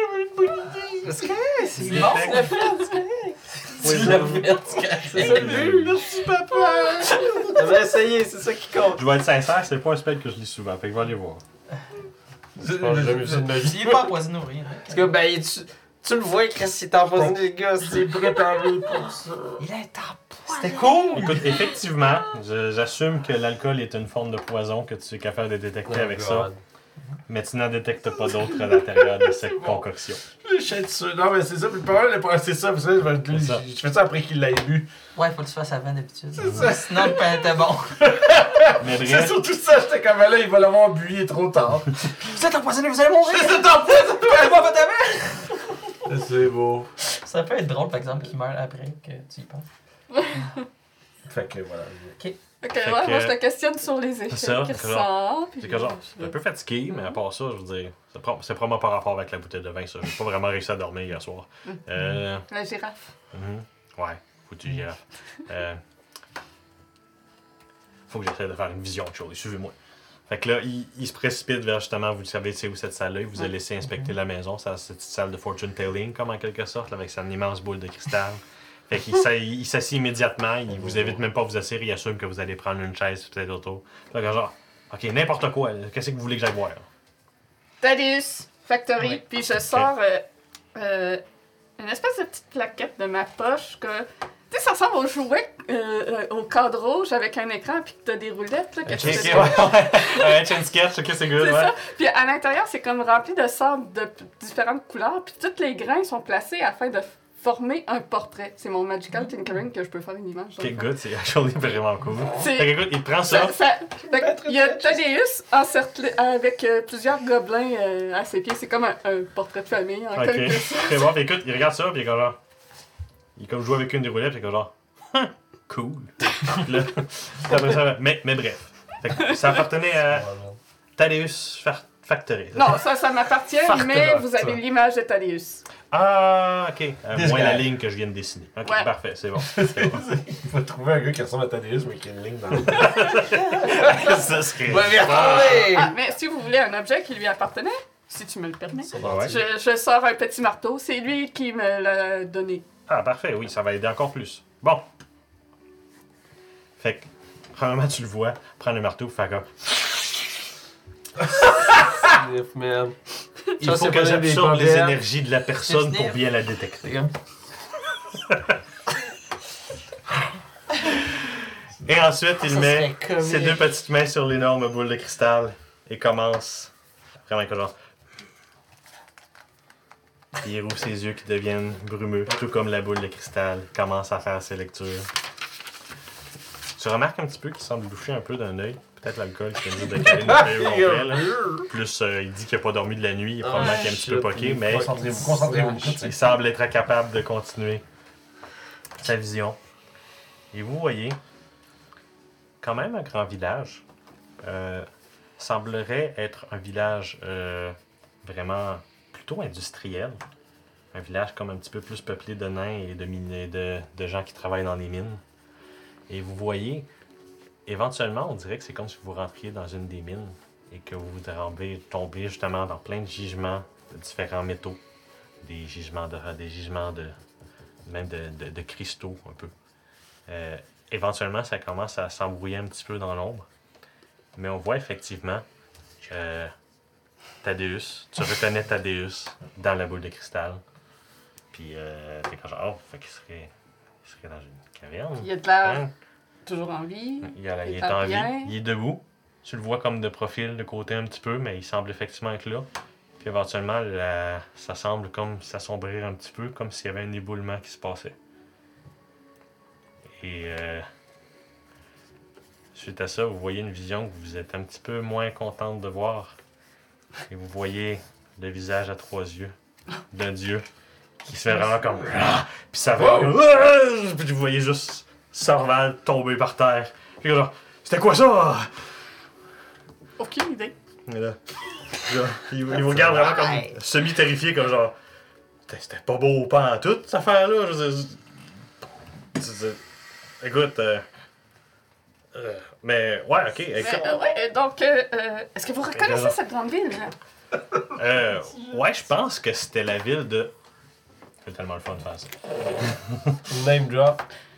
C'est mort, tu l'as fait, c'est correct. Tu l'as fait, c'est ça. Merci papa! T'avais essayé, c'est ça qui compte. Je vais être sincère, c'est pas un spell que je lis souvent, fait que je vais aller voir. Je pense que j'ai jamais vu ça de ma vie. Il est pas empoisonné ou rien. Parce que, ben, tu le vois, Chris, il est empoisonné, les gars. C'est préparé pour ça. Il est empoisonné. C'était cool. Écoute, effectivement, j'assume que l'alcool est une forme de poison que tu es capable de détecter avec ça, mais tu n'en détectes pas d'autres à l'intérieur de cette concoction. Je suis sûr. Non, mais c'est ça, puis le problème, c'est ça, parce que je fais ça après qu'il l'ait bu. Ouais, faut que tu fasses avant d'habitude. C'est ça. Sinon, le pain était bon. Mais C'est bref, surtout ça, j'étais comme là, il va l'avoir bu, il est trop tard. Vous êtes empoisonné, vous allez mourir. C'est empoisonné! Allez voir votre amie. C'est beau. Ça peut être drôle, par exemple, qu'il meurt après que tu y penses. Fait que voilà. Ok, Fait ouais, que- moi je te questionne sur les effets ça, qu'il c'est genre- ressent. puis- c'est que genre, je suis un peu fatigué, mais à part ça, je veux dire, c'est probablement pas rapport avec la bouteille de vin, ça. J'ai pas vraiment réussi à dormir hier soir. La girafe. Ouais, foutu girafe. Faut que j'essaie de faire une vision de choses. Suivez-moi. Fait que là, il se précipite vers justement, vous savez, c'est où cette salle-là. Il vous a laissé inspecter la maison. C'est cette petite salle de fortune telling, comme en quelque sorte, là, avec son immense boule de cristal. Fait qu'il il s'assied immédiatement. Il vous invite même pas à vous asseoir. Il assume que vous allez prendre une chaise peut-être autour. Fait que genre, ok, n'importe quoi. Qu'est-ce que vous voulez que j'aille voir? Thaddeus Factory. Oui. Puis je sors une espèce de petite plaquette de ma poche que. Tu sais, ça ressemble au jouet au cadre rouge avec un écran puis que t'as des roulettes là, que tu fais- Ouais, un sketch, ok, c'est good, C'est ouais. ça. Puis à l'intérieur, c'est comme rempli de sortes de différentes couleurs. Puis tous les grains sont placés afin de former un portrait. C'est mon Magical Tinkering que je peux faire une image. Ok, good, c'est actually vraiment cool. C'est- Fait que écoute, il prend ça. Fait que il y a Thaddeus encerclé avec plusieurs gobelins à ses pieds. C'est comme un portrait de famille en Ok, quelque sorte. c'est bon, puis écoute, il regarde ça, puis il est comme genre. Il est comme jouer avec une des roulettes, puis il est comme genre. Cool. Puis là, puis après ça, mais bref. Fait que ça appartenait à Thaddeus Factory. Non, ça m'appartient, Fartera, mais vous ça. avez l'image de Thaddeus. Ah, ok. This Moins la guy. ligne que je viens de dessiner. Ok, Ouais. parfait, c'est bon. C'est bon. Il faut trouver un gars qui ressemble à Thaddeus, mais qui a une ligne dans le Ça serait. Vous m'avez retrouvé! Ah, mais si vous voulez un objet qui lui appartenait, si tu me le permets, Ouais. je sors un petit marteau. C'est lui qui me l'a donné. Ah, parfait, oui, ça va aider encore plus. Bon. Fait que, premièrement, tu le vois, prendre le marteau, faire comme. Sniff, man. Il Ça, faut c'est que pas j'absorbe des les bordels. énergies de la personne Sniff. pour bien la détecter. Regarde. Et ensuite, il Ça met serait comique. ses deux petites mains sur l'énorme boule de cristal et commence vraiment que genre. Il rouvre ses yeux qui deviennent brumeux, tout comme la boule de cristal commence à faire ses lectures. Tu remarques un petit peu qu'il semble loucher un peu d'un œil. Peut-être l'alcool qui vient de caler une feuille au complet, là. Plus, il dit qu'il n'a pas dormi de la nuit, probablement qu'il est un petit peu poqué, mais Concentrez-vous. il semble être incapable de continuer sa vision. Et vous voyez quand même un grand village. Semblerait être un village vraiment plutôt industriel. Un village comme un petit peu plus peuplé de nains et de gens qui travaillent dans les mines. Et vous voyez, éventuellement, on dirait que c'est comme si vous rentriez dans une des mines et que vous tombez justement dans plein de gisements de différents métaux. Des gisements de même de cristaux un peu. Éventuellement, ça commence à s'embrouiller un petit peu dans l'ombre. Mais on voit effectivement Thaddeus. Tu reconnais Thaddeus dans la boule de cristal. Puis t'es comme genre, oh, fait qu'il serait dans une caverne. Il a de l'air Hein? toujours en vie. Il est parle en vie. bien. Il est debout. Tu le vois comme de profil, de côté un petit peu, mais il semble effectivement être là. Puis éventuellement, ça semble comme s'assombrir un petit peu, comme s'il y avait un éboulement qui se passait. Et suite à ça, vous voyez une vision que vous êtes un petit peu moins contente de voir. Et vous voyez le visage à 3 yeux d'un dieu qui se fait vraiment comme... Puis ça va... Puis vous voyez juste Sorval tomber par terre. Puis genre, c'était quoi ça? Aucune idée. Et là, il vous regarde vraiment comme semi-terrifié, comme genre... C'était pas beau pas en toute cette affaire-là. Écoute... mais ouais, ok. Donc, est-ce que vous reconnaissez cette grande ville? Ouais, je pense que c'était la ville de... C'est tellement le fun de faire ça. Name drop.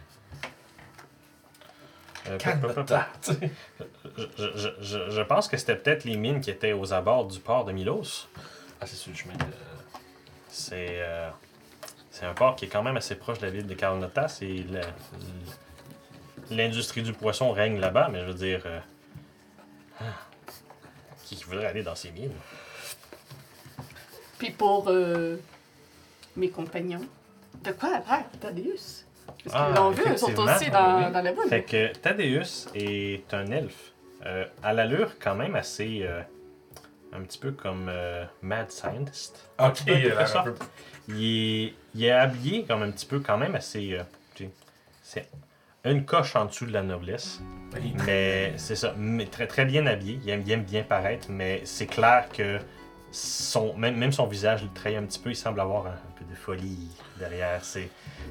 Canada. Je pense que c'était peut-être les mines qui étaient aux abords du port de Milos. Ah, c'est sur le chemin C'est un port qui est quand même assez proche de la ville de Carnotas et l'industrie du poisson règne là-bas, mais je veux dire... qui voudrait aller dans ces mines? Puis pour mes compagnons, de quoi a l'air Thaddeus? Parce qu'ils l'ont vu, eux sont effectivement. aussi dans la boule. Fait que Thaddeus est un elfe. À l'allure quand même assez... un petit peu comme Mad Scientist. Ok, il a quelque l'air un sorte. peu. Il est habillé comme un petit peu quand même assez... c'est une coche en dessous de la noblesse. Mais c'est ça, mais très, très bien habillé. Il aime bien paraître, mais c'est clair que même son visage le trahit un petit peu. Il semble avoir un peu de folie derrière ses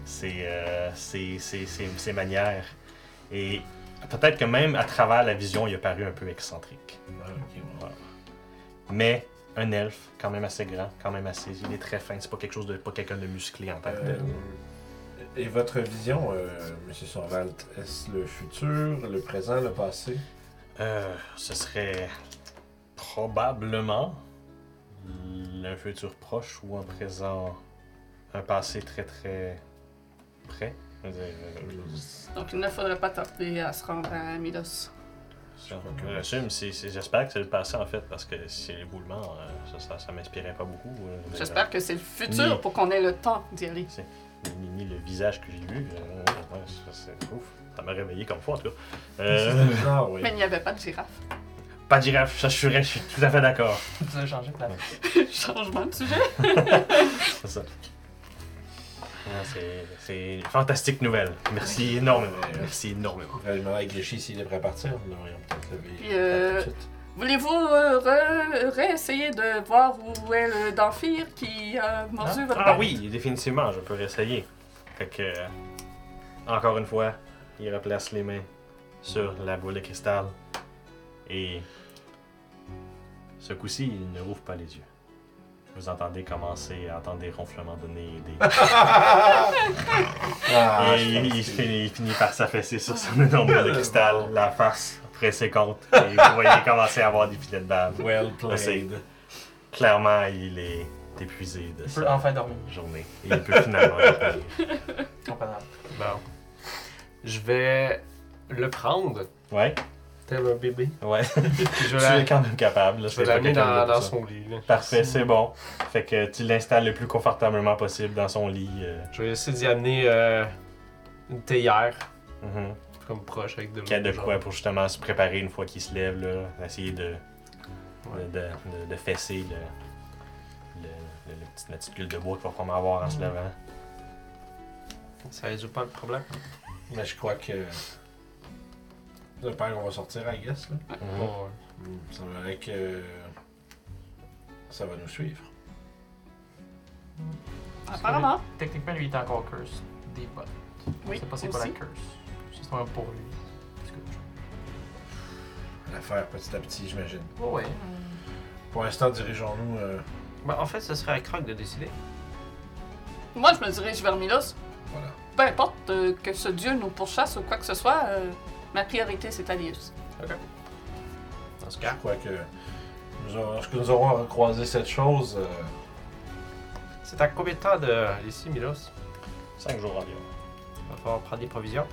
manières. Et peut-être que même à travers la vision, il a paru un peu excentrique. Ah, ok, Voilà. Mais un elfe, quand même assez grand, quand même assez... Il est très fin, c'est pas pas quelqu'un de musclé en tant que tel. Et votre vision, M. Sorvalt, est-ce le futur, le présent, le passé? Ce serait probablement un futur proche ou un présent, un passé très très près. Je veux dire, Donc il ne faudrait pas tarder à se rendre à Milos. j'assume, j'espère que c'est le passé en fait, parce que si c'est l'éboulement, ça m'inspirait pas beaucoup. J'espère que c'est le futur Ni- pour qu'on ait le temps d'y aller. Ni le visage que j'ai vu, ouais, c'est ouf. Ça m'a réveillé comme fois en tout cas. Ah oui. Mais il n'y avait pas de girafe. Pas de girafe, je suis tout à fait d'accord. Tu as changé de place. Changement de sujet. C'est ça. C'est une fantastique nouvelle. Merci énormément. Merci énormément. Vraiment, avec Richie, s'il est prêt à partir, nous devrions peut-être lever. Puis, tout de suite. Voulez-vous réessayer de voir où est le Damphir qui a mordu votre Ah bac? oui, définitivement, je peux réessayer. Fait que, encore une fois, il replace les mains sur la boule de cristal. Et ce coup-ci, il ne rouvre pas les yeux. Vous entendez commencer à entendre des ronflements de nez et des... Ah, et je pense il que- finit par s'affaisser sur son énorme boule de cristal, la face pressée contre. Et vous voyez commencer à avoir des filets de balles. Well C'est- played. Clairement, il est épuisé de Il peut sa enfin dormir. journée. Et il peut finalement dormir. Comprenable. Bon. Je vais le prendre, Ouais, tel un bébé. ouais. Puis je Tu vais es la- quand même capable. Là, je vais c'est pas l'amener quelqu'un de dans pour ça. son lit. Là. Parfait, c'est bon. Fait que tu l'installes le plus confortablement possible dans son lit. Je vais essayer d'y amener une théière, Mhm. comme proche avec de l'eau. Qu'il y a de genre. quoi pour justement se préparer une fois qu'il se lève, là. Essayer de, Ouais. de fesser la petite gueule de bois qu'il va probablement avoir en se levant. Ça résout pas le problème. Mais je crois que. Le père, on va sortir, I guess. Là. Mhm. Bon, Ça semblerait que. Ça va nous suivre. Apparemment. Techniquement, lui, il est encore curse. Des bottes. Oui, Je sais pas c'est quoi la aussi. curse. C'est un pour lui. Parce que... L'affaire petit à petit, j'imagine. Oh, ouais. Pour l'instant, dirigeons-nous. Ben, en fait, ce serait à Croc de décider. Moi, je me dirige vers Milos. Voilà. Peu importe que ce dieu nous pourchasse ou quoi que ce soit, ma priorité, c'est Alius. Dans ce Je cas. crois que. Lorsque nous aurons croisé cette chose. C'est à combien de temps de ici, Milos? 5 jours environ. Il va falloir prendre des provisions.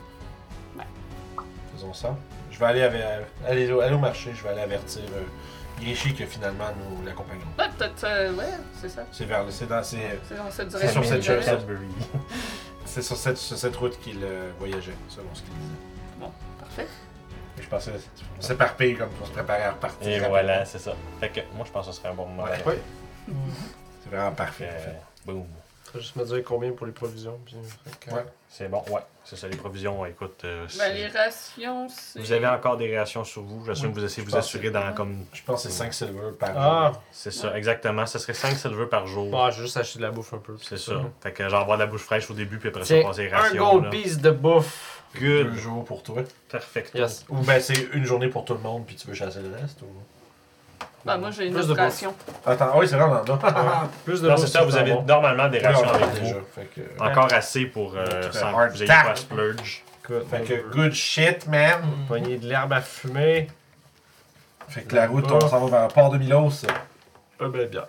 Faisons ça. Je vais aller au marché, je vais aller avertir Grishi que finalement nous l'accompagnons. Ouais, peut-être, ouais, c'est ça. C'est vers c'est dans ces- C'est dans cette C'est direction. sur cette que j'allais. chose. Sudbury. c'est sur cette route qu'il voyageait, selon ce qu'il disait. Parfait. Et je pensais on s'éparpille comme pour se préparer à repartir. Et rapidement. voilà, c'est ça. Fait que moi, je pense que ce serait un bon moment. Ouais. d'arrêter. C'est vraiment parfait. Fait en fait. que, boum. Tu vas juste me dire combien pour les provisions. Puis... fait que- Ouais. C'est bon, ouais. C'est ça, les provisions, écoute. Ben, les rations, c'est. Vous avez encore des réactions sur vous. J'assume que vous essayez de vous pense assurer que- dans comme. Je pense que c'est 5 silver par Ah! jour. C'est ça, exactement. Ça serait 5 silver par jour. Bon, j'ai juste acheté de la bouffe un peu. C'est ça. Fait que genre avoir de la bouche fraîche au début, puis après ça, C'est passer les un rations. gold là. piece de bouffe. 2 Good. jours pour toi. Perfect. Yes. Ou ben c'est une journée pour tout le monde puis tu veux chasser le reste ou. Ben, moi, j'ai une Plus de autre bouffe. ration. Attends, oui, c'est vrai, on en a. Plus de Non, bouffe. c'est ça, vous avez normalement des Oui, rations on en a avec déjà. vous. Fait que, Encore assez pour Notre sans hard que vous ayez tap. pas à splurge. fait que good shit, man. Poignée de l'herbe à fumer. Fait que la route, on s'en va vers le port de Milos. Ben bien.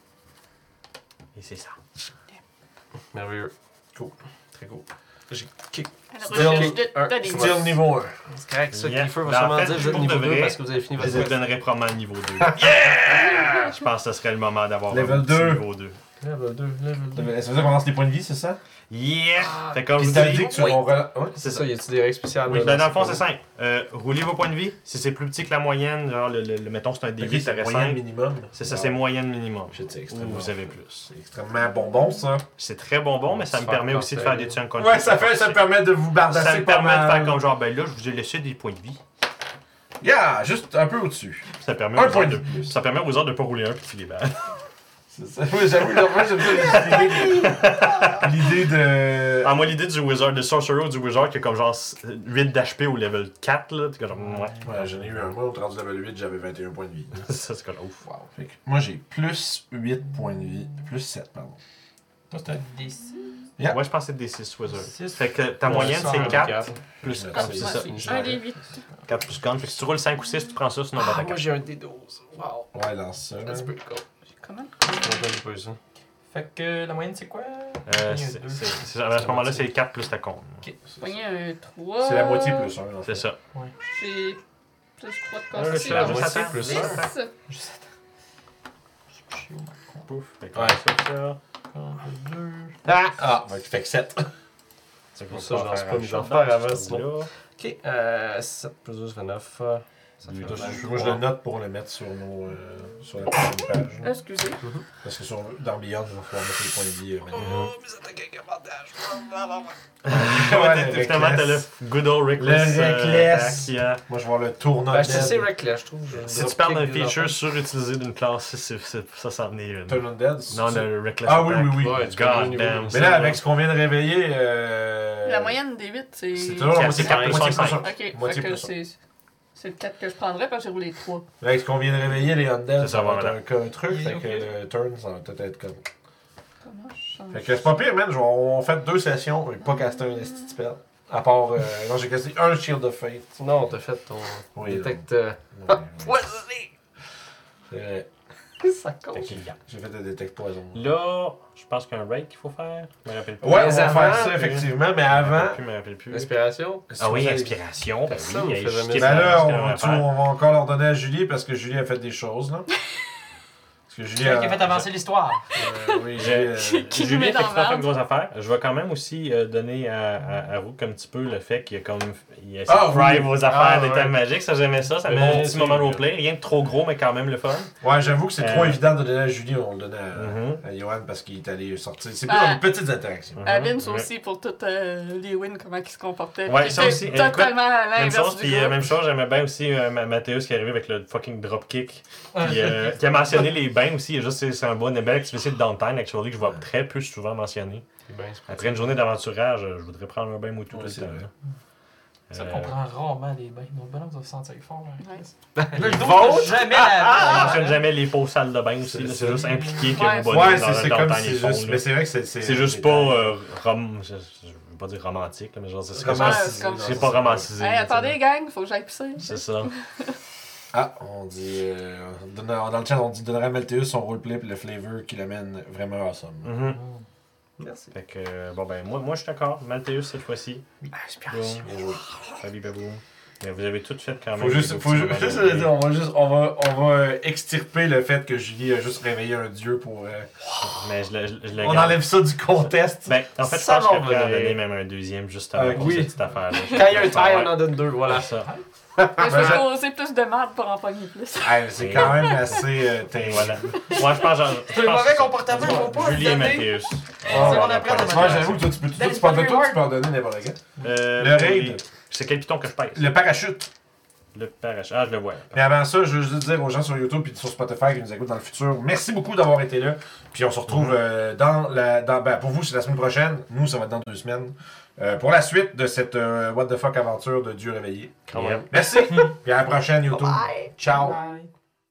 Et c'est ça. Merveilleux. Cool. Très cool. J'ai kick. À la Still- recherche de un- Toddy. Still niveau 1. C'est correct, ça. Yeah. Kiefer va Ben, en sûrement fait, dire que vous êtes pour niveau de 2 vrai, parce que vous avez fini Je votre vous quest. donnerais probablement le niveau 2. Je pense que ce serait le moment d'avoir Level un petit 2. niveau 2. Level 2, level 2. Ça veut dire qu'on lance les points de vie, c'est ça? Yeah! Fait comme je Puis vous t'avais dis, dit que tu oui. on ouais. C'est ça, y a-tu des règles spéciales? oui, là, ben, dans le fond, ce c'est simple. Roulez vos points de vie. Si c'est plus petit que la moyenne, genre, mettons, c'est un Ok, début, ça c'est reste moyen 5. minimum. C'est ça, c'est moyenne minimum. Shit, c'est Ou extrêmement. vous avez plus. C'est extrêmement bonbon, ça. C'est très bonbon, mais ça me Faire permet aussi de faire des conseils. tueurs Ouais, ça me permet de vous bardasser Ça me pas permet de mal. faire comme genre, ben là, je vous ai laissé des points de vie. Yeah, juste un peu au-dessus. Ça permet Un aux point autres de de, plus. ça permet aux autres de pas rouler un puis de filer balle. C'est ça. Oui, j'avoue, moi j'aime ça l'idée de. Ah, moi, l'idée du wizard, de sorcerer ou du wizard qui a comme genre 8 d'HP au level 4, là, t'es comme genre, ouais. Ouais, j'en ai eu un. Moi, au 30 level 8, j'avais 21 points de vie. Ça, c'est comme ouf. Wow. Fait que moi, j'ai plus 8 points de vie. Plus 7, pardon. Toi, c'est un D6. Yeah. Ouais, je pense que c'est des 6 wizards. 6. Fait que ta Ouais, moyenne, ça, c'est un 4 quatre. plus. Ouais, Ah, c'est c'est ça. ça. Un des 8. 4 plus con. Fait que si tu roules 5 ou 6, tu prends ça, sinon on va Ah, moi attaquer. j'ai un D12. Wow. Ouais, lance ça. That's man. pretty cool. Comment? J'ai pas eu ça. Fait que la moyenne, c'est quoi? À ce moment-là, c'est 4 plus ta con. Voyez un 3. C'est la moitié plus 1. C'est ça. C'est plus 3 de Ouais, constitution. la donc moitié c'est plus 10. Pouf. Fait que Ouais. ça. Ah, fait que 7. C'est pour ça que je lance pas mes affaires avant, sinon. Ok, 7 plus 2, ça fait 9. Ça fait Moi, je le note pour le mettre sur nos. Sur la prochaine page. là. Excusez. Parce que dans Beyond, il va falloir mettre les points de vie maintenant. mes attaques Ouais, Finalement, t'as le Reckless. good old Reckless. Le Reckless. attack, Moi, je vais voir le tournoi Ben, je sais, c'est dead. Reckless, je trouve. Si tu parles d'un feature surutilisé d'une classe, ça s'en venait une. Tournoi dead? Non, le Reckless Ah oui, attack. oui, oui. Ouais, tu connais le God niveau. damn. Mais ça, là, avec ce qu'on vient de réveiller, La moyenne des 8, c'est. c'est toujours la moitié C'est 4 plus plus 1. 5. Ok, Moitié fait que plus un. c'est le 4 que je prendrais parce que j'ai roulé 3. Là, avec ce qu'on vient de réveiller, les Undead, C'est ça ça, va voilà. être un truc, fait Ok. que le turn, ça va peut-être être comme... Comment je change? Fait que c'est pas pire, man. On fait 2 sessions, j'ai pas casté un esti de spell. À part... non, j'ai casté un Shield of Fate. Non, t'as fait ton Oui, détecte. Ouais, Poisonné! c'est vrai. Ça compte. J'ai fait le détect poison. Là, je pense qu'il y a un break qu'il faut faire. Je me rappelle plus. Ouais, on Mais va avant, faire ça, effectivement, mais avant... Je me rappelle plus. Inspiration? Ah oui, Si vous avez- inspiration. Ben Personne oui, fait je jamais skip Ben là, ce qu'on on, va tu- faire. on va encore leur donner à Julie parce que Julie a fait des choses, là. Parce que C'est Julie lui qui a fait avancer l'histoire. oui, Qui nous Julie, met dans effectivement, la fait une merde. grosse affaire. Je vais quand même aussi donner à Rook un petit peu le fait qu'il y a comme. Il a Ah, thrive oui. aux affaires Ah, des ouais. thèmes magiques. Ça, j'aimais ça. Ça Mais met un bon, petit c'est- moment de roleplay. Rien de trop gros, mais quand même le fun. Ouais, j'avoue que c'est trop Euh, évident de donner à Julie, on le donnait Mhm. à Johan parce qu'il est allé sortir. C'est plus Ah. dans les petites interactions. À Mhm. Vince aussi pour toutes les wins, comment ils se comportaient. Ouais, Puis ça c'est aussi. Totalement à Même l'inverse chose, du puis groupe. même chose, j'aimais bien aussi Mathéus qui est arrivé avec le fucking dropkick. Puis, qui a mentionné les bains aussi. C'est un bon belle activité de downtime, actually, que je vois très peu souvent mentionner. Après une journée d'aventurage, je voudrais prendre un bain moutou tout Ouais, le c'est temps. vrai. là. Ça Euh, comprend rarement des bains. Nos bonhommes doivent se sentir fort. Ouais. Le dos, vont? t'as jamais On la. mentionne jamais les pauvres salles de bain aussi. là, C'est juste impliqué que Ouais. vos bonhommes Ouais, dans c'est le comme downtime c'est ils font. juste. là. Mais c'est vrai que c'est. C'est juste pas je veux pas dire romantique, là, mais genre c'est comme Romantisé, romantisé, comme- là, c'est pas romantisé. Hey, là, attendez, gang, faut que j'aille pisser. C'est ça. Ah, on dit. Dans le chat, on dit donnerait à Malteus son roleplay et le flavor qui l'amène vraiment awesome. Mhm. Merci. Fait que, bon ben, moi je suis d'accord. Malteus cette fois-ci. Inspiration. Bien joué. Salut Babou. Mais vous avez tout fait quand même. Faut juste, on va extirper le fait que Julie a juste réveillé un dieu pour. Mais je le On garde. enlève ça du contest. Ben, en fait, je Ça pense va qu'elle pourrait en revenir. donner même un deuxième, justement, Ah, pour oui. cette petite affaire-là. Quand il y a un taille, on en donne deux, voilà. C'est ça. Mais je Ben, vais causer plus de merde pour en pogner plus. Hey, c'est quand même assez Et terrible. voilà. Moi, je pense genre. C'est le mauvais comportement, faut pas Julie et le donner. Mathéus. Oh, C'est mon après dans ma Moi, classe. j'avoue que toi, tu peux, Ben, tu peux en donner c'est toi, pas tu peux en donner n'importe quel. Le Le raid. C'est quel piton que je pèse? Le parachute. Le parachute. Ah, je le vois. Mais avant ça, je veux juste dire aux gens sur YouTube et sur Spotify qui nous écoutent dans le futur, merci beaucoup d'avoir été là. Puis on se retrouve ben, pour vous, c'est la semaine prochaine. Nous, ça va être dans 2 semaines. Pour la suite de cette What the fuck aventure de Dieu réveillé. Quand même. Merci. Puis à la prochaine, YouTube. Ciao. Bye.